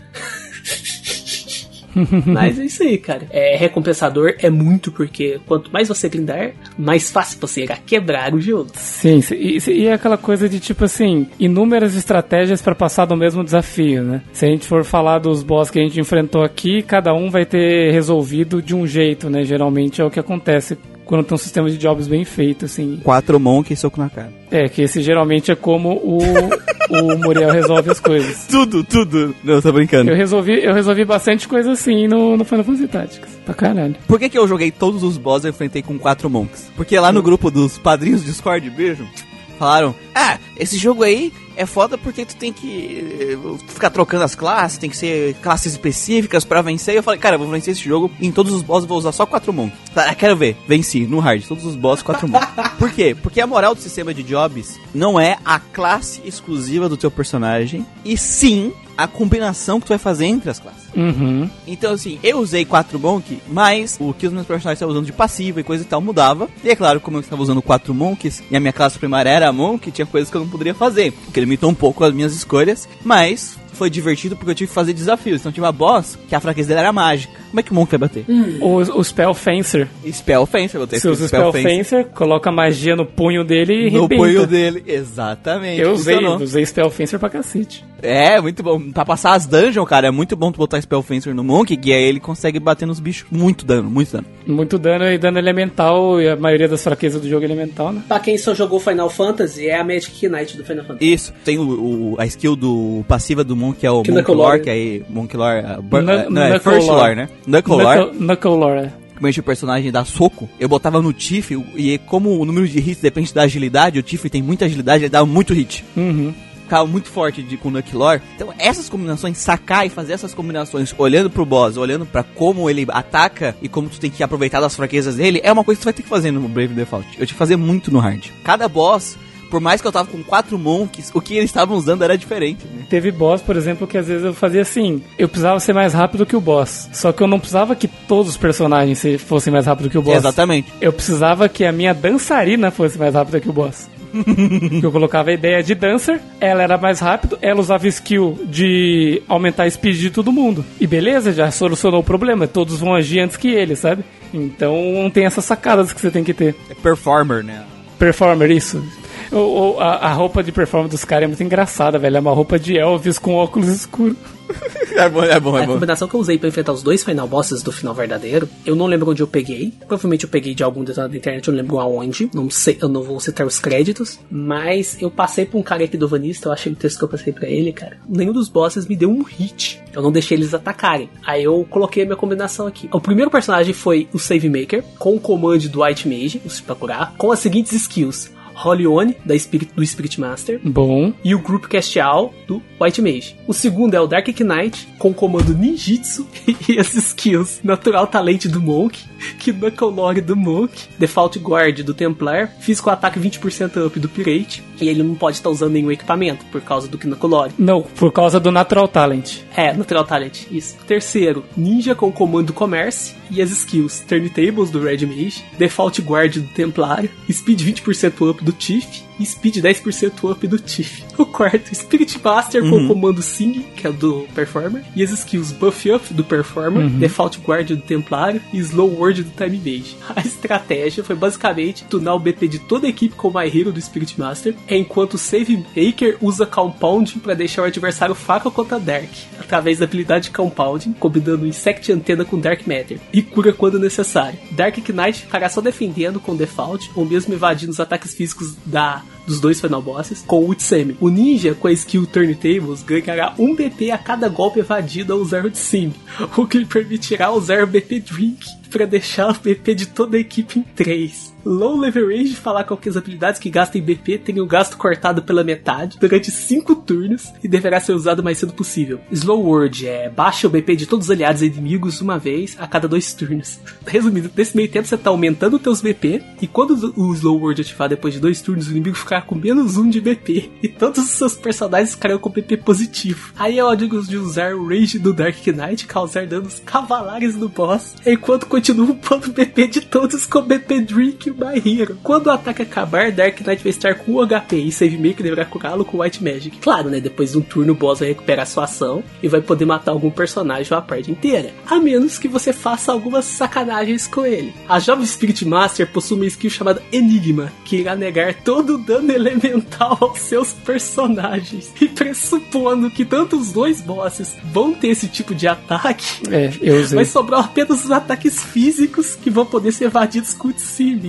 Mas é isso aí, cara. É recompensador, é muito, porque quanto mais você grindar, mais fácil você irá quebrar o jogo. Sim, e, e é aquela coisa de tipo assim, inúmeras estratégias pra passar do mesmo desafio, né? Se a gente for falar dos boss que a gente enfrentou aqui, cada um vai ter resolvido de um jeito, né? Geralmente é o que acontece quando tem um sistema de jobs bem feito, assim. Quatro Monk e soco na cara. É, que esse geralmente é como o, o Muriel resolve as coisas. Tudo, tudo. Não, tô brincando. Eu resolvi, eu resolvi bastante coisa assim no, no Final Fantasy Tactics. Pra caralho. Por que que eu joguei todos os bosses e enfrentei com quatro Monks? Porque lá no grupo dos padrinhos do Discord, beijo, falaram, ah, esse jogo aí é foda porque tu tem que ficar trocando as classes, tem que ser classes específicas pra vencer. E eu falei, cara, eu vou vencer esse jogo e em todos os bosses vou usar só quatro Monk. Ah, quero ver, venci, no hard, todos os bosses quatro Monk. Por quê? Porque a moral do sistema de jobs não é a classe exclusiva do teu personagem, e sim a combinação que tu vai fazer entre as classes. Uhum. Então, assim, eu usei quatro Monk, mas o que os meus personagens estavam usando de passiva e coisa e tal mudava. E é claro, como eu estava usando quatro Monks e a minha classe primária era Monk, tinha coisas que eu não poderia fazer, o que limitou um pouco as minhas escolhas, mas foi divertido porque eu tive que fazer desafios. Então tinha uma boss que a fraqueza dele era mágica. Como é que o Monk vai bater? Hum. O, o Spell Fencer. Spell Fencer, eu botei. Se usa o Spell, Spell Fencer, Fencer, coloca magia no punho dele e no rebenta. No punho dele, exatamente. Eu usei, usei Spell Fencer pra cacete. É, muito bom. Pra passar as dungeons, cara, é muito bom tu botar Spell Fencer no Monk, que aí ele consegue bater nos bichos. Muito dano, muito dano. Muito dano e dano elemental, e a maioria das fraquezas do jogo é elemental, né? Pra quem só jogou Final Fantasy, é a Magic Knight do Final Fantasy. Isso. Tem o, o, a skill do passiva do Monk, que é o que Monk Lore, que aí Monk Lore... Uh, bur- uh, não, é First Lore, né? Knuckle Lore. Knuckle Lore. Como o personagem dá soco, eu botava no Tiff, e como o número de hits depende da agilidade, o Tiff tem muita agilidade, ele dava muito hit. Uhum. Ficava muito forte de, com o Knuckle Lore. Então essas combinações, sacar e fazer essas combinações olhando pro boss, olhando pra como ele ataca e como tu tem que aproveitar das fraquezas dele, é uma coisa que tu vai ter que fazer no Brave Default. Eu tive que fazer muito no hard. Cada boss, por mais que eu tava com quatro monks, o que eles estavam usando era diferente, né? Teve boss, por exemplo, que às vezes eu fazia assim, eu precisava ser mais rápido que o boss, só que eu não precisava que todos os personagens fossem mais rápido que o boss. Exatamente. Eu precisava que a minha dançarina fosse mais rápida que o boss. Eu colocava a ideia de dancer, ela era mais rápido, ela usava skill de aumentar a speed de todo mundo. E beleza, já solucionou o problema, todos vão agir antes que ele, sabe? Então tem essas sacadas que você tem que ter. É performer, né? Performer, isso. O, o, a, a roupa de performance dos caras é muito engraçada, velho. É uma roupa de Elvis com óculos escuros. É bom, é bom, é bom. A combinação que eu usei pra enfrentar os dois final bosses do final verdadeiro, eu não lembro onde eu peguei. Provavelmente eu peguei de algum detalhe da internet, eu não lembro aonde. Não sei, eu não vou citar os créditos. Mas eu passei por um cara aqui do Vanista, eu achei o texto que eu passei pra ele, cara. Nenhum dos bosses me deu um hit. Eu não deixei eles atacarem. Aí eu coloquei a minha combinação aqui. O primeiro personagem foi o Save Maker, com o comando do White Mage, pra curar, com as seguintes skills. Holy One, da Spirit, do Spirit Master. Bom. E o Group Cast All, do White Mage. O segundo é o Dark Knight, com o comando Ninjitsu e as skills Natural Talent do Monk, Knuckle Lore do Monk, Default Guard do Templar, Físico Ataque vinte por cento up do Pirate, e ele não pode estar usando nenhum equipamento, por causa do Knuckle Lore. Não, por causa do Natural Talent. É, Natural Talent, isso. Terceiro, Ninja com o comando Commerce e as skills Turntables do Red Mage, Default Guard do Templar, Speed vinte por cento up do Tiff e Speed dez por cento up do Tiff. O quarto, Spirit Master uhum. com o comando Sing, que é o do Performer, e as skills Buff Up do Performer, uhum. Default Guard do Templário e Slow Word do Time Mage. A estratégia foi basicamente tunar o B P de toda a equipe com o My Hero do Spirit Master, enquanto o Save Maker usa Compounding para deixar o adversário fraco contra Dark, através da habilidade Compounding, combinando Insect Antena com Dark Matter, e cura quando necessário. Dark Knight ficará só defendendo com Default, ou mesmo evadindo os ataques físicos da dos dois final bosses, com o Utsemi. O ninja, com a skill Turntables, ganhará um B P a cada golpe evadido ao usar o Utsemi, o que lhe permitirá usar o B P Drink para deixar o B P de toda a equipe em três. Low Leverage, falar com que as habilidades que gastem B P tenham o gasto cortado pela metade durante cinco turnos e deverá ser usado o mais cedo possível. Slow Word é baixa o B P de todos os aliados e inimigos uma vez a cada dois turnos. Resumindo, nesse meio tempo você tá aumentando os teus B P e quando o Slow Word ativar depois de dois turnos, o inimigo ficará com menos um de B P e todos os seus personagens ficarão com B P positivo. Aí é hora de usar o Rage do Dark Knight, causar danos cavalares no boss, enquanto continua upando o B P de todos com B P Drink My Hero. Quando o ataque acabar, Dark Knight vai estar com o H P e Save Maker deverá curá-lo com White Magic. Claro, né? Depois de um turno o boss vai recuperar sua ação e vai poder matar algum personagem ou a parte inteira. A menos que você faça algumas sacanagens com ele. A jovem Spirit Master possui uma skill chamada Enigma, que irá negar todo o dano elemental aos seus personagens. E pressupondo que tanto os dois bosses vão ter esse tipo de ataque, é, eu usei. vai sobrar apenas os ataques físicos que vão poder ser evadidos com o Tsimi.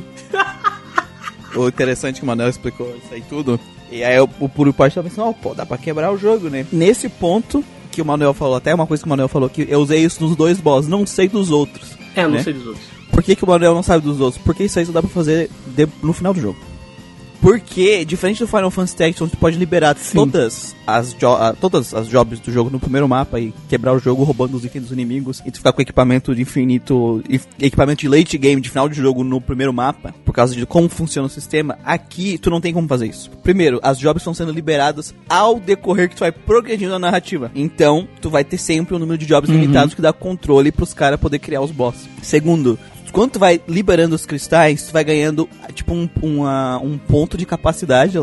O interessante é que o Manuel explicou isso aí tudo. E aí o, o Puro Parte tava pensando, ó, pô, dá pra quebrar o jogo, né? Nesse ponto que o Manuel falou, até uma coisa que o Manuel falou, que eu usei isso nos dois boss, não sei dos outros. É, eu né? não sei dos outros. Por que, que o Manuel não sabe dos outros? Porque isso aí só dá pra fazer de, no final do jogo. Porque, diferente do Final Fantasy Tactics, onde tu pode liberar todas as, jo- todas as jobs do jogo no primeiro mapa e quebrar o jogo roubando os itens dos inimigos e tu ficar com equipamento de infinito, equipamento de late game, de final de jogo no primeiro mapa, por causa de como funciona o sistema, aqui tu não tem como fazer isso. Primeiro, as jobs estão sendo liberadas ao decorrer que tu vai progredindo na narrativa. Então, tu vai ter sempre um número de jobs uhum. limitados que dá controle pros caras poder criar os boss. Segundo, quando tu vai liberando os cristais, tu vai ganhando tipo um, uma, um ponto de capacidade lá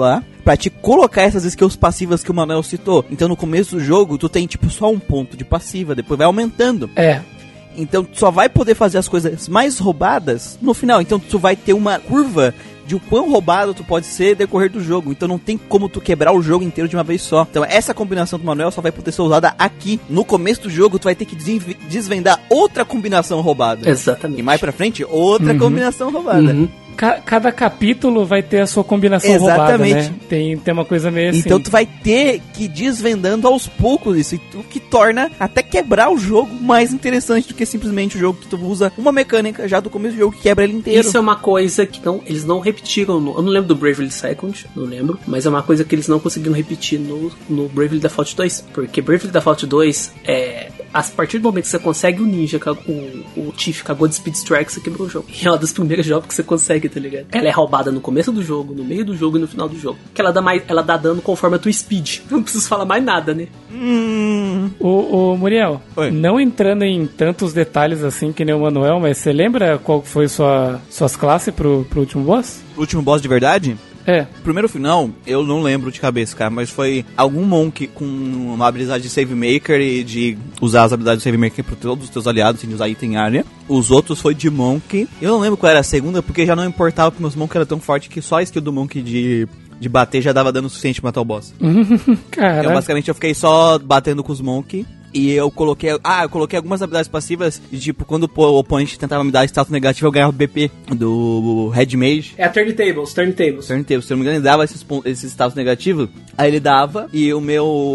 pra te colocar essas skills passivas que o Manuel citou. Então no começo do jogo, tu tem tipo só um ponto de passiva, depois vai aumentando. É. Então tu só vai poder fazer as coisas mais roubadas no final. Então tu vai ter uma curva de o quão roubado tu pode ser decorrer do jogo. Então não tem como tu quebrar o jogo inteiro de uma vez só. Então essa combinação do Manuel só vai poder ser usada aqui. No começo do jogo tu vai ter que desvendar outra combinação roubada. Exatamente. E mais pra frente, outra Uhum. combinação roubada. Uhum. Ca- cada capítulo vai ter a sua combinação Exatamente. roubada, né? Tem, tem uma coisa meio assim. Então tu vai ter que ir desvendando aos poucos isso, o que torna até quebrar o jogo mais interessante do que simplesmente o jogo que tu usa uma mecânica já do começo do jogo que quebra ele inteiro. Isso é uma coisa que não, eles não repetiram. No, eu não lembro do Bravely Second, não lembro. Mas é uma coisa que eles não conseguiram repetir no, no Bravely Default dois. Porque Bravely Default dois, é, a partir do momento que você consegue o ninja, o, o Tiff com a God Speed Strike, você quebrou o jogo. E é uma das primeiras jogos que você consegue, tá ligado? Ela é roubada no começo do jogo, no meio do jogo e no final do jogo. Que ela dá, mais, ela dá dano conforme a tua speed. Não preciso falar mais nada, né? Hum... O, o Muriel, Oi. não entrando em tantos detalhes assim que nem o Manuel, mas você lembra qual foi sua, suas classes pro, pro último boss? O último boss de verdade? É. Primeiro final, eu não lembro de cabeça, cara, mas foi algum monk com uma habilidade de save maker e de usar as habilidades de save maker pra todos os teus aliados, sem usar item área. Os outros foi de monk. Eu não lembro qual era a segunda, porque já não importava que meus monk eram tão fortes que só a skill do monk de, de bater já dava dano suficiente pra matar o boss. Cara. Então, basicamente, eu fiquei só batendo com os monk. E eu coloquei... Ah, eu coloquei algumas habilidades passivas. De, tipo, quando o oponente tentava me dar status negativo, eu ganhava o B P do Red Mage. É a Turntables, Turntables. Turntables. Se eu não me engano, ele dava esses, esses status negativos. Aí ele dava. E o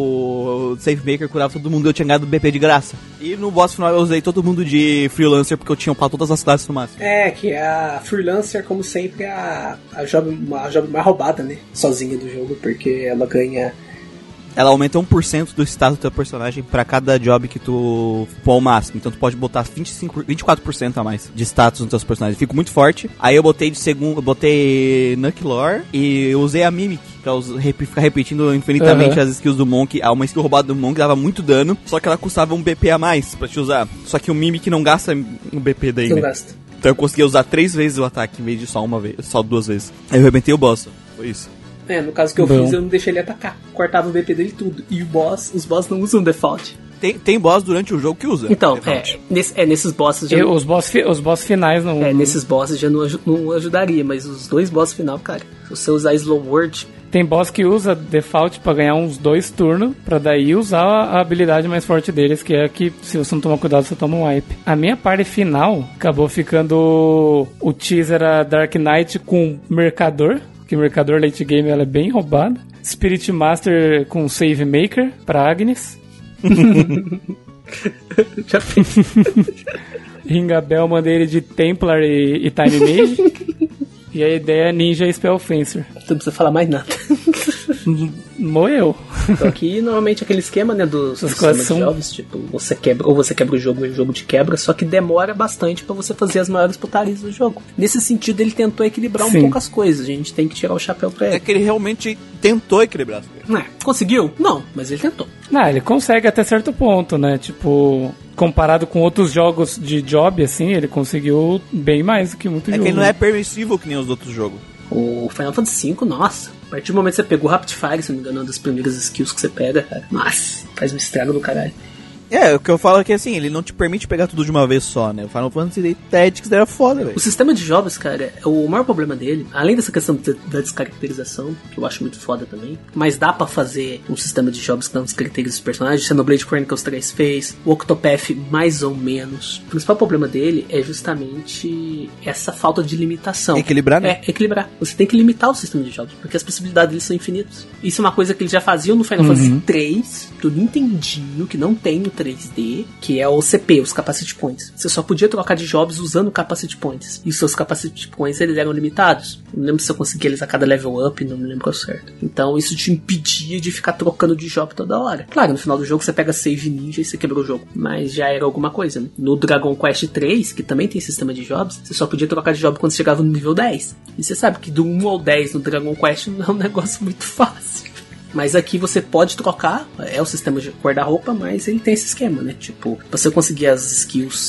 meu Safe Maker curava todo mundo. E eu tinha ganhado o B P de graça. E no boss final eu usei todo mundo de Freelancer. Porque eu tinha upado todas as classes no máximo. É, que a Freelancer, como sempre, é a, a, job, a job mais roubada, né? Sozinha do jogo, porque ela ganha... Ela aumenta um por cento do status do teu personagem pra cada job que tu pôr ao máximo. Então tu pode botar vinte e cinco, vinte e quatro por cento a mais de status nos teus personagens. Fico muito forte. Aí eu botei de segundo, eu botei Knucklore e eu usei a Mimic pra us, rep, ficar repetindo infinitamente uhum. as skills do Monk. Uma skill roubada do Monk dava muito dano, só que ela custava um B P a mais pra te usar. Só que o Mimic não gasta um B P daí, não né? gasta. Então eu conseguia usar três vezes o ataque em vez de só uma vez, só duas vezes. Aí eu arrebentei o boss. Foi isso. É, no caso que eu Bom. fiz, eu não deixei ele atacar. Cortava o B P dele tudo. E o boss, os boss não usam default. Tem, tem boss durante o jogo que usa. Então, é, nesse, é, nesses bosses já... Eu, os, boss fi, os boss finais não... É, nesses bosses já não, não ajudaria, mas os dois boss final, cara, se você usar Slow Word... Tem boss que usa default pra ganhar uns dois turnos, pra daí usar a habilidade mais forte deles, que é que se você não tomar cuidado, você toma um wipe. A minha parte final acabou ficando o teaser a Dark Knight com Mercador, que o Mercador late game ela é bem roubada. Spirit Master com Save Maker pra Agnes. Já fiz. Ringabel mandei ele de Templar e, e Time Mage. E a ideia é Ninja e Spellfencer. Não precisa falar mais nada. Moeu. Então aqui, normalmente, aquele esquema, né, dos As sistemas são... de jogos, tipo, você quebra, ou você quebra o jogo e o jogo te quebra, só que demora bastante pra você fazer as maiores putarias do jogo. Nesse sentido, ele tentou equilibrar Sim. um pouco as coisas, a gente tem que tirar o chapéu pra ele. É que ele realmente tentou equilibrar as coisas. É, conseguiu? Não, mas ele tentou. Não, ele consegue até certo ponto, né? Tipo, comparado com outros jogos de job, assim, ele conseguiu bem mais do que muito É jogo. que ele não é permissível que nem os outros jogos. O Final Fantasy cinco, nossa, a partir do momento que você pegou o Rapid Fire, se não me engano, é uma das primeiras skills que você pega, cara, nossa, faz um estrago do caralho. É, o que eu falo é que assim, ele não te permite pegar tudo de uma vez só, né? O Final Fantasy Tactics era foda, velho. O sistema de jogos, cara, o maior problema dele, além dessa questão da descaracterização, que eu acho muito foda também, mas dá pra fazer um sistema de jogos que não descaracteriza os personagens, Xenoblade Chronicles três fez, o Octopath mais ou menos. O principal problema dele é justamente essa falta de limitação. Equilibrar, né? É, equilibrar. Você tem que limitar o sistema de jogos, porque as possibilidades deles são infinitas. Isso é uma coisa que eles já faziam no Final Uhum. Fantasy três, do Nintendinho, que não tem no três D, que é o C P, os Capacity Points. Você só podia trocar de jobs usando Capacity Points. E os seus Capacity Points, eles eram limitados. Não lembro se eu conseguia eles a cada level up, não me lembro qual certo. Então isso te impedia de ficar trocando de job toda hora. Claro, no final do jogo você pega Save Ninja e você quebrou o jogo. Mas já era alguma coisa, né? No Dragon Quest três, que também tem sistema de jobs, você só podia trocar de job quando você chegava no nível dez. E você sabe que do um ao dez no Dragon Quest não é um negócio muito fácil. Mas aqui você pode trocar, é o sistema de guarda-roupa, mas ele tem esse esquema, né? Tipo, você conseguir as skills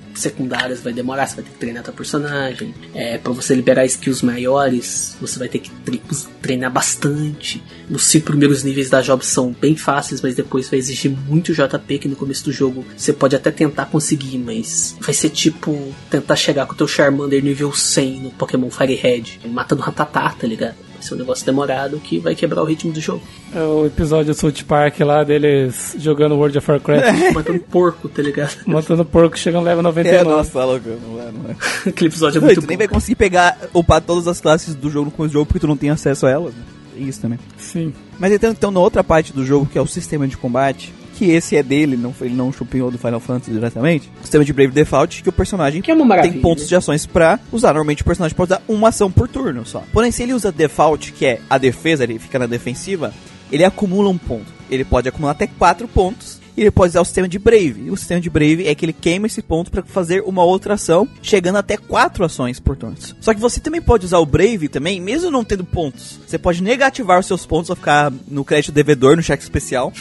secundárias vai demorar, você vai ter que treinar teu personagem. É, pra você liberar skills maiores, você vai ter que tre- treinar bastante. Os cinco primeiros níveis da job são bem fáceis, mas depois vai exigir muito J P, que no começo do jogo você pode até tentar conseguir, mas vai ser tipo tentar chegar com o teu Charmander nível cem no Pokémon Fire Red, matando Rattata, tá ligado? Vai ser um negócio demorado que vai quebrar o ritmo do jogo. É o episódio do South Park lá deles jogando World of Warcraft. Matando porco, tá ligado? Matando porco, chegando no level noventa e nove. É, nossa, louco, não é, não é. Aquele episódio é Não, muito tu bom. nem vai conseguir pegar, upar todas as classes do jogo com o jogo porque tu não tem acesso a elas, né? É isso também. Sim. Mas então, então, na outra parte do jogo, que é o sistema de combate, que esse é dele, não foi, ele não chupinhou do Final Fantasy diretamente, o sistema de Brave Default, que o personagem Que é uma maravilha. tem pontos de ações pra usar. Normalmente o personagem pode usar uma ação por turno só. Porém, se ele usa Default, que é a defesa, ele fica na defensiva, ele acumula um ponto. Ele pode acumular até quatro pontos. E ele pode usar o sistema de Brave. E o sistema de Brave é que ele queima esse ponto pra fazer uma outra ação, chegando até quatro ações por turno. Só que você também pode usar o Brave também, mesmo não tendo pontos. Você pode negativar os seus pontos ou ficar no crédito devedor, no cheque especial,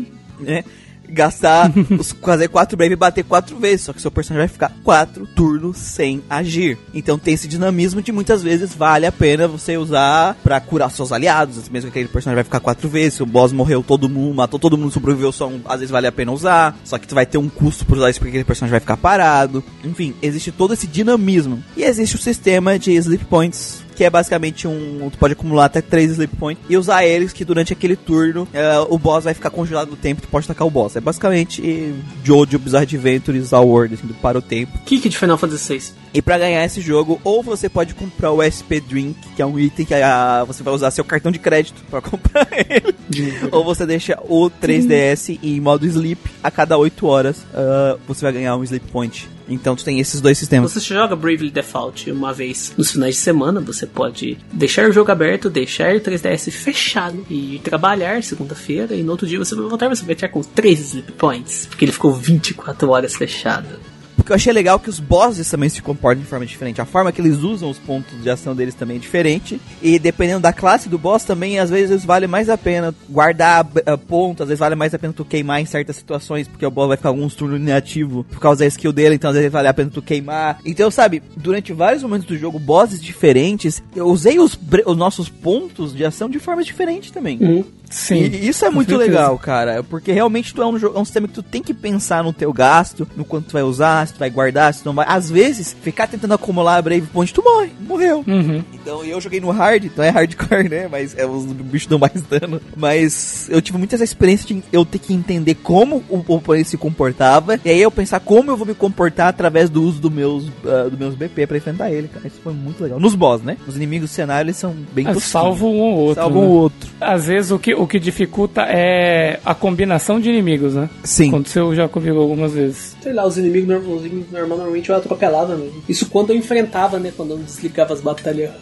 né? Gastar, os, fazer quatro Brave e bater quatro vezes. Só que seu personagem vai ficar quatro turnos sem agir. Então tem esse dinamismo de muitas vezes vale a pena você usar pra curar seus aliados. Mesmo que aquele personagem vai ficar quatro vezes. Se o boss morreu todo mundo, matou todo mundo, sobreviveu só um, às vezes vale a pena usar. Só que tu vai ter um custo por usar isso porque aquele personagem vai ficar parado. Enfim, existe todo esse dinamismo. E existe o sistema de Sleep Points, que é basicamente um... Tu pode acumular até três Sleep Points e usar eles, que durante aquele turno uh, o boss vai ficar congelado no tempo e tu pode atacar o boss. É basicamente eh, Jojo Bizarre Adventures All World, assim, para o tempo. Kick de Final Fantasy seis. E pra ganhar esse jogo, ou você pode comprar o S P Drink, que é um item que uh, você vai usar seu cartão de crédito pra comprar ele. Ou você deixa o três D S em modo Sleep, a cada oito horas uh, você vai ganhar um Sleep Point. Então tu tem esses dois sistemas. Você joga Bravely Default uma vez nos finais de semana, você pode deixar o jogo aberto, deixar o três D S fechado e trabalhar segunda-feira, e no outro dia você vai voltar, você vai estar com três Sleep Points, porque ele ficou vinte e quatro horas fechado. Porque eu achei legal que os bosses também se comportam de forma diferente. A forma que eles usam os pontos de ação deles também é diferente. E dependendo da classe do boss também, às vezes vale mais a pena guardar uh, pontos. Às vezes vale mais a pena tu queimar em certas situações, porque o boss vai ficar alguns turnos inativo por causa da skill dele. Então às vezes vale a pena tu queimar. Então, sabe, durante vários momentos do jogo, bosses diferentes, eu usei os, os nossos pontos de ação de forma diferente também. Uhum. Sim. E isso é muito legal, cara, porque realmente tu é um, jogo, é um sistema que tu tem que pensar no teu gasto, no quanto tu vai usar, se tu vai guardar, se tu não vai. Às vezes, ficar tentando acumular Brave Point, tu morre, morreu. Uhum. Então, eu joguei no hard, então é hardcore, né, mas é, os bichos dão mais dano. Mas eu tive muito essa experiência de eu ter que entender como o oponente se comportava, e aí eu pensar como eu vou me comportar através do uso dos meus, uh, do meus B P pra enfrentar ele, cara. Isso foi muito legal. Nos boss, né? Os inimigos do cenário, eles são bem É, salvo um ou outro. Salvo né? um ou outro. Às vezes o que, o que dificulta é a combinação de inimigos, né? Sim. Aconteceu já comigo algumas vezes. Sei lá, os inimigos, os inimigos normalmente eu atropelava mesmo. Isso quando eu enfrentava, né? Quando eu desligava as batalhas.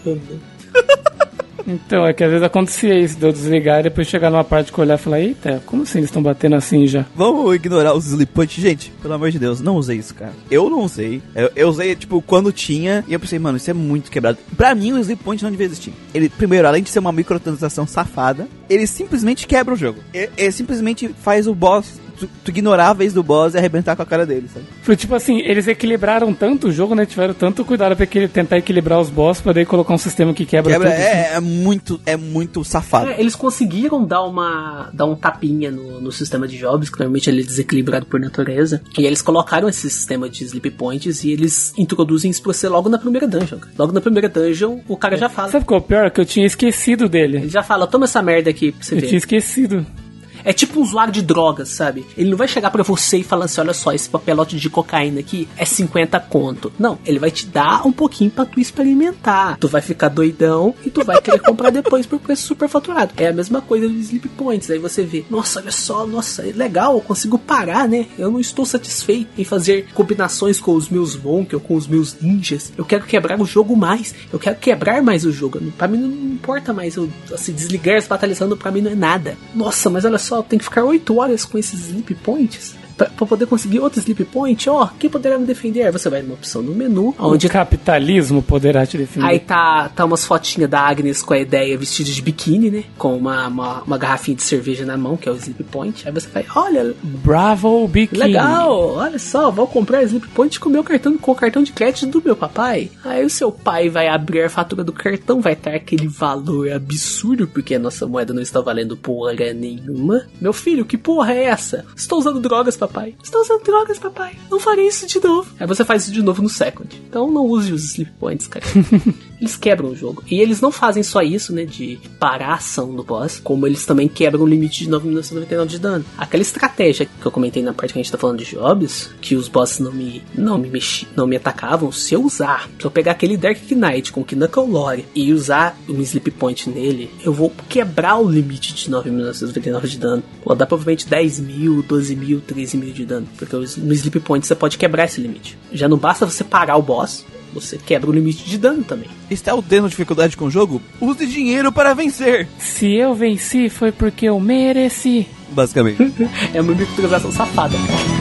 Então, é que às vezes acontecia isso, de eu desligar e depois chegar numa parte que eu olhar e falar, eita, como assim eles estão batendo assim já? Vamos ignorar os Sleep Punch, gente, pelo amor de Deus, não usei isso, cara. Eu não usei. Eu, eu usei, tipo, quando tinha, e eu pensei, mano, isso é muito quebrado. Pra mim, o Sleep Punch não devia existir. Ele, primeiro, além de ser uma microtransação safada, ele simplesmente quebra o jogo. Ele, ele simplesmente faz o boss... Tu, tu ignorar a vez do boss e arrebentar com a cara dele, sabe? Foi tipo assim, eles equilibraram tanto o jogo, né? Tiveram tanto cuidado pra que, tentar equilibrar os boss pra daí colocar um sistema que quebra, quebra tudo. é, é muito, é muito safado. É, eles conseguiram dar uma dar um tapinha no, no sistema de jobs, que normalmente ele é desequilibrado por natureza. E eles colocaram esse sistema de Sleep Points e eles introduzem isso pra você logo na primeira dungeon. Logo na primeira dungeon, o cara é. já fala. Sabe qual é o pior? Que eu tinha esquecido dele. Ele já fala, toma essa merda aqui pra você eu ver. Eu tinha esquecido. É tipo um usuário de drogas, sabe? Ele não vai chegar pra você e falar assim, olha só, esse papelote de cocaína aqui é cinquenta conto. Não, ele vai te dar um pouquinho pra tu experimentar. Tu vai ficar doidão e tu vai querer comprar depois por preço super faturado. É a mesma coisa dos Sleep Points. Aí você vê, nossa, olha só, nossa, é legal, eu consigo parar, né? Eu não estou satisfeito em fazer combinações com os meus Monk ou com os meus ninjas. Eu quero quebrar o jogo mais. Eu quero quebrar mais o jogo. Pra mim não importa mais. Eu, assim, desligar as batalhas pra mim não é nada. Nossa, mas olha só, tem que ficar oito horas com esses Sleep Points. pra, pra poder conseguir outro Sleep Point, ó, quem poderá me defender? Aí você vai numa opção no menu, onde o capitalismo poderá te defender. Aí tá, tá umas fotinhas da Agnes com a ideia vestida de biquíni, né? Com uma, uma, uma garrafinha de cerveja na mão, que é o Sleep Point. Aí você vai, olha... Bravo, biquíni. Legal, olha só, vou comprar Sleep Point com o meu cartão, com o cartão de crédito do meu papai. Aí o seu pai vai abrir a fatura do cartão, vai ter aquele valor absurdo, porque a nossa moeda não está valendo porra nenhuma. Meu filho, que porra é essa? Estou usando drogas, papai. Estou usando drogas, papai. Não farei isso de novo. Aí você faz isso de novo no Second. Então não use os Sleep Points, cara. Eles quebram o jogo. E eles não fazem só isso, né, de parar a ação do boss, como eles também quebram o limite de nove mil novecentos e noventa e nove de dano. Aquela estratégia que eu comentei na parte que a gente tá falando de jobs, que os bosses não me, não me mexi, não me atacavam, se eu usar, se eu pegar aquele Dark Knight com Knuckle Lore e usar um Sleep Point nele, eu vou quebrar o limite de nove mil novecentos e noventa e nove de dano. Vou dar provavelmente dez mil, doze mil, treze mil de dano, porque no Sleep Point você pode quebrar esse limite. Já não basta você parar o boss, você quebra o limite de dano também. Está tendo dificuldade com o jogo? Use dinheiro para vencer! Se eu venci, foi porque eu mereci. Basicamente. É uma microtransação safada, cara.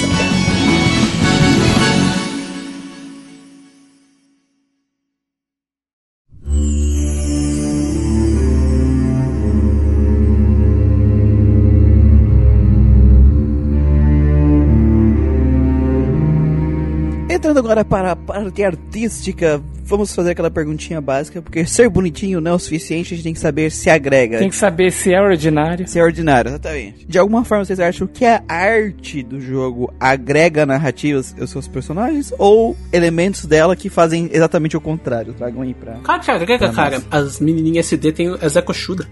Entrando agora para a parte artística, vamos fazer aquela perguntinha básica, porque ser bonitinho não é o suficiente, a gente tem que saber se agrega. Tem que saber se é ordinário. Se é ordinário, exatamente. De alguma forma vocês acham que a arte do jogo agrega narrativas aos seus personagens, ou elementos dela que fazem exatamente o contrário? Tragam aí pra... Cara, que agrega, cara. As menininhas S D tem as é coxuda.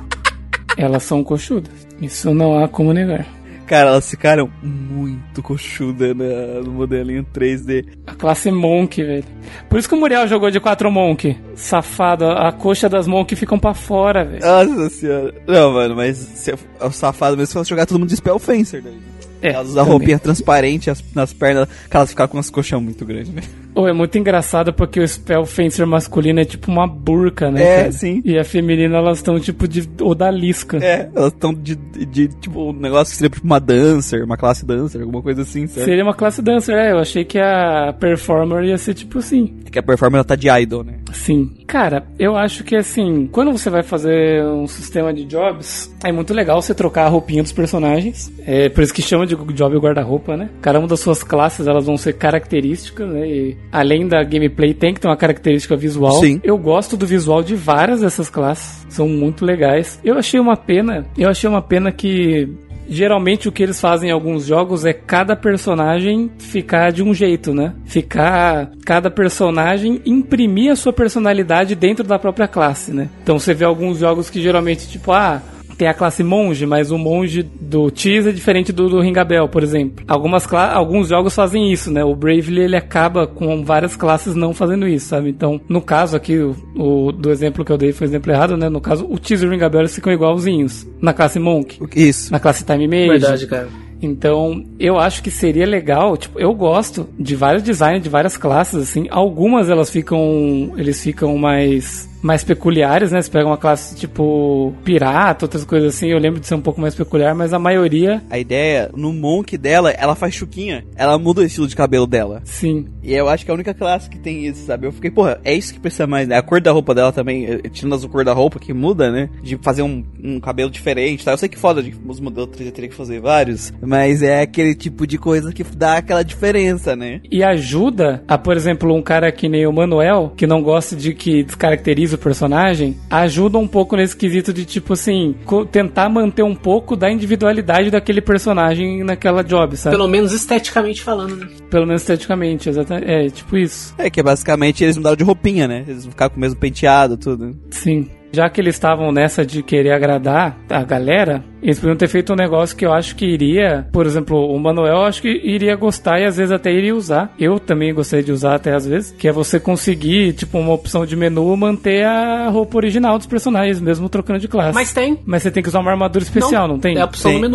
Elas são coxudas. Isso não há como negar. Cara, elas ficaram muito coxudas no modelinho três D. A classe Monk, velho. Por isso que o Muriel jogou de quatro Monk. Safado, a coxa das Monk ficam pra fora, velho. Nossa senhora. Não, mano, mas se é o safado mesmo, se fosse jogar todo mundo de Spellfencer daí. É, elas usam a roupinha transparente as, nas pernas, que elas ficaram com umas coxas muito grandes, velho. Oh, é muito engraçado porque o Spellfencer masculino é tipo uma burca, né? É, cara? Sim. E a feminina, elas estão tipo de odalisca. É, elas estão de, de, de, tipo, um negócio que seria tipo uma dancer, uma classe dancer, alguma coisa assim, certo? Seria uma classe dancer, é. Eu achei que a performer ia ser tipo assim. Que a performer ela tá de idol, né? Sim. Cara, eu acho que assim, quando você vai fazer um sistema de jobs, é muito legal você trocar a roupinha dos personagens. É por isso que chama de job guarda-roupa, né? Cada uma das suas classes, elas vão ser características, né? E além da gameplay, tem que ter uma característica visual. Sim. Eu gosto do visual de várias dessas classes. São muito legais. Eu achei uma pena, eu achei uma pena que geralmente o que eles fazem em alguns jogos é cada personagem ficar de um jeito, né? Ficar... Cada personagem imprimir a sua personalidade dentro da própria classe, né? Então você vê alguns jogos que geralmente, tipo, ah... tem a classe monge, mas o monge do Cheese é diferente do, do Ringabel, por exemplo. Algumas cla- alguns jogos fazem isso, né? O Bravely, ele acaba com várias classes não fazendo isso, sabe? Então, no caso aqui, o, o do exemplo que eu dei foi o exemplo errado, né? No caso, o Cheese e o Ringabel, eles ficam igualzinhos. Na classe Monk. Isso. Na classe Time Mage. Verdade, cara. Então, eu acho que seria legal, tipo, eu gosto de vários designs, de várias classes, assim. Algumas elas ficam, eles ficam mais... mais peculiares, né? Você pega uma classe tipo pirata, outras coisas assim, eu lembro de ser um pouco mais peculiar, mas a maioria... A ideia, no Monk dela, ela faz chuquinha, ela muda o estilo de cabelo dela. Sim. E eu acho que é a única classe que tem isso, sabe? Eu fiquei, porra, é isso que precisa mais, né? A cor da roupa dela também, tirando as cor da roupa que muda, né? De fazer um, um cabelo diferente, tá? Eu sei que foda, de, os modelos três D teria que fazer vários, mas é aquele tipo de coisa que dá aquela diferença, né? E ajuda a, por exemplo, um cara que nem o Manuel, que não gosta de que descaracterize o personagem, ajuda um pouco nesse quesito de, tipo assim, co- tentar manter um pouco da individualidade daquele personagem naquela job, sabe? Pelo menos esteticamente falando, né? Pelo menos esteticamente, exatamente. É, tipo isso. É, que é basicamente eles mudaram de roupinha, né? Eles vão ficar com o mesmo penteado, tudo. Sim. Já que eles estavam nessa de querer agradar a galera, eles podiam ter feito um negócio que eu acho que iria... Por exemplo, o Manuel eu acho que iria gostar e às vezes até iria usar. Eu também gostaria de usar até às vezes. Que é você conseguir, tipo, uma opção de menu, manter a roupa original dos personagens, mesmo trocando de classe. Mas tem. Mas você tem que usar uma armadura especial, não, não tem? É a opção Sim. no menu.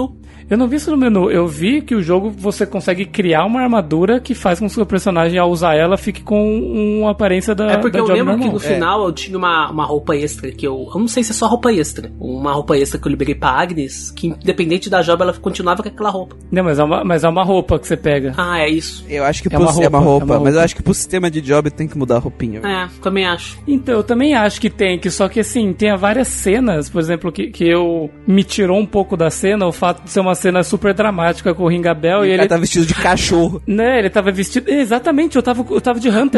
Eu não vi isso no menu, eu vi que o jogo você consegue criar uma armadura que faz com que o seu personagem, ao usar ela, fique com uma aparência da É porque da eu Job lembro normal. que no final É. eu tinha uma, uma roupa extra que eu... Eu não sei se é só roupa extra. Uma roupa extra que eu liberei pra Agnes, que independente da Job, ela continuava com aquela roupa. Não, mas é, uma, mas é uma roupa que você pega. Ah, é isso. Eu acho que É pro, uma roupa, é uma roupa, é uma mas eu roupa. acho que pro sistema de job tem que mudar a roupinha. velho. É, também acho. Então, eu também acho que tem, que só que assim, tem várias cenas, por exemplo, que, que eu me tirou um pouco da cena, o fato de ser uma cena super dramática com o Ringabel E e o ele... cara tá vestido de cachorro. Né, ele tava vestido... Exatamente, eu tava, eu tava de Hunter.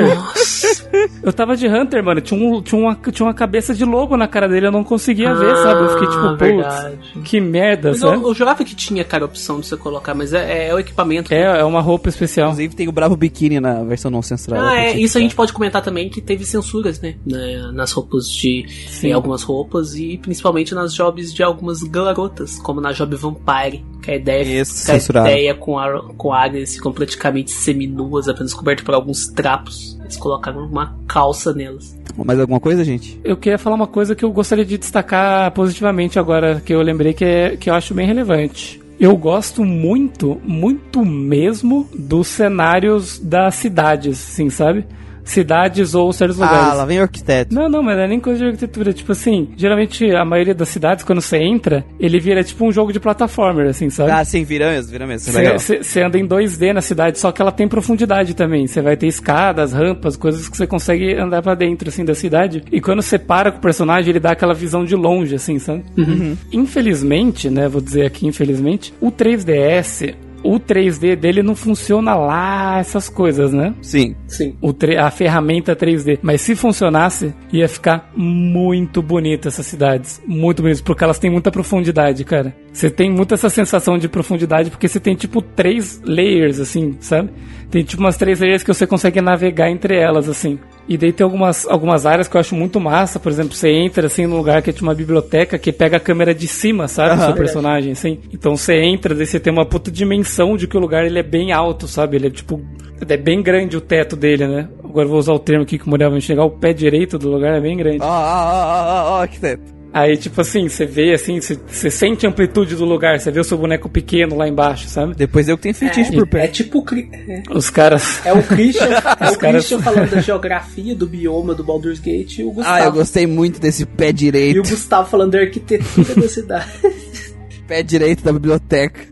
Eu tava de Hunter, mano. Tinha, um, tinha, uma, tinha uma cabeça de lobo na cara dele, eu não conseguia ver, sabe? Eu fiquei tipo, verdade. putz, que merda, Mas sabe? eu, eu jurava que tinha, cara, a opção de você colocar, mas é, é o equipamento. É, é uma roupa especial. Inclusive tem o Bravo Biquíni na versão não censurada. Ah, pra é, te isso a explicar. gente pode comentar também, que teve censuras, né, na- nas roupas de... Sim. Em algumas roupas e principalmente nas jobs de algumas garotas, como na job Vampire, que a ideia, Isso, que a censurado. ideia com a, com a Agnes ficam praticamente seminuas, apenas cobertas por alguns trapos. Eles colocaram uma calça nelas. Mais alguma coisa, gente? Eu queria falar uma coisa que eu gostaria de destacar positivamente agora, que eu lembrei que, é, que eu acho bem relevante. Eu gosto muito, muito mesmo dos cenários das cidades, assim, sabe? Cidades ou certos lugares. Ah, lá vem o arquiteto. Não, não, mas não é nem coisa de arquitetura. Tipo assim, geralmente a maioria das cidades, quando você entra, ele vira tipo um jogo de plataforma, assim, sabe? Ah, sim, vira mesmo, vira mesmo. isso é legal. Você anda em dois D na cidade, só que ela tem profundidade também. Você vai ter escadas, rampas, coisas que você consegue andar pra dentro, assim, da cidade. E quando você para com o personagem, ele dá aquela visão de longe, assim, sabe? Uhum. Infelizmente, né, vou dizer aqui infelizmente, o três D S... O três D dele não funciona lá, essas coisas, né? Sim. Sim. O tre- a ferramenta três D. Mas se funcionasse, ia ficar muito bonita essas cidades. Muito bonitas, porque elas têm muita profundidade, cara. Você tem muito essa sensação de profundidade, porque você tem tipo três layers, assim, sabe? Tem tipo umas três layers que você consegue navegar entre elas, assim. E daí tem algumas, algumas áreas que eu acho muito massa. Por exemplo, você entra assim num lugar que é tipo uma biblioteca que pega a câmera de cima, sabe? Do Aham. seu personagem, assim. Então você entra, daí você tem uma puta dimensão de que o lugar ele é bem alto, sabe? Ele é tipo... É bem grande o teto dele, né? Agora eu vou usar o termo aqui que o Muriel vai enxergar. O pé direito do lugar é bem grande. Ó, ó, ó, ó, ó, arquiteto. Aí, tipo assim, você vê assim, você, você sente a amplitude do lugar, você vê o seu boneco pequeno lá embaixo, sabe? Depois eu que tenho fetiche por pé. É tipo... cri- É, Os caras... é o Christian, é Os o caras- Christian falando da geografia, do bioma do Baldur's Gate e o Gustavo. Ah, eu gostei muito desse pé E direito. o Gustavo falando da arquitetura da cidade. Pé direito da biblioteca.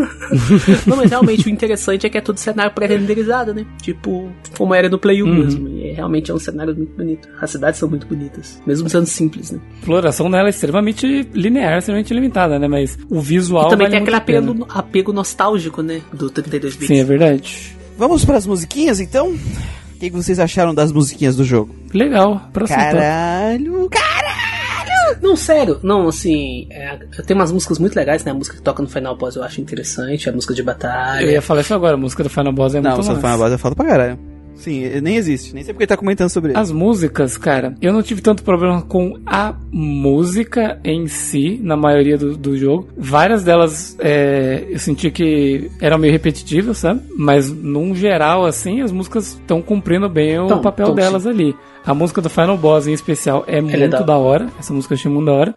Não, mas realmente o interessante é que é tudo cenário pré-renderizado, né? Tipo, como era no Play um Uhum. mesmo. E é, realmente é um cenário muito bonito. As cidades são muito bonitas, mesmo sendo simples, né? A exploração dela é extremamente linear, extremamente limitada, né? Mas o visual E também vale tem aquele muito a pena. apelo, apego nostálgico, né? Do trinta e dois bits. Sim, é verdade. Vamos pras musiquinhas, então? O que, que vocês acharam das musiquinhas do jogo? Legal, próximo tópico. Caralho, caralho! Não, sério. Não, assim... É, tem umas músicas muito legais, né? A música que toca no Final Boss eu acho interessante. A música de batalha. Eu ia falar isso agora, a música do Final Boss é Não, muito só massa. foi uma base, é foda pra caralho. Sim, nem existe. Nem sei porque ele tá comentando sobre ele. As músicas, cara, eu não tive tanto problema com a música em si, na maioria do, do jogo. Várias delas é, eu senti que eram meio repetitivas, sabe? Mas, num geral, assim, as músicas estão cumprindo bem o Tão, papel tão, delas sim. ali. A música do Final Boss, em especial, é muito é da- da hora. Essa música eu achei muito da hora.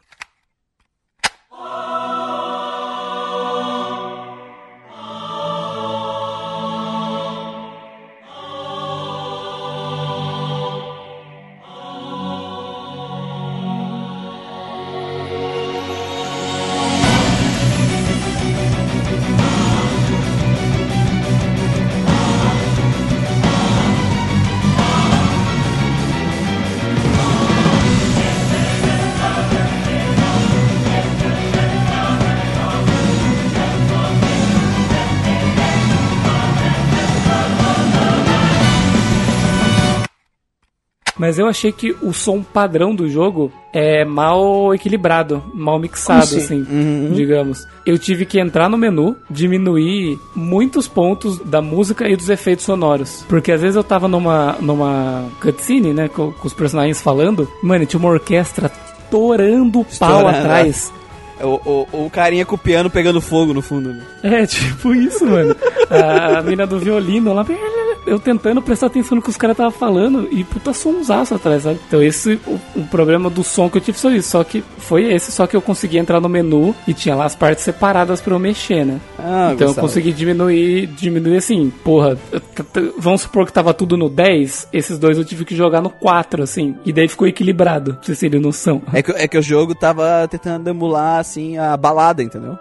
Mas eu achei que o som padrão do jogo é mal equilibrado, mal mixado, Como assim? assim, digamos. Eu tive que entrar no menu, diminuir muitos pontos da música e dos efeitos sonoros. Porque às vezes eu tava numa, numa cutscene, né, com, com os personagens falando, mano, tinha uma orquestra torando o pau Estourando, atrás. O, o, o carinha com o piano pegando fogo no fundo. Né? É, tipo isso, mano. A, a mina do violino lá... eu tentando prestar atenção no que os caras estavam falando e puta sonsaço atrás, sabe? Então esse, o, o problema do som que eu tive foi isso, só que foi esse, só que eu consegui entrar no menu e tinha lá as partes separadas pra eu mexer, né? Ah, então gostava. eu consegui diminuir, diminuir assim, porra, vamos supor que tava tudo no dez, esses dois eu tive que jogar no quatro, assim, e daí ficou equilibrado, pra vocês terem noção. É que, é que o jogo tava tentando emular, assim, a balada, entendeu?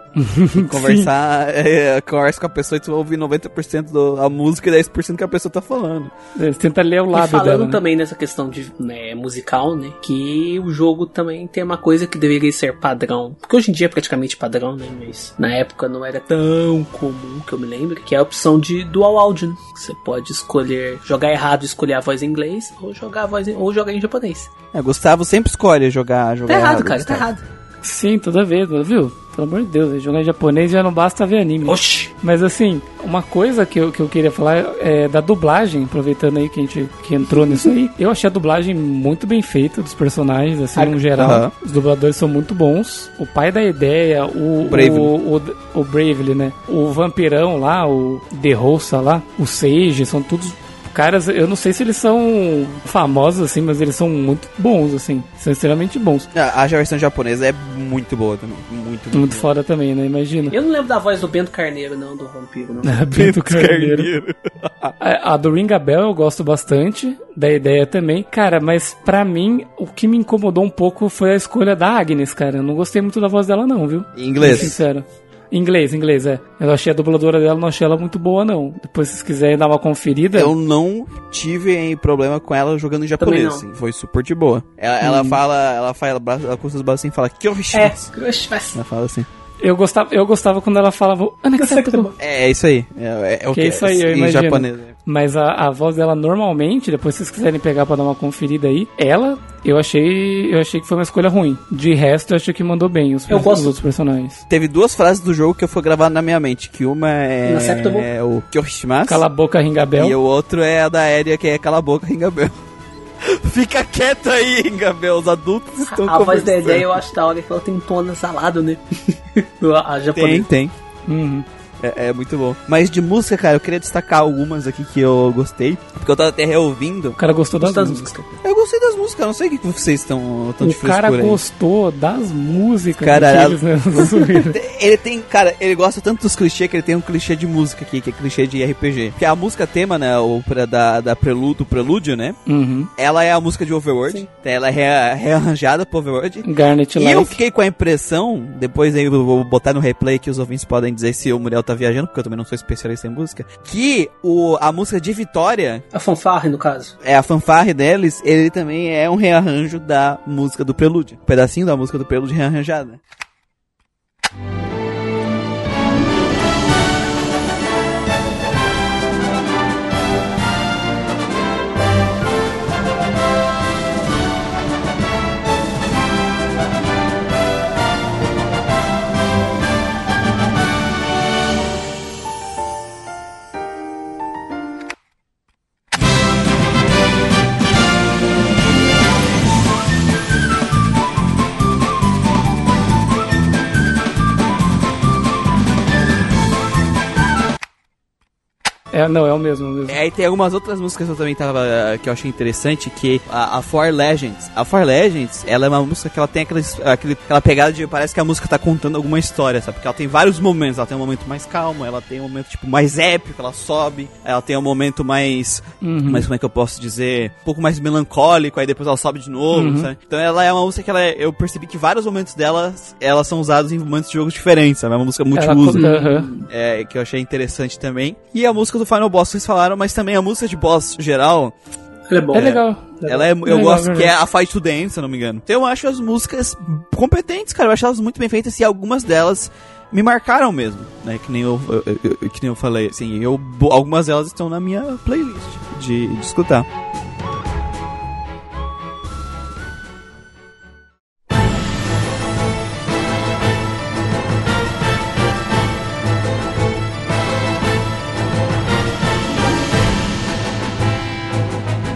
Conversar, é, conversa com a pessoa e tu ouve noventa por cento da música e dez por cento que a pessoa tá falando. Você tenta ler o E lado falando dela, né? também nessa questão de né, musical, né? Que o jogo também tem uma coisa que deveria ser padrão. Porque hoje em dia é praticamente padrão, né? Mas na época não era tão comum que eu me lembro. Que é a opção de dual áudio, né? Você pode escolher jogar errado e escolher a voz em inglês ou jogar a voz em, ou jogar em japonês. É, Gustavo sempre escolhe jogar, jogar Tá errado, errado, cara, Gustavo. tá errado. Sim, toda vez, viu? Pelo amor de Deus, jogar em japonês já não basta ver anime. Oxi! Mas assim, uma coisa que eu, que eu queria falar é da dublagem, aproveitando aí que a gente que entrou nisso aí. Eu achei a dublagem muito bem feita dos personagens, assim, no geral. Aham. Os dubladores são muito bons. O pai da ideia, o Bravely. o, o, o Bravely, né? O vampirão lá, o The Rosa lá, o Sage, são todos caras, eu não sei se eles são famosos, assim, mas eles são muito bons, assim. São extremamente bons. A, a versão japonesa é muito boa também. Muito, muito, Muito boa. foda também, né? Imagina. Eu não lembro da voz do Bento Carneiro, não, do vampiro, não. Bento Carneiro. A, a do Ring a Bell eu gosto bastante, da ideia também. Cara, mas pra mim, o que me incomodou um pouco foi a escolha da Agnes, cara. Eu não gostei muito da voz dela, não, viu? Em inglês. Sendo sincero. Inglês, inglês, é. Eu achei a dubladora dela, não achei ela muito boa, não. Depois, se vocês quiserem dar uma conferida... Eu não tive hein, problema com ela jogando em japonês, Também não. assim, foi super de boa. Ela, ela fala, ela fala, ela com os braços assim, fala, que É, oxi, vai. Ela fala assim. Eu gostava, eu gostava quando ela falava unacceptable. É, é isso aí. É, é o Que que é isso aí, eu em imagino. japonês. Mas a, a voz dela normalmente, depois se vocês quiserem pegar pra dar uma conferida aí, ela, eu achei eu achei que foi uma escolha ruim. De resto, eu achei que mandou bem os, Eu os gosto. outros personagens. Teve duas frases do jogo que eu fui gravando na minha mente, que uma é, Unacceptable. é o Kyorishimasu, Cala a boca, Ringabel. e o outro é a da Aérea, que é Cala a boca, Ringabel. Fica quieto aí, Ringabel, os adultos estão A voz da conversando. ideia eu acho da hora que ela tem um tom anasalado, né? a Tem, japonesa. tem. Uhum. É, é muito bom. Mas de música, cara, eu queria destacar algumas aqui que eu gostei. Porque eu tava até reouvindo. O cara gostou das Gostou das músicas. músicas. Eu gostei das músicas, eu não sei o que que vocês estão tão de O cara frescura aí. gostou das músicas. Cara, que eles, né, zoeira. Ele tem, cara, ele gosta tanto dos clichês que ele tem um clichê de música aqui, que é clichê de R P G. Que a música tema, né, o, pra, da, da prelúdio, prelúdio, né, Uhum. ela é a música de Overworld. Então ela é rea- rearranjada pro Overworld. Garnet E Like. eu fiquei com a impressão, depois aí eu vou botar no replay que os ouvintes podem dizer se o Muriel tá viajando, porque eu também não sou especialista em música, que o, a música de Vitória, A fanfarra, no caso. é a fanfarre deles, ele também é um rearranjo da música do Prelúdio. Um pedacinho da música do Prelúdio rearranjada. É, não, é o mesmo, é o mesmo. É, aí tem algumas outras músicas que eu também tava, que eu achei interessante, que a, a For Legends. A For Legends, ela é uma música que ela tem aqueles, aquele, aquela pegada de, parece que a música tá contando alguma história, sabe? Porque ela tem vários momentos, ela tem um momento mais calmo, ela tem um momento, tipo, mais épico, ela sobe, ela tem um momento mais, Uhum. mais como é que eu posso dizer? Um pouco mais melancólico, aí depois ela sobe de novo, Uhum. sabe? Então ela é uma música que ela é, eu percebi que vários momentos dela, elas são usados em momentos de jogos diferentes, sabe? É uma música Ela multiuso. conta- aham. É, que eu achei interessante também. E a música do Final Boss, vocês falaram, mas também a música de boss geral, Ela é bom. É legal. ela é, eu legal, gosto verdade. que é a Fight to the End, se eu não me engano. Então eu acho as músicas competentes, cara, eu acho elas muito bem feitas e algumas delas me marcaram mesmo, né, que nem eu, eu- eu- eu- que nem eu falei, assim, eu, bo- algumas delas estão na minha playlist de, de escutar.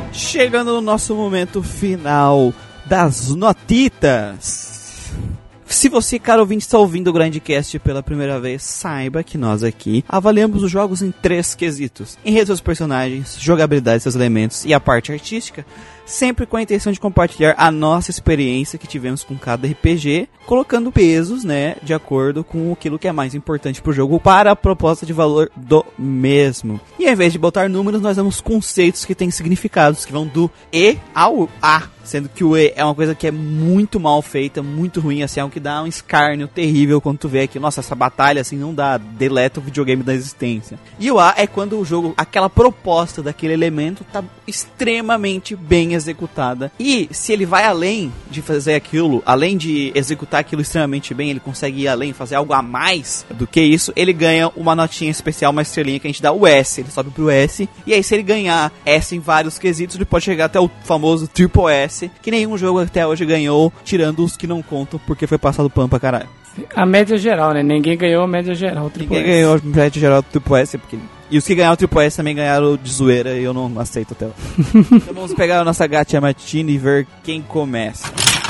Chegando no nosso momento final das notitas. Se você, caro ouvinte, está ouvindo o Grindcast pela primeira vez, saiba que nós aqui avaliamos os jogos em três quesitos: enredo dos personagens, jogabilidade dos seus elementos e a parte artística, sempre com a intenção de compartilhar a nossa experiência que tivemos com cada R P G, colocando pesos, né, de acordo com aquilo que é mais importante pro jogo para a proposta de valor do mesmo. E ao invés de botar números, nós damos conceitos que têm significados, que vão do E ao A, sendo que o E é uma coisa que é muito mal feita, muito ruim, assim, é algo que dá um escárnio terrível quando tu vê que, nossa, essa batalha, assim, não dá, deleta o videogame da existência. E o A é quando o jogo, aquela proposta daquele elemento tá extremamente bem executada. E se ele vai além de fazer aquilo, além de executar aquilo extremamente bem, ele consegue ir além, fazer algo a mais do que isso, ele ganha uma notinha especial, uma estrelinha que a gente dá o S, ele sobe pro S, e aí se ele ganhar S em vários quesitos, ele pode chegar até o famoso Triple S, que nenhum jogo até hoje ganhou, tirando os que não contam, porque foi passado pano pra caralho. A média geral, né? Ninguém ganhou a média geral. Ninguém S. ganhou a média geral do Triple S, porque... E os que ganharam o Triple S também ganharam de zoeira, e eu não aceito até lá. Então vamos pegar a nossa gatinha Martina e ver quem começa.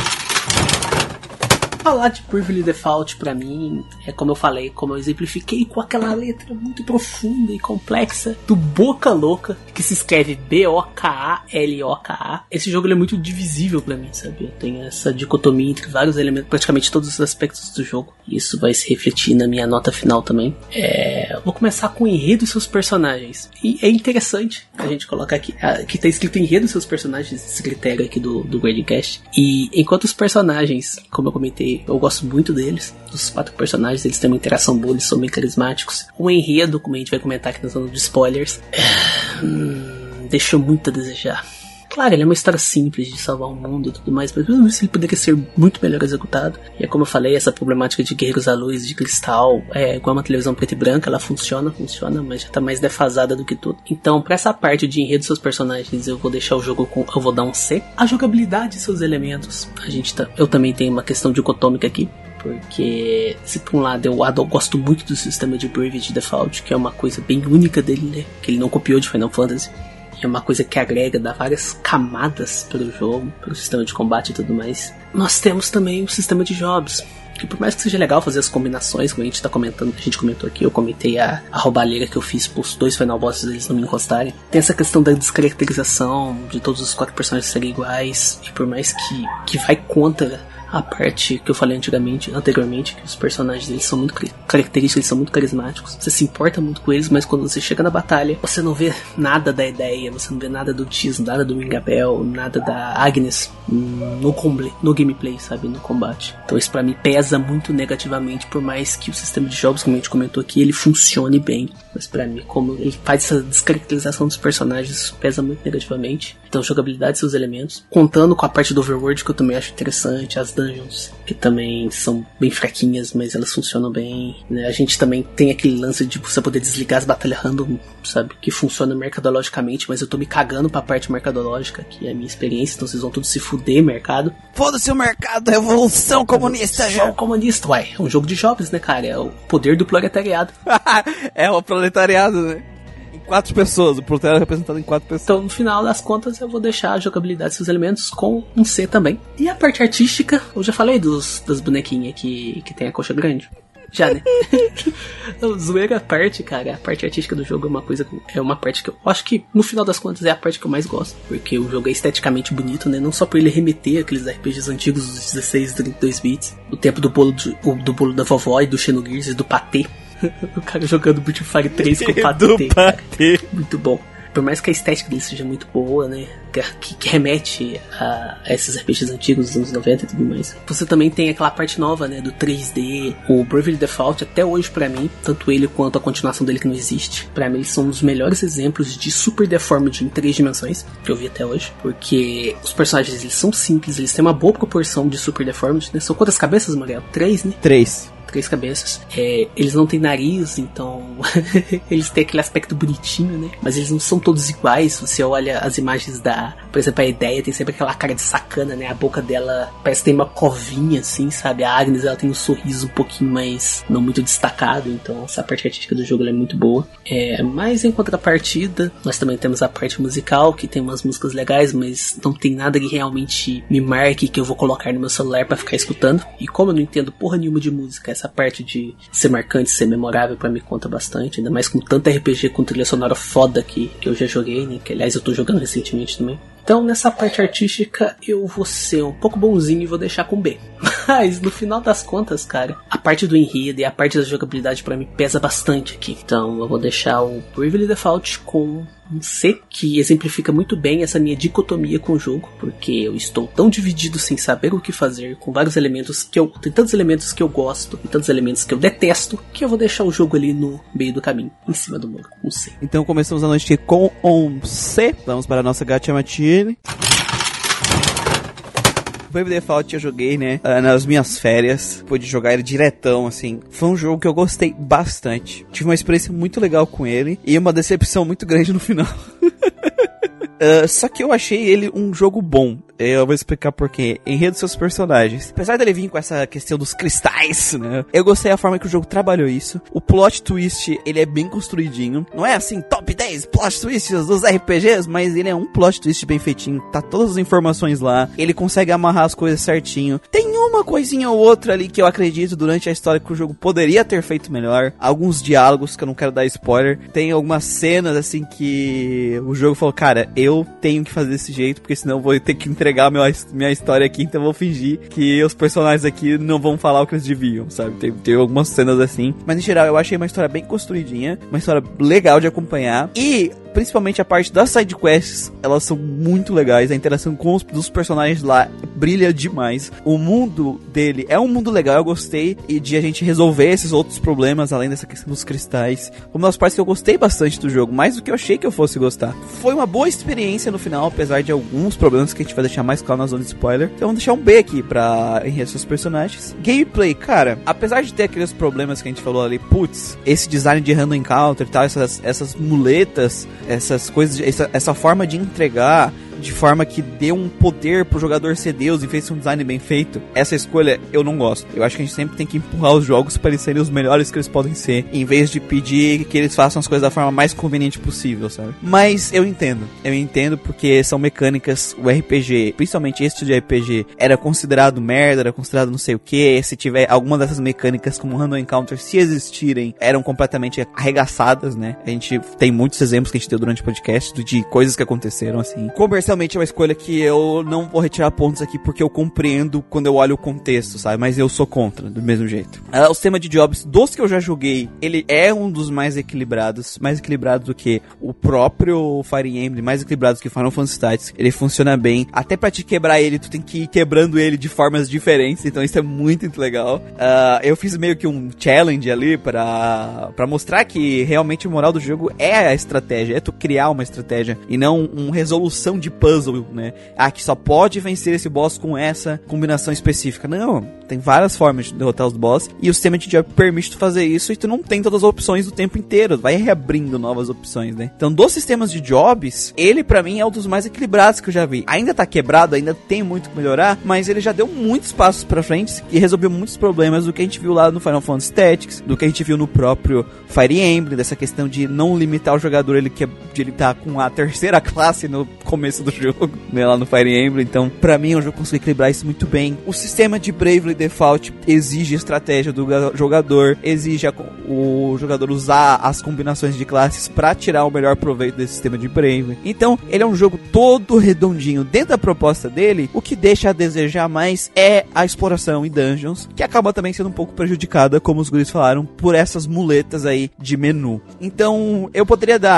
Falar de Bravely Default pra mim é como eu falei, como eu exemplifiquei com aquela letra muito profunda e complexa do Boca Louca, que se escreve B O K A L O K A. Esse jogo ele é muito divisível pra mim, sabe? Eu tenho essa dicotomia entre vários elementos, praticamente todos os aspectos do jogo. E isso vai se refletir na minha nota final também. É... Vou começar com o enredo e seus personagens. E é interessante a gente colocar aqui, que tá escrito enredo e seus personagens, esse critério aqui do, do Grindcast. E enquanto os personagens, como eu comentei, eu gosto muito deles, dos quatro personagens, eles têm uma interação boa, eles são bem carismáticos. O enredo, como a gente vai comentar aqui na zona de spoilers, hum, deixou muito a desejar. Claro, ele é uma história simples de salvar o mundo e tudo mais, mas mesmo isso ele poderia ser muito melhor executado. E é como eu falei, essa problemática de guerreiros à luz, de cristal, é igual uma televisão preta e branca, ela funciona, funciona, mas já tá mais defasada do que tudo. Então, pra essa parte de enredo dos seus personagens, eu vou deixar o jogo com, eu vou dar um C. A jogabilidade e seus elementos, a gente tá, eu também tenho uma questão dicotômica aqui. Porque, se por um lado eu, eu gosto muito do sistema de Bravely Default, que é uma coisa bem única dele, né? Que ele não copiou de Final Fantasy. É uma coisa que agrega, dá várias camadas para o jogo, para o sistema de combate e tudo mais. Nós temos também o sistema de jobs, que por mais que seja legal fazer as combinações, como a gente tá comentando, a gente comentou aqui, eu comentei a, a roubalheira que eu fiz pros dois final bosses, eles não me encostarem. Tem essa questão da descaracterização, de todos os quatro personagens serem iguais, e por mais que, que vai contra a parte que eu falei antigamente, anteriormente, que os personagens eles são muito característicos, eles são muito carismáticos. Você se importa muito com eles, mas quando você chega na batalha, você não vê nada da ideia, você não vê nada do Tiz, nada do Mingabel, nada da Agnes no, comble, no gameplay, sabe, no combate. Então isso pra mim pesa muito negativamente, por mais que o sistema de jogos, como a gente comentou aqui, ele funcione bem. Mas pra mim, como ele faz essa descaracterização dos personagens, isso pesa muito negativamente. Então jogabilidade e seus elementos, contando com a parte do Overworld, que eu também acho interessante, as dungeons, que também são bem fraquinhas, mas elas funcionam bem, né? A gente também tem aquele lance de você poder desligar as batalhas random, sabe? Que funciona mercadologicamente, mas eu tô me cagando pra parte mercadológica, que é a minha experiência, então vocês vão todos se fuder, mercado. Foda-se o mercado, revolução comunista já. Revolução comunista, uai. É um jogo de jobs, né, cara? É o poder do proletariado. É o proletariado, né? Quatro pessoas, o proletariado é representado em quatro pessoas. Então, no final das contas, eu vou deixar a jogabilidade e seus elementos com um C também. E a parte artística, eu já falei dos, das bonequinhas que, que tem a coxa grande. Já, né? Então, zoeira a parte, cara, a parte artística do jogo é uma coisa, é uma parte que eu acho que, no final das contas, é a parte que eu mais gosto. Porque o jogo é esteticamente bonito, né? Não só por ele remeter aqueles R P Gs antigos dos dezesseis e trinta e dois bits. O tempo do bolo, de, do bolo da vovó e do Xenogears e do patê. O cara jogando Beauty Fire três com patê, patê. Muito bom. Por mais que a estética dele seja muito boa, né? Que, que remete a, a esses R P Gs antigos dos anos noventa e tudo mais. Você também tem aquela parte nova, né? Do três D. O Bravely Default, até hoje pra mim, tanto ele quanto a continuação dele que não existe, pra mim eles são os melhores exemplos de Super Deformed em três dimensões que eu vi até hoje. Porque os personagens eles são simples, eles têm uma boa proporção de Super Deformed, né? São quantas cabeças, Mariel? Três, né? Três. três cabeças. É, eles não têm nariz, então eles têm aquele aspecto bonitinho, né? Mas eles não são todos iguais. Você olha as imagens da... Por exemplo, a Ideia tem sempre aquela cara de sacana, né? A boca dela parece que tem uma covinha, assim, sabe? A Agnes, ela tem um sorriso um pouquinho mais... não muito destacado, então essa parte artística do jogo ela é muito boa. É, mas em contrapartida, nós também temos a parte musical, que tem umas músicas legais, mas não tem nada que realmente me marque, que eu vou colocar no meu celular pra ficar escutando. E como eu não entendo porra nenhuma de música, essa parte de ser marcante, ser memorável, pra mim conta bastante, ainda mais com tanto R P G com trilha sonora foda que, que eu já joguei, né? Que aliás eu tô jogando recentemente também. Então nessa parte artística eu vou ser um pouco bonzinho e vou deixar com B. Mas no final das contas, cara, a parte do enredo e a parte da jogabilidade pra mim pesa bastante aqui. Então eu vou deixar o Bravely Default com um C, que exemplifica muito bem essa minha dicotomia com o jogo, porque eu estou tão dividido sem saber o que fazer, com vários elementos que eu... tem tantos elementos que eu gosto e tantos elementos que eu detesto, que eu vou deixar o jogo ali no meio do caminho, em cima do muro, com um C. Então começamos a noite com um C. Vamos para a nossa Gacha Matine. Bravely Default eu joguei, né, nas minhas férias, pude jogar ele diretão, assim, foi um jogo que eu gostei bastante, tive uma experiência muito legal com ele, e uma decepção muito grande no final. Uh, só que eu achei ele um jogo bom. Eu vou explicar por quê. Enredo dos seus personagens. Apesar dele vir com essa questão dos cristais, né? Eu gostei da forma que o jogo trabalhou isso. O plot twist, ele é bem construidinho. Não é assim, top dez plot twists dos R P Gs, mas ele é um plot twist bem feitinho. Tá todas as informações lá. Ele consegue amarrar as coisas certinho. Tem uma coisinha ou outra ali que eu acredito durante a história que o jogo poderia ter feito melhor. Alguns diálogos que eu não quero dar spoiler. Tem algumas cenas, assim, que o jogo falou, cara, eu tenho que fazer desse jeito, porque senão eu vou ter que entregar minha, minha história aqui, então eu vou fingir que os personagens aqui não vão falar o que eles deviam, sabe? Tem, tem algumas cenas assim, mas em geral eu achei uma história bem construidinha, uma história legal de acompanhar, e principalmente a parte das sidequests, elas são muito legais, a interação com os dos personagens lá brilha demais, o mundo dele é um mundo legal, eu gostei, e de a gente resolver esses outros problemas, além dessa questão dos cristais, uma das partes que eu gostei bastante do jogo, mais do que eu achei que eu fosse gostar. Foi uma boa experiência no final, apesar de alguns problemas que a gente vai deixar mais claro na zona de spoiler, então vamos deixar um B aqui pra enredo seus personagens. Gameplay, cara, apesar de ter aqueles problemas que a gente falou ali, putz, esse design de random encounter e tal, essas, essas muletas, essas coisas, essa, essa forma de entregar de forma que dê um poder pro jogador ser Deus e fez um design bem feito, essa escolha eu não gosto. Eu acho que a gente sempre tem que empurrar os jogos para eles serem os melhores que eles podem ser, em vez de pedir que eles façam as coisas da forma mais conveniente possível, sabe? Mas eu entendo, eu entendo porque são mecânicas, o R P G, principalmente esse tipo de R P G, era considerado merda, era considerado não sei o que, se tiver alguma dessas mecânicas como Random Encounter, se existirem, eram completamente arregaçadas, né? A gente tem muitos exemplos que a gente deu durante o podcast de coisas que aconteceram assim. Comercialmente é uma escolha que eu não vou retirar pontos aqui porque eu compreendo quando eu olho o contexto, sabe? Mas eu sou contra, do mesmo jeito. Uh, o sistema de jobs, dos que eu já joguei, ele é um dos mais equilibrados, mais equilibrado do que o próprio Fire Emblem, mais equilibrado do que Final Fantasy Tactics. Ele funciona bem. Até pra te quebrar ele, tu tem que ir quebrando ele de formas diferentes, então isso é muito, muito legal. Uh, eu fiz meio que um challenge ali pra, pra mostrar que realmente o moral do jogo é a estratégia, é tu criar uma estratégia e não uma resolução de puzzle, né? Ah, que só pode vencer esse boss com essa combinação específica. Não, tem várias formas de derrotar os boss e o sistema de job permite tu fazer isso e tu não tem todas as opções o tempo inteiro, vai reabrindo novas opções, né? Então, dos sistemas de jobs, ele pra mim é um dos mais equilibrados que eu já vi. Ainda tá quebrado, ainda tem muito que melhorar, mas ele já deu muitos passos pra frente e resolveu muitos problemas do que a gente viu lá no Final Fantasy Tactics, do que a gente viu no próprio Fire Emblem, dessa questão de não limitar o jogador, ele que de ele tá com a terceira classe no começo do jogo, né, lá no Fire Emblem. Então, pra mim, o jogo conseguiu equilibrar isso muito bem. O sistema de Bravely Default exige estratégia do jogador, exige a, o jogador usar as combinações de classes pra tirar o melhor proveito desse sistema de Bravely. Então, ele é um jogo todo redondinho. Dentro da proposta dele, o que deixa a desejar mais é a exploração em dungeons, que acaba também sendo um pouco prejudicada, como os guris falaram, por essas muletas aí de menu. Então, eu poderia dar um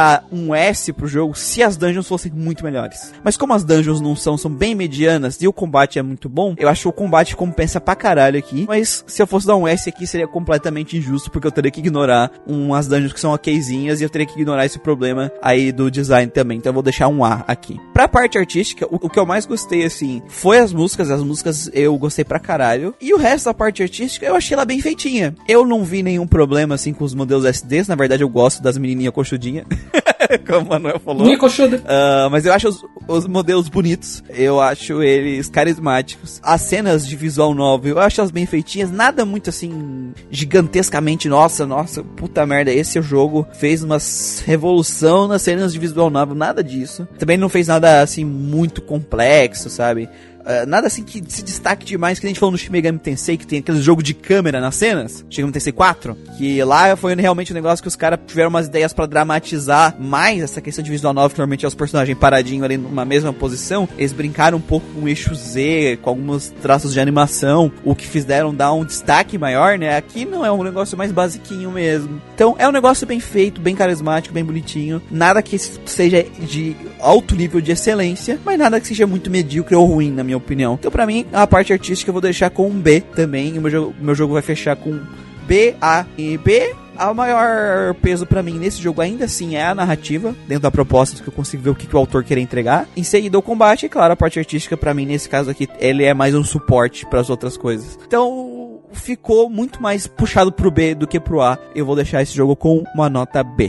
um S pro jogo se as dungeons fossem muito melhores. Mas como as dungeons não são, são bem medianas e o combate é muito bom, eu acho que o combate compensa pra caralho aqui. Mas se eu fosse dar um S aqui, seria completamente injusto, porque eu teria que ignorar umas dungeons que são okzinhas e eu teria que ignorar esse problema aí do design também. Então eu vou deixar um A aqui. Pra parte artística, o, o que eu mais gostei, assim, foi as músicas. As músicas eu gostei pra caralho. E o resto da parte artística, eu achei ela bem feitinha. Eu não vi nenhum problema, assim, com os modelos S Ds. Na verdade, eu gosto das menininhas coxudinhas. Como o Manuel falou. Minha coxuda. Uh, mas eu acho os, os modelos bonitos. Eu acho eles carismáticos. As cenas de visual novel, eu acho elas bem feitinhas. Nada muito, assim, gigantescamente. Nossa, nossa, puta merda. Esse jogo fez uma revolução nas cenas de visual novel. Nada disso. Também não fez nada, assim, muito complexo, sabe? Uh, nada assim que se destaque demais, que a gente falou no Shin Megami Tensei, que tem aquele jogo de câmera nas cenas, Shin Megami Tensei quatro, que lá foi realmente um negócio que os caras tiveram umas ideias pra dramatizar mais essa questão de visual novel, que normalmente é os personagens paradinhos ali numa mesma posição. Eles brincaram um pouco com o eixo Z, com alguns traços de animação, o que fizeram dar um destaque maior, né? Aqui não, é um negócio mais basiquinho mesmo. Então é um negócio bem feito, bem carismático, bem bonitinho, nada que seja de alto nível de excelência, mas nada que seja muito medíocre ou ruim, na minha opinião. Então, pra mim, a parte artística eu vou deixar com um B também. O meu jogo, meu jogo vai fechar com B, A e B. O maior peso pra mim nesse jogo ainda assim é a narrativa, dentro da proposta, que eu consigo ver o que, que o autor quer entregar. Em seguida o combate, e claro, a parte artística pra mim nesse caso aqui, ele é mais um suporte pras outras coisas. Então, ficou muito mais puxado pro B do que pro A. Eu vou deixar esse jogo com uma nota B.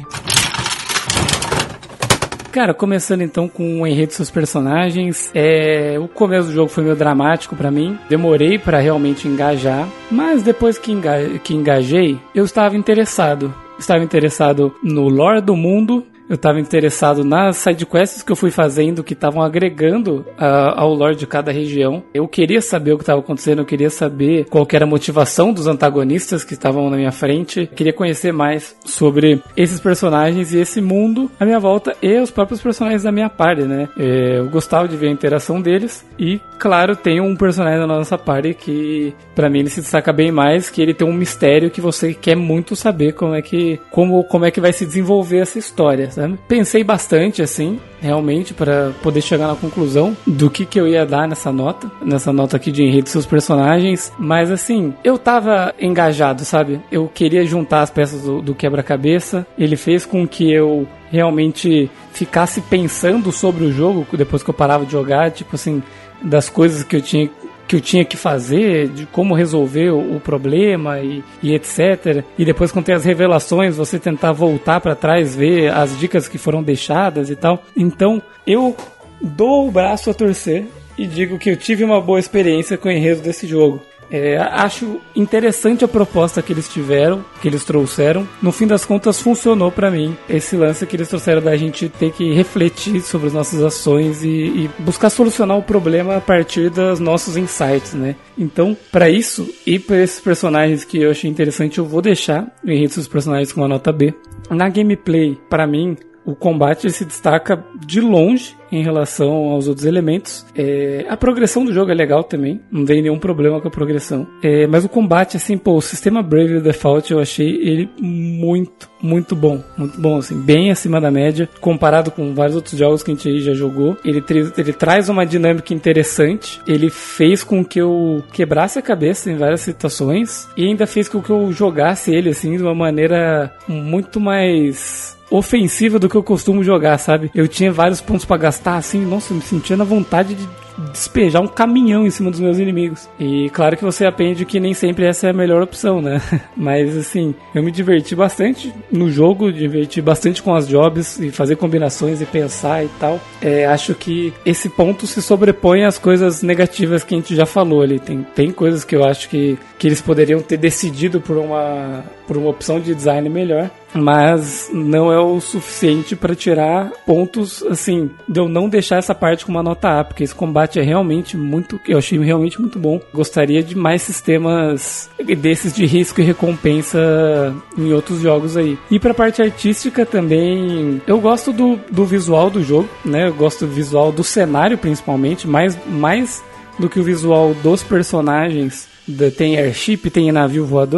Cara, começando então com o enredo dos seus personagens, é... o começo do jogo foi meio dramático pra mim, demorei pra realmente engajar, mas depois que, enga... que engajei, eu estava interessado, estava interessado no lore do mundo, eu estava interessado nas sidequests que eu fui fazendo, que estavam agregando uh, ao lore de cada região. Eu queria saber o que estava acontecendo, eu queria saber qual que era a motivação dos antagonistas que estavam na minha frente. Eu queria conhecer mais sobre esses personagens e esse mundo à minha volta e os próprios personagens da minha party, né? Eu gostava de ver a interação deles e, claro, tem um personagem da nossa party que, pra mim, ele se destaca bem mais, que ele tem um mistério que você quer muito saber como é que, como, como é que vai se desenvolver essa história. Sabe? Pensei bastante, assim, realmente, para poder chegar na conclusão do que, que eu ia dar nessa nota, nessa nota aqui de enredo dos seus personagens, mas, assim, eu tava engajado, sabe? Eu queria juntar as peças do, do quebra-cabeça, ele fez com que eu realmente ficasse pensando sobre o jogo, depois que eu parava de jogar, tipo assim, das coisas que eu tinha que eu tinha que fazer, de como resolver o, o problema e, e etcétera. E depois, quando tem as revelações, você tentar voltar para trás, ver as dicas que foram deixadas e tal. Então, eu dou o braço a torcer e digo que eu tive uma boa experiência com o enredo desse jogo. É, acho interessante a proposta que eles tiveram, que eles trouxeram. No fim das contas, funcionou pra mim esse lance que eles trouxeram da gente ter que refletir sobre as nossas ações e, e buscar solucionar o problema a partir dos nossos insights, né? Então, pra isso e pra esses personagens que eu achei interessante, eu vou deixar o enredo dos personagens com uma nota B. Na gameplay, pra mim, o combate se destaca de longe em relação aos outros elementos. É, a progressão do jogo é legal também, não tem nenhum problema com a progressão. É, mas o combate, assim, pô, o sistema Bravely Default eu achei ele muito, muito bom. Muito bom, assim, bem acima da média, comparado com vários outros jogos que a gente aí já jogou. Ele, ele traz uma dinâmica interessante, ele fez com que eu quebrasse a cabeça em várias situações e ainda fez com que eu jogasse ele, assim, de uma maneira muito mais ofensiva do que eu costumo jogar, sabe? Eu tinha vários pontos pra gastar, assim, nossa, eu me sentia na vontade de despejar um caminhão em cima dos meus inimigos. E claro que você aprende que nem sempre essa é a melhor opção, né? Mas assim, eu me diverti bastante no jogo, diverti bastante com as jobs e fazer combinações e pensar e tal. É, acho que esse ponto se sobrepõe às coisas negativas que a gente já falou ali. Tem, tem coisas que eu acho que, que eles poderiam ter decidido por uma, por uma opção de design melhor, mas não é o suficiente para tirar pontos, assim, de eu não deixar essa parte com uma nota A, porque esse combate é realmente muito, eu achei realmente muito bom. Gostaria de mais sistemas desses de risco e recompensa em outros jogos aí. E pra parte artística também, eu gosto do, do visual do jogo, né? Eu gosto do visual do cenário principalmente, mais, mais do que o visual dos personagens. Tem airship, tem navio voador,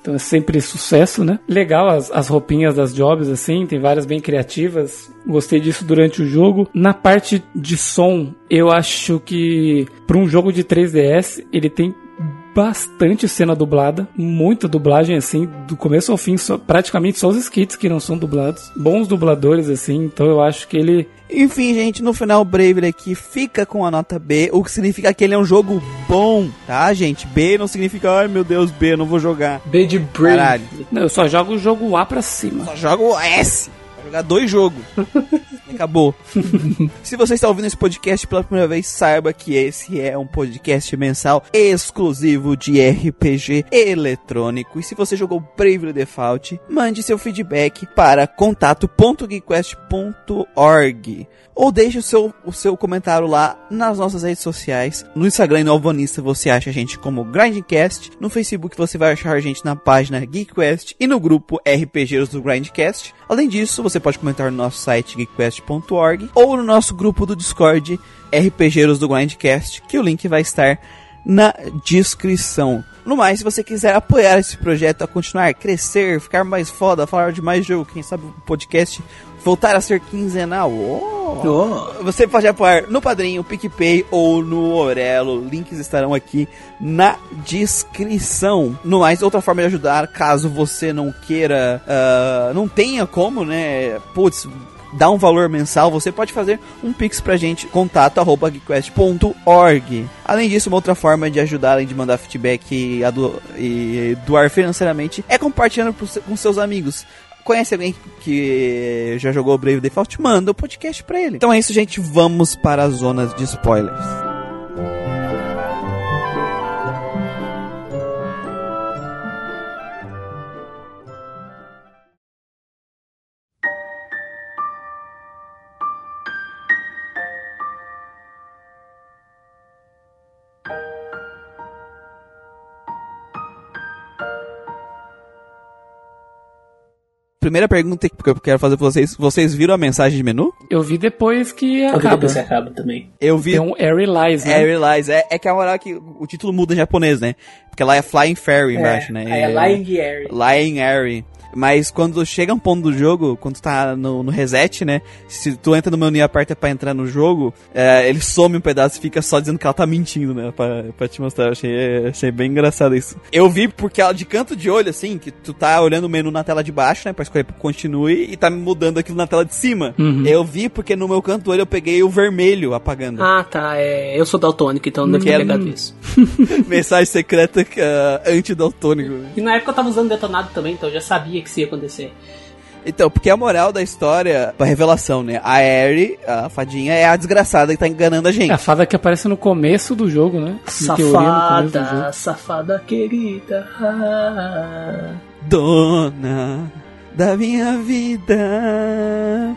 Então é sempre sucesso, né? Legal as, as roupinhas das jobs, assim, tem várias bem criativas. Gostei disso durante o jogo. Na parte de som, eu acho que para um jogo de três D S, ele tem bastante cena dublada, muita dublagem, assim, do começo ao fim, só, praticamente só os skits que não são dublados. Bons dubladores, assim, então eu acho que ele... Enfim, gente, no final o Bravely aqui fica com a nota B, o que significa que ele é um jogo bom, tá, gente? B não significa, ai meu Deus, B, eu não vou jogar. B de Brave. Caralho. Não, eu só jogo o jogo A pra cima. Só jogo o S. Vai jogar dois jogos. Acabou. Se você está ouvindo esse podcast pela primeira vez, saiba que esse é um podcast mensal exclusivo de R P G eletrônico. E se você jogou Bravely Default, mande seu feedback para contato ponto geekquest ponto org ou deixe o seu, o seu comentário lá nas nossas redes sociais. No Instagram e no Alvanista você acha a gente como Grindcast. No Facebook você vai achar a gente na página GeekQuest e no grupo RPGeiros do Grindcast. Além disso, você pode comentar no nosso site geekquest ponto org ou no nosso grupo do Discord RPGeiros do Grindcast, que o link vai estar na descrição. No mais, se você quiser apoiar esse projeto a continuar, crescer, ficar mais foda, falar de mais jogo, quem sabe o podcast voltar a ser quinzenal, oh. Oh. Você pode apoiar no Padrinho, PicPay ou no Orelo. Links estarão aqui na descrição. No mais, outra forma de ajudar, caso você não queira, uh, não tenha como, né, putz, dar um valor mensal, você pode fazer um pix pra gente, contato arroba geekquest ponto org. Além disso, uma outra forma de ajudar, além de mandar feedback e, ado- e doar financeiramente, é compartilhando pro, com seus amigos. Conhece alguém que já jogou Brave Default? Manda o podcast pra ele. Então é isso, gente. Vamos para as zonas de spoilers. Primeira pergunta que eu quero fazer pra vocês. Vocês viram a mensagem de menu? Eu vi depois que Eu vi acaba. depois que acaba também. Eu vi. Tem um Airy Lies, né? Airy Lies. É, é que a moral é que o título muda em japonês, né? Porque lá é Flying Fairy embaixo, né? Aí é Lying Airy. Lying Airy. Mas quando chega um ponto do jogo, quando tu tá no, no reset, né? Se tu entra no menu e aperta pra entrar no jogo, é, ele some um pedaço e fica só dizendo que ela tá mentindo, né? Pra, pra te mostrar. Eu achei, achei bem engraçado isso. Eu vi porque ela de canto de olho, assim, que tu tá olhando o menu na tela de baixo, né? Pra escolher pro continue e tá mudando aquilo na tela de cima. Uhum. Eu vi porque no meu canto do olho eu peguei o vermelho apagando. Ah, tá. É, eu sou daltônico, então não deve ter pegado isso. Mensagem secreta uh, anti-daltônico. E na época eu tava usando detonado também, então eu já sabia que isso ia acontecer. Então, porque a moral da história, a revelação, né? A Airy, a fadinha, é a desgraçada que tá enganando a gente. É a fada que aparece no começo do jogo, né? Em teoria, no começo do Safada, jogo. safada querida. Ah. Dona da minha vida.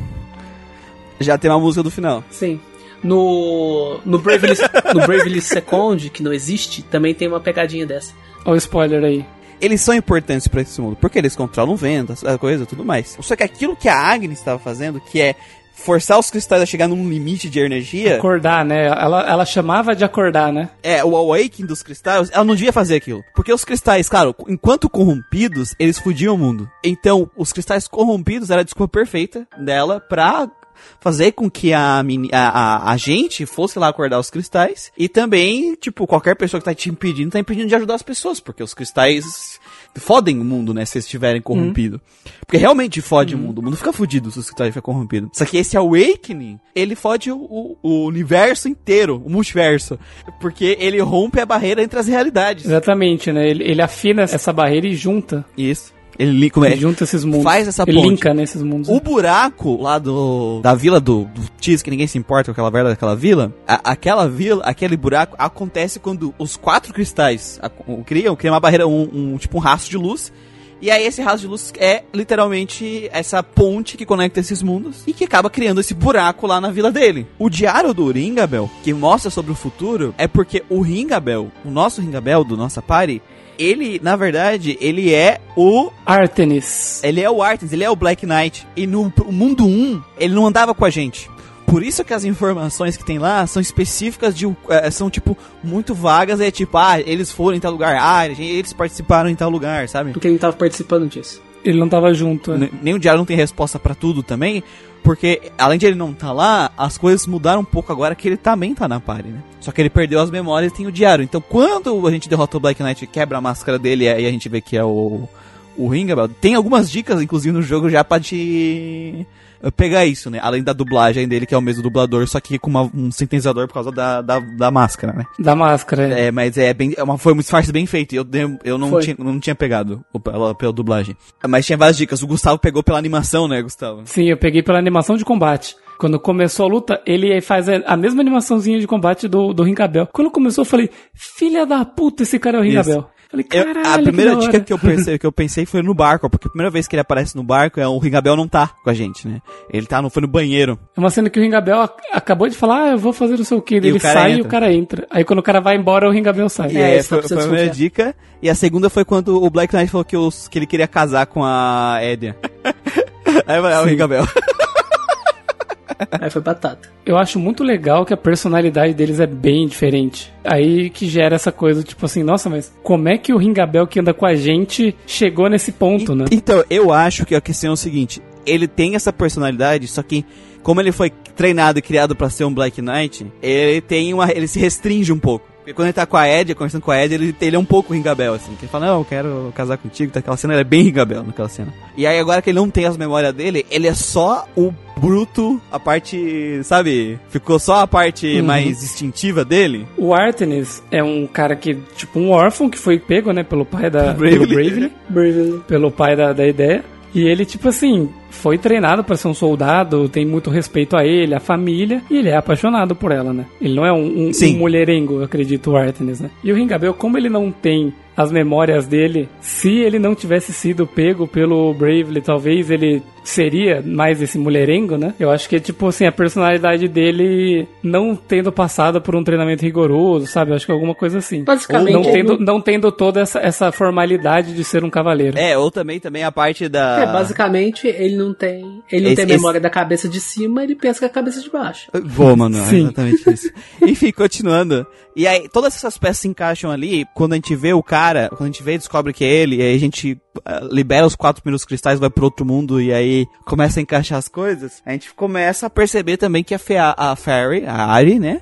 Já tem uma música do final. Sim. No, no, Bravely, no Bravely Second, que não existe, também tem uma pegadinha dessa. Olha o spoiler aí. Eles são importantes pra esse mundo, porque eles controlam o vento, a coisa e tudo mais. Só que aquilo que a Agnes estava fazendo, que é forçar os cristais a chegar num limite de energia... Acordar, né? Ela, ela chamava de acordar, né? É, o awakening dos cristais, ela não devia fazer aquilo. Porque os cristais, claro, enquanto corrompidos, eles fudiam o mundo. Então, os cristais corrompidos era a desculpa perfeita dela pra fazer com que a, a, a, a gente fosse lá acordar os cristais. E também, tipo, qualquer pessoa que tá te impedindo, tá impedindo de ajudar as pessoas. Porque os cristais fodem o mundo, né, se eles estiverem corrompidos. Uhum. Porque realmente fode uhum. o mundo. O mundo fica fudido se os cristais estiverem corrompidos. Só que esse awakening, ele fode o, o, o universo inteiro, o multiverso. Porque ele rompe a barreira entre as realidades. Exatamente, né? Ele, ele afina essa barreira e junta. Isso. Ele, como é, ele junta esses mundos. Faz essa ele ponte. Linka nesses mundos. O buraco lá do da vila do, do Tiz, que ninguém se importa com aquela merda daquela vila, a, aquela vila, aquele buraco acontece quando os quatro cristais a, o, criam, criam uma barreira, um, um tipo um rastro de luz. E aí esse rastro de luz é literalmente essa ponte que conecta esses mundos e que acaba criando esse buraco lá na vila dele. O diário do Ringabel, que mostra sobre o futuro, é porque o Ringabel, o nosso Ringabel do nossa party, ele, na verdade, ele é o... Artenis. Ele é o Artenis, ele é o Black Knight. E no mundo um, ele não andava com a gente. Por isso que as informações que tem lá são específicas de... É, são, tipo, muito vagas. É tipo, ah, eles foram em tal lugar. Ah, eles participaram em tal lugar, sabe? Porque ele não tava participando disso. Ele não tava junto. Né? Nem o diário não tem resposta pra tudo também. Porque, além de ele não tá lá, as coisas mudaram um pouco agora que ele também tá na party, né? Só que ele perdeu as memórias e tem o diário. Então, quando a gente derrota o Black Knight e quebra a máscara dele, e a gente vê que é o... o Ringabel, tem algumas dicas, inclusive, no jogo já pra te pegar isso, né? Além da dublagem dele, que é o mesmo dublador, só que com uma, um sintetizador por causa da, da, da máscara, né? Da máscara, é. É, mas é bem, é uma, foi um disfarce bem feito, e eu, eu não, tinha, não tinha pegado pela, pela dublagem. Mas tinha várias dicas, o Gustavo pegou pela animação, né, Gustavo? Sim, eu peguei pela animação de combate. Quando começou a luta, ele faz a mesma animaçãozinha de combate do, do Ringabel. Quando começou, eu falei, filha da puta, esse cara é o Ringabel. Isso. Falei, caralho, eu, a primeira que dica que eu, pensei, que eu pensei foi no barco, porque a primeira vez que ele aparece no barco, é o Ringabel não tá com a gente, né? Ele tá no, foi no banheiro. É uma cena que o Ringabel ac- acabou de falar, ah, eu vou fazer não sei o que. Ele sai entra. E o cara entra. Aí quando o cara vai embora, o Ringabel sai. É, é foi, foi a primeira dica. E a segunda foi quando o Black Knight falou que, os, que ele queria casar com a Edia. Aí vai, é o Ringabel. Aí foi batata. Eu acho muito legal que a personalidade deles é bem diferente. Aí que gera essa coisa, tipo assim, nossa, mas como é que o Ringabel que anda com a gente chegou nesse ponto, e, né? Então, eu acho que a questão é o seguinte, ele tem essa personalidade, só que como ele foi treinado e criado pra ser um Black Knight, ele tem uma, ele se restringe um pouco. Porque quando ele tá com a Edia, conversando com a Edia, ele, ele é um pouco Ringabel, assim. Que ele fala, não, eu quero casar contigo, tá? Aquela cena, ele é bem Ringabel naquela cena. E aí, agora que ele não tem as memórias dele, ele é só o bruto, a parte, sabe? Ficou só a parte uhum. mais instintiva dele. O Artenis é um cara que, tipo, um órfão que foi pego, né, pelo pai da... Bravely. Pelo Bravely. Bravely. Pelo pai da, da ideia. E ele, tipo assim, foi treinado pra ser um soldado, tem muito respeito a ele, a família, e ele é apaixonado por ela, né? Ele não é um, um, um mulherengo, eu acredito, o Artenis, né? E o Ringabel, como ele não tem as memórias dele, se ele não tivesse sido pego pelo Bravely, talvez ele seria mais esse mulherengo, né? Eu acho que, tipo assim, a personalidade dele não tendo passado por um treinamento rigoroso, sabe? Eu acho que é alguma coisa assim. Basicamente. Ou não tendo, não tendo toda essa, essa formalidade de ser um cavaleiro. É, ou também, também a parte da... É, basicamente, ele não tem... Ele não esse, tem memória esse... da cabeça de cima, ele pensa que é a cabeça de baixo. Boa, mano, é exatamente isso. Enfim, continuando. E aí, todas essas peças se encaixam ali, quando a gente vê o cara, quando a gente vê e descobre que é ele, e aí a gente uh, libera os quatro primeiros cristais, vai pro outro mundo, e aí começa a encaixar as coisas, a gente começa a perceber também que a, Fe- a Fairy, a Ari, né,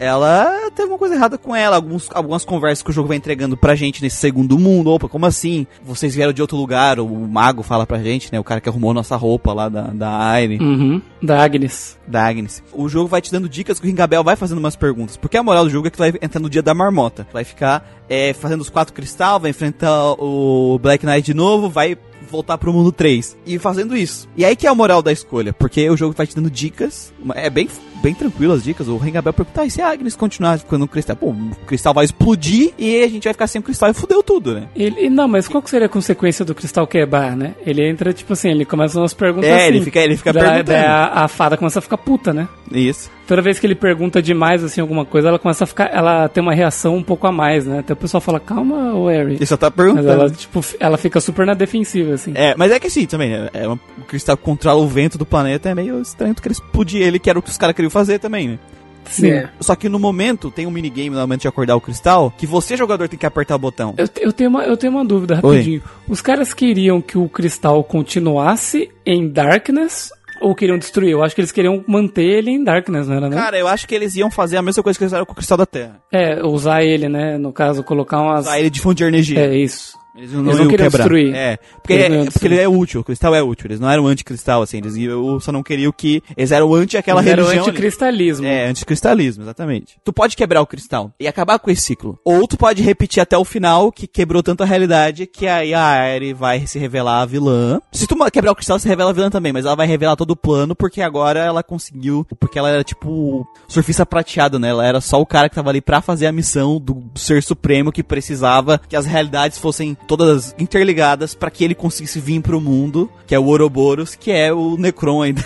ela teve uma coisa errada com ela, alguns, algumas conversas que o jogo vai entregando pra gente nesse segundo mundo. Opa, como assim? Vocês vieram de outro lugar, o mago fala pra gente, né, o cara que arrumou nossa roupa lá da, da Aire. Uhum, da Agnes. Da Agnes. O jogo vai te dando dicas que o Ringabel vai fazendo umas perguntas, porque a moral do jogo é que tu vai entrar no dia da marmota, vai ficar é, fazendo os quatro cristais, vai enfrentar o Black Knight de novo, vai voltar pro mundo três, e fazendo isso. E aí que é a moral da escolha, porque o jogo vai te dando dicas, é bem, bem tranquilo as dicas, o Ringabel pergunta, ah, e se a Agnes continuar ficando no cristal? Pô, o cristal vai explodir e a gente vai ficar sem o cristal e fudeu tudo, né? Ele, não, mas qual que seria a consequência do cristal quebrar, né? Ele entra, tipo assim, ele começa umas perguntas é, assim. É, ele fica, ele fica da, perguntando. Da, a, a fada começa a ficar puta, né? Isso. Toda vez que ele pergunta demais, assim, alguma coisa, ela começa a ficar, ela tem uma reação um pouco a mais, né? Até o pessoal fala, calma, Harry. Ele só tá perguntando. Mas ela, tipo, ela fica super na defensiva, assim. É, mas é que assim, também, é, é uma, o cristal controla o vento do planeta, é meio estranho porque eles explodir ele, que era o que os caras queriam fazer também, né? Sim. É. Só que no momento, tem um minigame no momento de acordar o cristal, que você, jogador, tem que apertar o botão. Eu, eu, tenho, uma, eu tenho uma dúvida, rapidinho. Oi? Os caras queriam que o cristal continuasse em Darkness ou queriam destruir? Eu acho que eles queriam manter ele em Darkness, não era, não? Cara, eu acho que eles iam fazer a mesma coisa que eles fizeram com o cristal da Terra. É, usar ele, né? No caso, colocar umas... Usar ele de fonte de energia. É, isso. Eles não, eles não queriam quebrar. Destruir. É, porque, é, porque ele é útil, o cristal é útil. Eles não eram anticristal, assim, eles eu só não queriam que... Eles eram anti aquela eles religião. Eram anticristalismo. É, anticristalismo, exatamente. Tu pode quebrar o cristal e acabar com esse ciclo. Ou tu pode repetir até o final, que quebrou tanto a realidade, que aí a Aire vai se revelar a vilã. Se tu quebrar o cristal, se revela a vilã também, mas ela vai revelar todo o plano, porque agora ela conseguiu... Porque ela era tipo surfista prateado, né? Ela era só o cara que tava ali pra fazer a missão do ser supremo, que precisava que as realidades fossem todas interligadas ligadas para que ele conseguisse vir pro mundo, que é o Ouroboros, que é o Necron ainda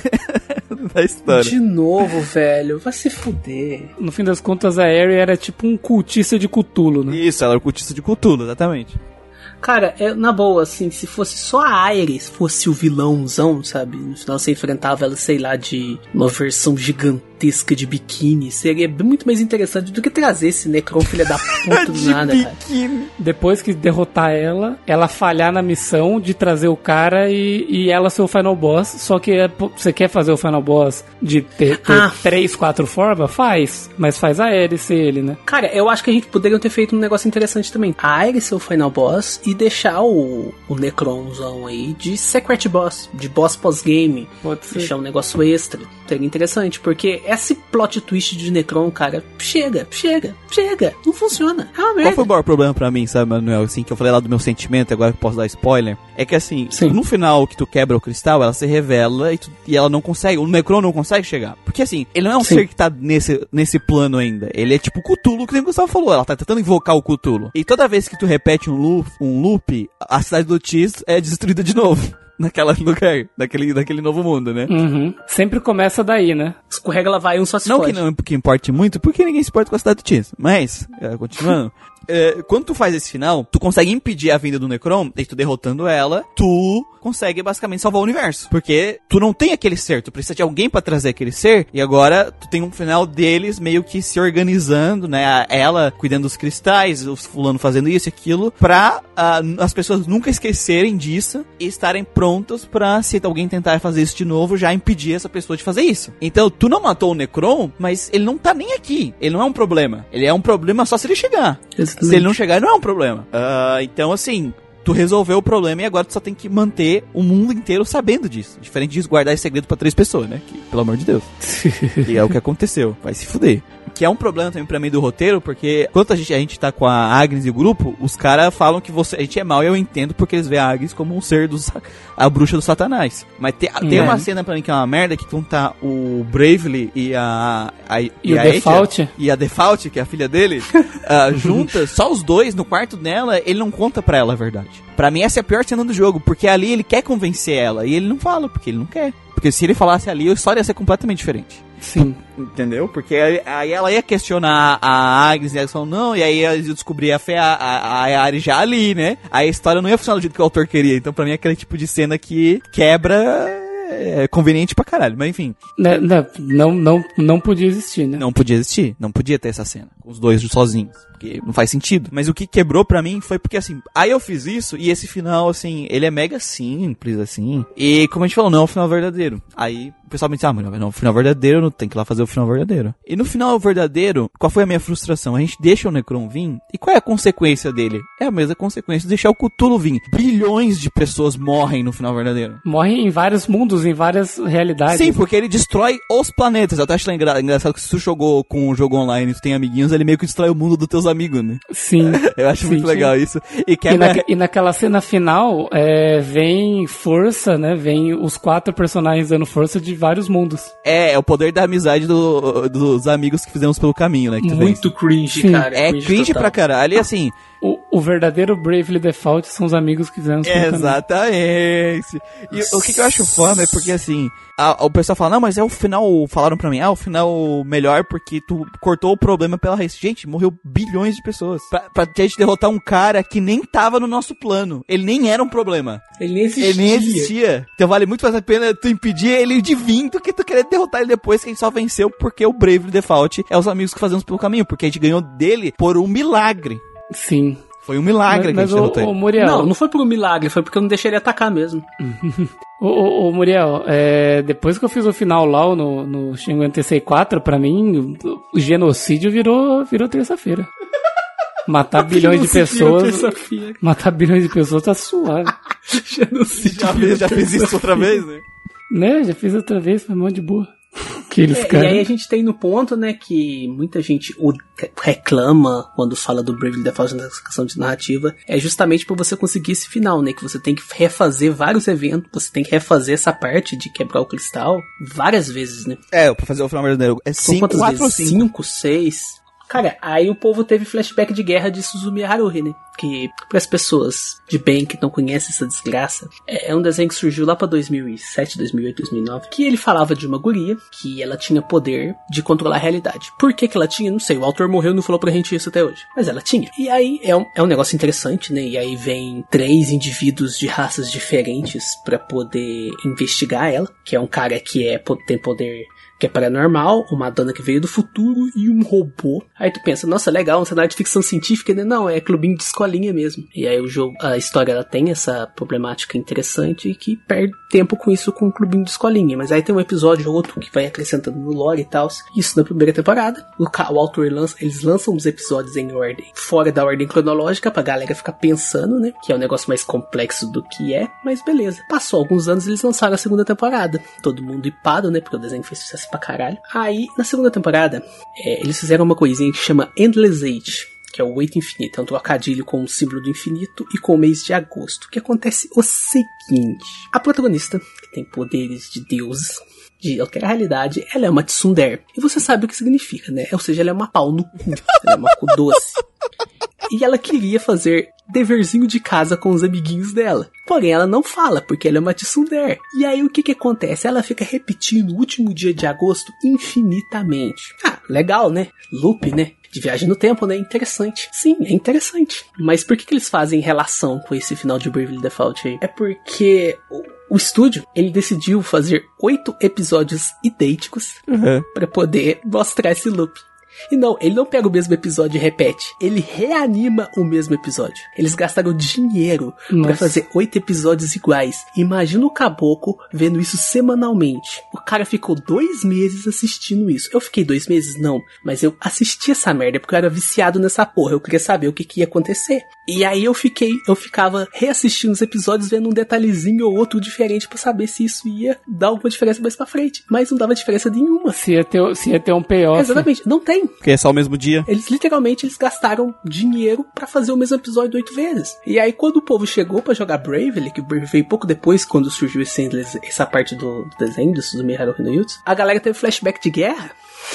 da história. De novo, velho, vai se fuder. No fim das contas, a Aerie era tipo um cultista de Cthulhu, né? Isso, ela era um cultista de Cthulhu, exatamente. Cara, é, na boa, assim, se fosse só a Ares, fosse o vilãozão, sabe? No final você enfrentava ela, sei lá, de uma versão gigantesca gigantesca de biquíni seria muito mais interessante do que trazer esse Necron filha da puta do nada, cara. Depois que derrotar ela, ela falhar na missão de trazer o cara e, e ela ser o final boss, só que é, você quer fazer o final boss de ter, ter ah. três, quatro formas? Faz, mas faz a Aeris ser ele, né? Cara, eu acho que a gente poderia ter feito um negócio interessante também. A Aeris ser o final boss e deixar o, o Necronzão aí de secret boss, de boss pós-game. Pode ser. Deixar um negócio extra. Seria interessante, porque esse plot twist de Necron, cara, chega, chega, chega, não funciona. É uma merda. Qual foi o maior problema pra mim, sabe, Manuel? Assim, que eu falei lá do meu sentimento, agora que posso dar spoiler. É que assim, Sim. no final que tu quebra o cristal, ela se revela e, tu, e ela não consegue, o Necron não consegue chegar. Porque assim, ele não é um Sim. ser que tá nesse, nesse plano ainda. Ele é tipo o Cthulhu, que nem o Gustavo falou. Ela tá tentando invocar o Cthulhu. E toda vez que tu repete um loop, um loop a cidade do Tis é destruída de novo. Naquela lugar, naquele, naquele novo mundo, né? Uhum. Sempre começa daí, né? Escorrega, ela vai, um só se Não fode. que não que importe muito, porque ninguém se importa com a cidade do Tis. Mas, é, continuando... É, quando tu faz esse final, tu consegue impedir a vinda do Necron, e tu derrotando ela, tu consegue basicamente salvar o universo. Porque tu não tem aquele ser, tu precisa de alguém pra trazer aquele ser, e agora tu tem um final deles meio que se organizando, né? Ela cuidando dos cristais, os fulano fazendo isso e aquilo, pra uh, as pessoas nunca esquecerem disso e estarem prontas pra, se alguém tentar fazer isso de novo, já impedir essa pessoa de fazer isso. Então, tu não matou o Necron, mas ele não tá nem aqui. Ele não é um problema. Ele é um problema só se ele chegar. Exatamente. Se ele não chegar, não é um problema. Uh, então, assim, tu resolveu o problema e agora tu só tem que manter o mundo inteiro sabendo disso. Diferente disso, guardar esse segredo pra três pessoas, né? Que, pelo amor de Deus. E é o que aconteceu. Vai se fuder. Que é um problema também pra mim do roteiro, porque quando a gente, a gente tá com a Agnes e o grupo, os caras falam que você, a gente é mal, e eu entendo, porque eles veem a Agnes como um ser dos, a bruxa do Satanás. Mas te, é. tem uma cena pra mim que é uma merda, que quando tá o Bravely e a... a e, e o a Default. Etia, e a Default, que é a filha dele, uh, juntas, só os dois no quarto dela, ele não conta pra ela a verdade. Pra mim essa é a pior cena do jogo, porque ali ele quer convencer ela, e ele não fala, porque ele não quer. Porque se ele falasse ali, a história ia ser completamente diferente. Sim. Entendeu? Porque aí ela ia questionar a Agnes e eles falam, não, e aí eles iam descobrir a, fé, a, a, a Aeris já ali, né? Aí a história não ia funcionar do jeito que o autor queria. Então pra mim é aquele tipo de cena que quebra... É conveniente pra caralho, mas enfim. Não, não, não, não podia existir, né? Não podia existir, não podia ter essa cena, com os dois sozinhos, porque não faz sentido. Mas o que quebrou pra mim foi porque, assim, aí eu fiz isso, e esse final, assim, ele é mega simples, assim, e como a gente falou, não é o final verdadeiro. Aí o pessoal me disse, ah, mas não, o final verdadeiro, não tem que ir lá fazer o final verdadeiro. E no final verdadeiro, qual foi a minha frustração? A gente deixa o Necron vir, e qual é a consequência dele? É a mesma consequência de deixar o Cthulhu vir. Bilhões de pessoas morrem no final verdadeiro. Morrem em vários mundos, em várias realidades. Sim, porque ele destrói os planetas. Eu até acho engra- engraçado que se tu jogou com um jogo online e tu tem amiguinhos, ele meio que destrói o mundo dos teus amigos, né? Sim. Eu acho sim, muito sim. legal isso. E, e, na, e naquela cena final, é, vem força, né? Vem os quatro personagens dando força de vários mundos. É, é o poder da amizade do, dos amigos que fizemos pelo caminho, né? Que muito cringe, sim. cara. É cringe, cringe pra caralho. E assim... O, o verdadeiro Bravely Default são os amigos que fizemos pelo caminho. Exatamente. E o que, que eu acho foda é porque, assim, a, o pessoal fala, não, mas é o final, falaram pra mim, ah, o final melhor porque tu cortou o problema pela raiz. Gente, morreu bilhões de pessoas. Pra, pra gente derrotar um cara que nem tava no nosso plano. Ele nem era um problema. Ele nem existia. Ele nem existia. Então vale muito mais a pena tu impedir ele de vir do que tu querer derrotar ele depois, que a gente só venceu porque o Bravely Default é os amigos que fazemos pelo caminho. Porque a gente ganhou dele por um milagre. Sim. Foi um milagre mas, que a gente derrotou ele. Ô, Muriel, não, não foi por um milagre, foi porque eu não deixei ele atacar mesmo. ô, ô, ô, Muriel, é, depois que eu fiz o final lá no, no Shin T C quatro, pra mim, o, o genocídio virou, virou terça-feira. Matar bilhões de pessoas. Matar bilhões de pessoas tá suave. Genocídio. Já fez, já fez isso outra vez, né? Né, já fiz outra vez, foi um monte de boa. Que eles é, e aí a gente tem no ponto, né, que muita gente o reclama quando fala do Bravely Default nessa questão de narrativa, é justamente pra você conseguir esse final, né, que você tem que refazer vários eventos, você tem que refazer essa parte de quebrar o cristal várias vezes, né? É, pra fazer o final verdadeiro. É cinco, quatro ou cinco? Cinco, seis... Cara, aí o povo teve flashback de guerra de Suzumi Haruhi, né? Que, para as pessoas de bem que não conhecem essa desgraça, é um desenho que surgiu lá pra dois mil e sete, dois mil e oito, dois mil e nove, que ele falava de uma guria que ela tinha poder de controlar a realidade. Por que que ela tinha? Não sei, o autor morreu e não falou pra gente isso até hoje. Mas ela tinha. E aí é um, é um negócio interessante, né? E aí vem três indivíduos de raças diferentes pra poder investigar ela, que é um cara que é, tem poder que é paranormal, uma dona que veio do futuro e um robô. Aí tu pensa, nossa, legal, um cenário de ficção científica, né? Não, é clubinho de escolinha mesmo. E aí o jogo, a história, ela tem essa problemática interessante e que perde tempo com isso com um clubinho de escolinha. Mas aí tem um episódio ou outro que vai acrescentando no lore e tal. Isso na primeira temporada. O, o autor lança, eles lançam os episódios em ordem fora da ordem cronológica pra galera ficar pensando, né? Que é um negócio mais complexo do que é. Mas beleza. Passou alguns anos, eles lançaram a segunda temporada. Todo mundo hipado, né? Porque o desenho fez sucesso pra caralho. Aí, na segunda temporada, é, eles fizeram uma coisinha que chama Endless Age, que é o oito infinito. É um trocadilho com o símbolo do infinito e com o mês de agosto. O que acontece o seguinte. A protagonista, que tem poderes de deuses, de alterar a realidade, ela é uma tsundere. E você sabe o que significa, né? Ou seja, ela é uma pau no cu. Ela é uma cu doce. E ela queria fazer deverzinho de casa com os amiguinhos dela. Porém, ela não fala, porque ela é uma tsundere. E aí, o que que acontece? Ela fica repetindo o último dia de agosto infinitamente. Ah, legal, né? Loop, né? De viagem no tempo, né? Interessante. Sim, é interessante. Mas por que que eles fazem relação com esse final de Bravely Default aí? É porque o, o estúdio, ele decidiu fazer oito episódios idênticos uhum. para poder mostrar esse loop. E não, ele não pega o mesmo episódio e repete. Ele reanima o mesmo episódio. Eles gastaram dinheiro Nossa. pra fazer oito episódios iguais. Imagina o caboclo vendo isso semanalmente. O cara ficou dois meses assistindo isso. Eu fiquei dois meses? Não. Mas eu assisti essa merda porque eu era viciado nessa porra. Eu queria saber o que, que ia acontecer. E aí eu fiquei, eu ficava reassistindo os episódios, vendo um detalhezinho ou outro diferente pra saber se isso ia dar alguma diferença mais pra frente. Mas não dava diferença nenhuma. Se ia ter, se ia ter um payoff. Exatamente. Não tem. Porque é só o mesmo dia. Eles literalmente eles gastaram dinheiro pra fazer o mesmo episódio oito vezes. E aí quando o povo chegou pra jogar Bravely, que o Bravely veio pouco depois, quando surgiu esse Endless, essa parte do, do desenho do Suzumiya Haruhi no Yutsu, a galera teve flashback de guerra.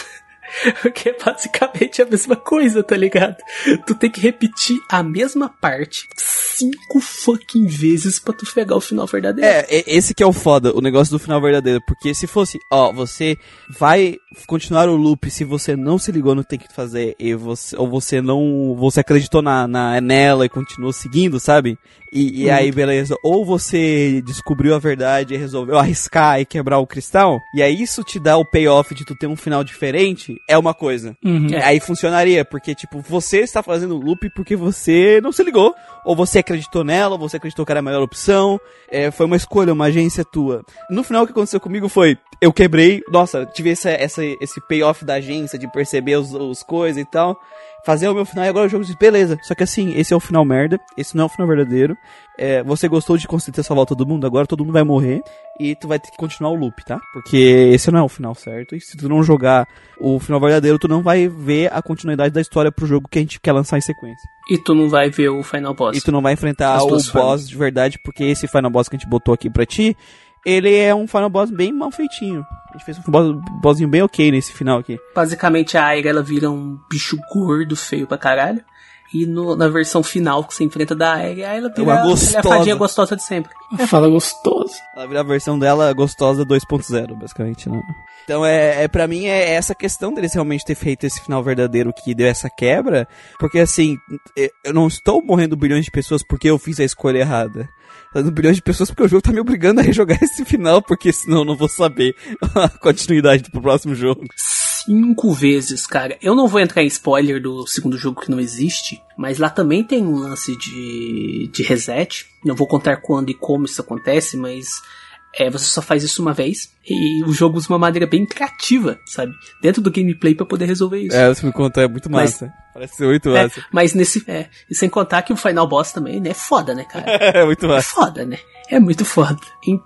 Porque é basicamente a mesma coisa, tá ligado? Tu tem que repetir a mesma parte cinco fucking vezes pra tu pegar o final verdadeiro. É, esse que é o foda, o negócio do final verdadeiro. Porque se fosse, ó, você vai continuar o loop se você não se ligou no que tem que fazer, e você, ou você não, você acreditou na, na, nela e continuou seguindo, sabe? E, e uhum. aí, beleza, ou você descobriu a verdade e resolveu arriscar e quebrar o cristal, e aí isso te dá o payoff de tu ter um final diferente, é uma coisa. Uhum. Aí funcionaria, porque, tipo, você está fazendo loop porque você não se ligou, ou você acreditou nela, ou você acreditou que era a melhor opção, é, foi uma escolha, uma agência tua. No final, o que aconteceu comigo foi, eu quebrei, nossa, tive essa, essa, esse payoff da agência de perceber os, os coisas e tal, fazer o meu final, e agora o jogo diz, beleza, só que assim, esse é o final merda, esse não é o final verdadeiro, é, você gostou de conseguir salvar todo mundo, agora todo mundo vai morrer, e tu vai ter que continuar o loop, tá? Porque esse não é o final certo, e se tu não jogar o final verdadeiro, tu não vai ver a continuidade da história pro jogo que a gente quer lançar em sequência. E tu não vai ver o final boss. E tu não vai enfrentar o boss formas. de verdade, porque esse final boss que a gente botou aqui pra ti, ele é um final boss bem mal feitinho. A gente fez um boss, bossinho bem ok nesse final aqui. Basicamente a Aira, ela vira um bicho gordo, feio pra caralho. E no, na versão final que você enfrenta da Aira, ela vira uma gostosa. Ela é a fadinha gostosa de sempre. É, fala gostosa. Ela vira a versão dela gostosa dois ponto zero, basicamente, né? Então, é, é, pra mim, é essa questão deles realmente ter feito esse final verdadeiro que deu essa quebra. Porque, assim, eu não estou morrendo bilhões de pessoas porque eu fiz a escolha errada. Tá dando bilhões de pessoas porque o jogo tá me obrigando a rejogar esse final, porque senão eu não vou saber a continuidade pro próximo jogo. Cinco vezes, cara. Eu não vou entrar em spoiler do segundo jogo que não existe, mas lá também tem um lance de, de reset. Não vou contar quando e como isso acontece, mas é, você só faz isso uma vez e o jogo usa uma maneira bem criativa, sabe? Dentro do gameplay pra poder resolver isso. É, você me contou, é muito massa. Mas, parece ser muito massa. É, mas nesse... É, e sem contar que o final boss também, né? É foda, né, cara? É muito massa. É foda, né? É muito foda.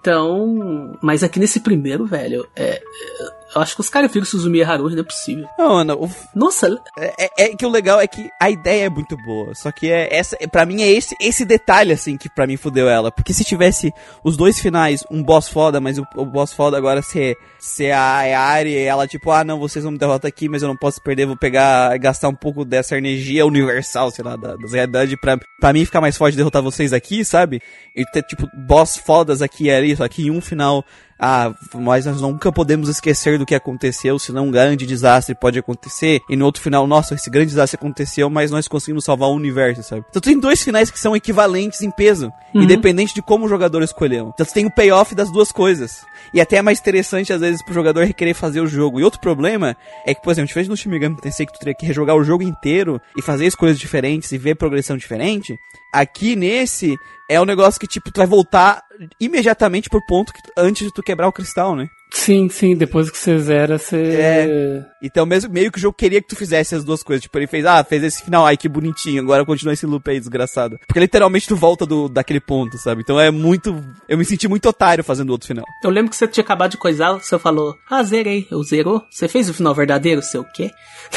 Então... Mas aqui nesse primeiro, velho, é... Eu acho que os caras viram Suzumiya Haruhi, não é possível. Não, mano, o... Nossa! É, é que o legal é que a ideia é muito boa. Só que é essa, pra mim é esse, esse detalhe, assim, que pra mim fudeu ela. Porque se tivesse os dois finais, um boss foda, mas o, o boss foda agora ser, ser a, a Ari, e ela tipo, ah não, vocês vão me derrotar aqui, mas eu não posso perder, vou pegar e gastar um pouco dessa energia universal, sei lá, da, das realidades pra, pra mim ficar mais forte e derrotar vocês aqui, sabe? E ter tipo boss fodas aqui e ali, só que em um final ah, mas nós nunca podemos esquecer do que aconteceu, senão um grande desastre pode acontecer, e no outro final, nossa, esse grande desastre aconteceu, mas nós conseguimos salvar o universo, sabe? Então tem dois finais que são equivalentes em peso, uhum. independente de como o jogador escolheu. Então você tem o payoff das duas coisas. E até é mais interessante, às vezes, pro jogador querer fazer o jogo. E outro problema é que, por exemplo, diferente no Shin Megami Tensei, que tu teria que rejogar o jogo inteiro e fazer escolhas diferentes e ver progressão diferente, aqui nesse é um negócio que, tipo, tu vai voltar imediatamente pro ponto que tu, antes de tu quebrar o cristal, né? Sim, sim, depois que você zera, você... É, então mesmo, meio que o jogo queria que tu fizesse as duas coisas, tipo, ele fez, ah, fez esse final, ai, que bonitinho, agora continua esse loop aí, desgraçado. Porque literalmente tu volta do, daquele ponto, sabe? Então é muito, eu me senti muito otário fazendo o outro final. Eu lembro que você tinha acabado de coisar, você falou, ah, zerei, eu zerou? Você fez o final verdadeiro, sei o quê?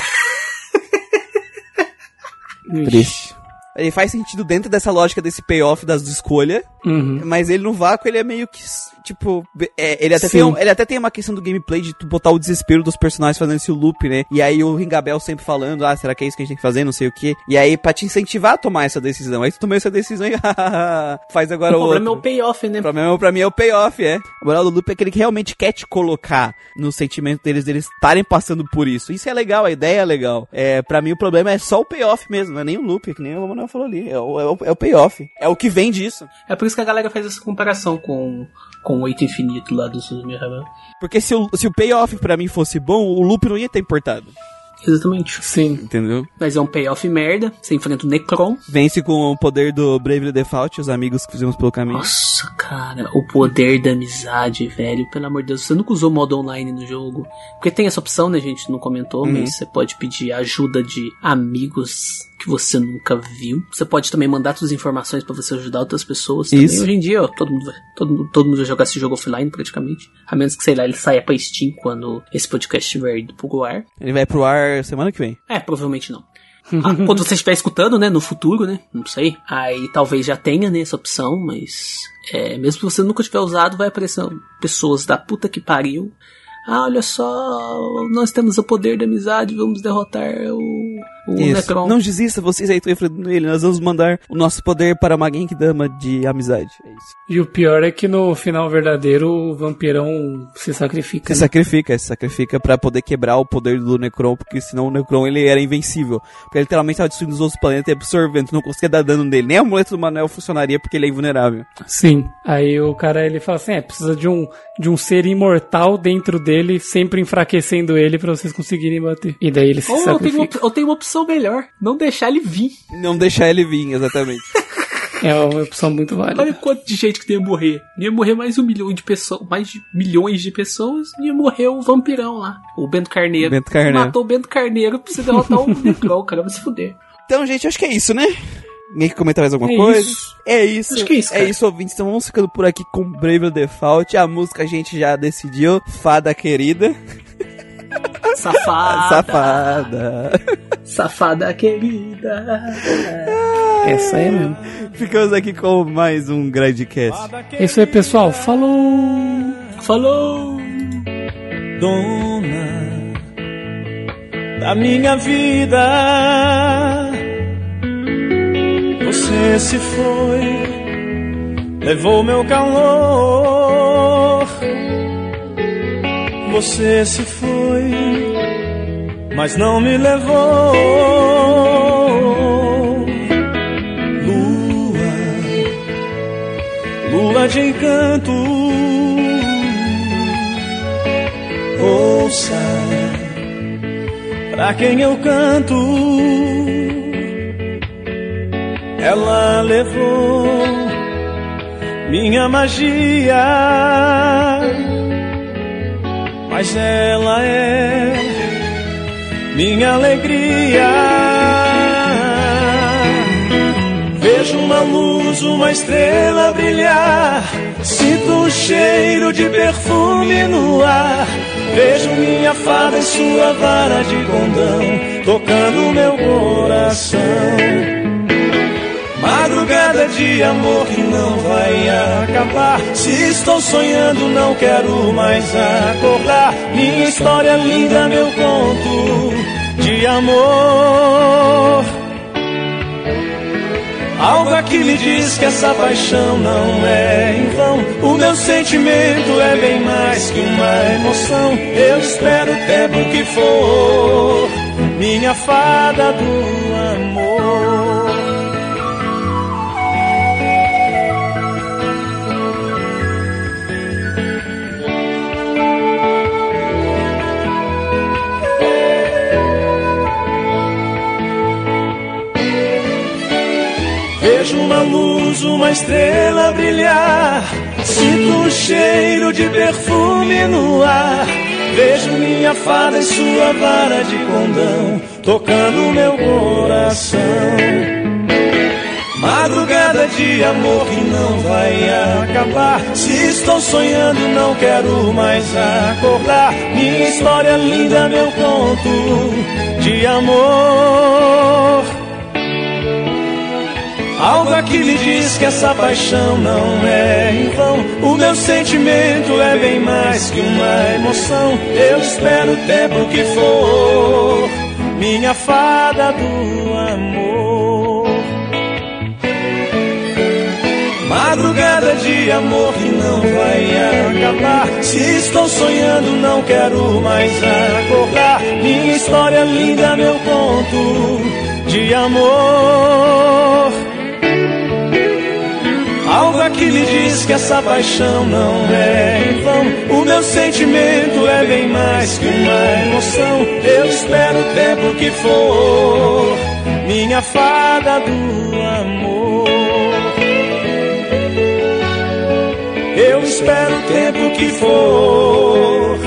Triste. Ele faz sentido dentro dessa lógica desse payoff das escolhas, uhum. mas ele no vácuo, ele é meio que, tipo, é, ele, até tem um, ele até tem uma questão do gameplay de tu botar o desespero dos personagens fazendo esse loop, né? E aí o Ringabel sempre falando, ah, será que é isso que a gente tem que fazer, não sei o quê. E aí pra te incentivar a tomar essa decisão. Aí tu tomou essa decisão e faz agora o, o problema outro. é o payoff, né? O problema pra mim é o payoff, é. O moral do loop é que ele realmente quer te colocar no sentimento deles, deles estarem passando por isso. Isso é legal, a ideia é legal. É, pra mim o problema é só o payoff mesmo, não é nem o loop, que nem o Manuel falou ali. É o, é o, é o payoff. É o que vem disso. É por isso que a galera faz essa comparação com com o Oito Infinito lá do Suzumiya Haruhi. Porque se o, se o payoff pra mim fosse bom, o loop não ia ter importado. Exatamente. Sim. Entendeu? Mas é um payoff merda. Você enfrenta o Necron. Vence com o poder do Bravely Default, os amigos que fizemos pelo caminho. Nossa, cara. O poder da amizade, velho. Pelo amor de Deus. Você nunca usou modo online no jogo. Porque tem essa opção, né? A gente não comentou. Uhum. Mas você pode pedir ajuda de amigos que você nunca viu. Você pode também mandar suas informações pra você ajudar outras pessoas também. Isso. Hoje em dia, ó, todo mundo vai, todo, todo mundo vai jogar esse jogo offline praticamente. A menos que, sei lá, ele saia pra Steam quando esse podcast estiver indo pro ar. Ele vai pro ar semana que vem. É, provavelmente não. Ah, quando você estiver escutando, né, no futuro, né, não sei, aí talvez já tenha, né, essa opção, mas é, mesmo se você nunca tiver usado, vai aparecer pessoas da puta que pariu. Ah, olha só, nós temos o poder da amizade, vamos derrotar o, o Necron. Não desista, vocês aí estão enfrentando ele, nós vamos mandar o nosso poder para uma Genkidama de amizade. É isso. E o pior é que no final verdadeiro o vampirão se sacrifica. Se né? sacrifica, se sacrifica pra poder quebrar o poder do Necron, porque senão o Necron ele era invencível. Porque ele literalmente estava destruindo os outros planetas e absorvendo, não conseguia dar dano nele. Nem a amuleto do Manuel funcionaria porque ele é invulnerável. Sim. Aí o cara ele fala assim, é, precisa de um, de um ser imortal dentro dele, sempre enfraquecendo ele pra vocês conseguirem bater. E daí ele se oh, sacrifica. Eu tenho, eu tenho uma opção melhor, não deixar ele vir. Não deixar ele vir, exatamente. É uma opção muito válida. Olha quanto de gente que tem ia morrer. Ia morrer mais um milhão de pessoas, mais de milhões de pessoas, ia morrer o vampirão lá, o Bento Carneiro. Bento Carneiro. Matou o Bento Carneiro pra você derrotar o Necron, cara, vai se fuder. Então, gente, acho que é isso, né? Ninguém quer comentar mais alguma é coisa? Isso. É isso. Acho que é isso, cara. É isso, ouvintes. Então vamos ficando por aqui com Bravely Default. A música a gente já decidiu. Fada querida. Safada. Safada. Safada querida. Essa aí mesmo. Ficamos aqui com mais um grande cast. É isso aí, pessoal. Falou! Falou! Dona da minha vida, você se foi, levou meu calor. Você se foi, mas não me levou. Lua, lua de encanto, ouça pra quem eu canto. Ela levou minha magia, mas ela é minha alegria. Vejo uma luz, uma estrela brilhar, sinto um cheiro de perfume no ar. Vejo minha fada em sua vara de condão, tocando meu coração. Madrugada de amor que não vai acabar. Se estou sonhando, não quero mais acordar. Minha história linda, meu conto de amor. Algo aqui me diz que essa paixão não é em vão. O meu sentimento é bem mais que uma emoção. Eu espero o tempo que for, minha fada do amor. Vejo uma luz, uma estrela brilhar, sinto um cheiro de perfume no ar. Vejo minha fada em sua vara de condão, tocando meu coração. Madrugada de amor que não vai acabar. Se estou sonhando não quero mais acordar. Minha história linda, meu conto de amor. Algo aqui me diz que essa paixão não é em vão. O meu sentimento é bem mais que uma emoção. Eu espero o tempo que for, minha fada do amor. Madrugada de amor que não vai acabar. Se estou sonhando não quero mais acordar. Minha história linda, meu conto de amor. Algo aqui me diz que essa paixão não é em vão. O meu sentimento é bem mais que uma emoção. Eu espero o tempo que for, minha fada do amor. Eu espero o tempo que for.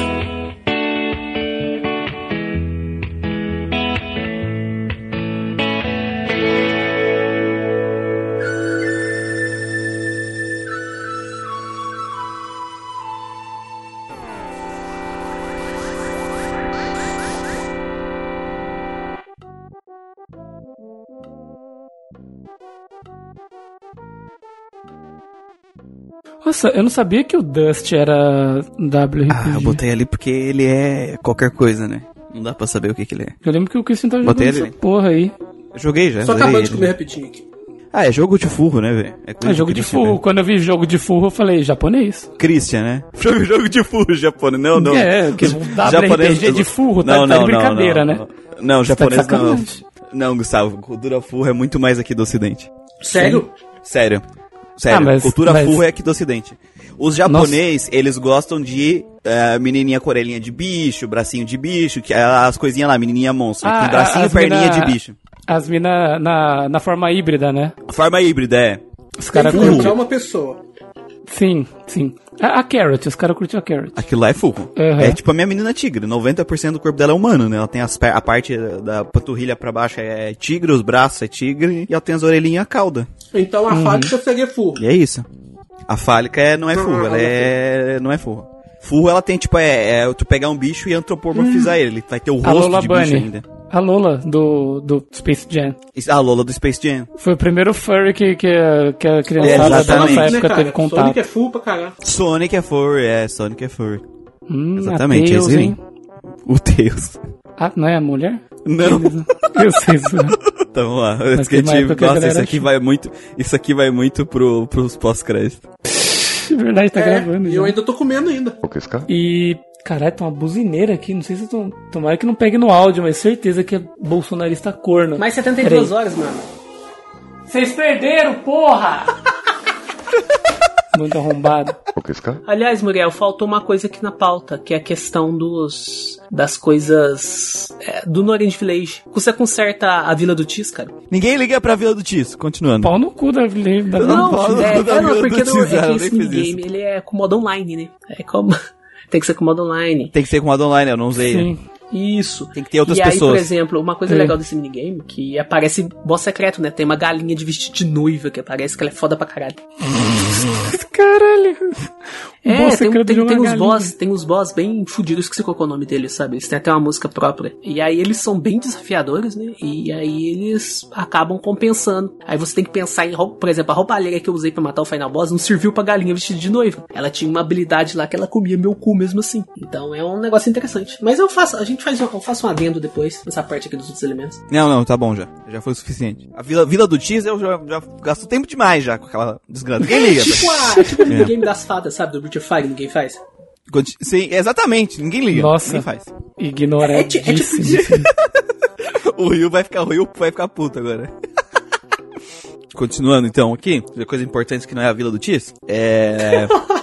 Nossa, eu não sabia que o Dust era W R P G. Ah, eu botei ali porque ele é qualquer coisa, né? Não dá pra saber o que que ele é. Eu lembro que o Christian tava Botei jogando ele. essa porra aí. Eu joguei já. Só zerei acabando de ele. comer rapidinho aqui. Ah, é jogo de furro, né, velho? É, É jogo de furro. Quando eu vi jogo de furro, eu falei, japonês. Christian, né? Jogo, jogo de furro japonês. Não, não. É, que W R P G de furro, tá, não, tá não, de brincadeira, não, né? não. Não, japonês tá não. Não, Gustavo, cultura furro é muito mais aqui do ocidente. Sério? Sério. Sério, Ah, mas- cultura mas- furro é aqui do ocidente. Os japoneses, eles gostam de uh, menininha com orelhinha de bicho, bracinho de bicho, que é as coisinhas lá, menininha monstro. Ah, com bracinho e as perninha mina- de bicho. As minas na, na forma híbrida, né? Forma híbrida, é. Os Tem caras que curtem. encontrar uma pessoa. Sim, sim. A, a Carrot, os caras curtem a Carrot. Aquilo lá é furro. Uhum. É tipo a minha menina tigre. noventa por cento do corpo dela é humano, né? Ela tem as per- a parte da panturrilha pra baixo é tigre, os braços é tigre, e ela tem as orelhinhas e a cauda. Então a fábrica seria furro. E é isso. A fálica é, não é furro, ela é... não é furro. Furro, ela tem, tipo, é, é tu pegar um bicho e antropomorfizar ele. Ele vai ter o A rosto Lola de bicho Bunny. ainda. A Lola, do, do Space Jam. Isso- A Lola do Space Jam. Foi o primeiro furry que, que, a- que a criançada da Exatamente. nossa Né, época cara? teve contato. Sonic é furro pra caralho. Sonic é furry, é, Sonic é furry. Hum, Exatamente, ateus, esse aí. hein? O Deus. Ah, não é a mulher? Não. Eu sei isso. Então vamos lá. Mas Esse que a tem uma gente- época que a Nossa, galera isso aqui achou. vai muito. Isso aqui vai muito pro, pros pós-créditos. De verdade, tá É, gravando. e já. eu ainda tô comendo ainda. E, caralho, tem uma buzineira aqui. Não sei se tô, tomara que não pegue no áudio, mas certeza que é bolsonarista corno. Mais setenta e duas Peraí. horas, mano. Vocês perderam, porra! Muito arrombado. Aliás, Muriel, faltou uma coisa aqui na pauta, que é a questão dos das coisas é, do No Oriente Village. Você conserta a Vila do Tis, cara? Ninguém liga pra Vila do Tiso. Continuando. Pau no cu da da- Não, falo é, da é, não, Vila porque do não, Tis, é eu que nem esse fiz minigame, isso. ele é com modo online, né? É como... Tem que ser com modo online. Tem que ser com modo online, eu não usei. Sim. Isso. Tem que ter outras e aí, pessoas. por exemplo, uma coisa É. legal desse minigame, que aparece boss secreto, né? Tem uma galinha de vestido de noiva, que parece que ela é foda pra caralho. Caralho. É, boss tem, secreto tem, de uma tem uns galinha. boss, tem uns boss bem fudidos, que qual é o nome deles, sabe? Eles têm até uma música própria. E aí eles são bem desafiadores, né? E aí eles acabam compensando. Aí você tem que pensar em roupa, por exemplo, a roubalheira que eu usei pra matar o final boss não serviu pra galinha vestida de noiva. Ela tinha uma habilidade lá que ela comia meu cu mesmo assim. Então é um negócio interessante. Mas eu faço, a gente faz um, eu faço um adendo depois nessa parte aqui dos outros elementos. Não, não, tá bom já. Já foi o suficiente. A Vila, Vila do Tease eu já, já gasto tempo demais já com aquela desgraça. Ninguém liga. tipo a, tipo o minigame das fadas, sabe? Do Breath of Fire, ninguém faz. Sim, exatamente, ninguém liga. Nossa, ninguém faz. ignoradíssimo. É, ti- é tipo... O Rio vai ficar, o Rio vai ficar puto agora. Continuando então aqui, coisa importante que não é a Vila do Tease. É...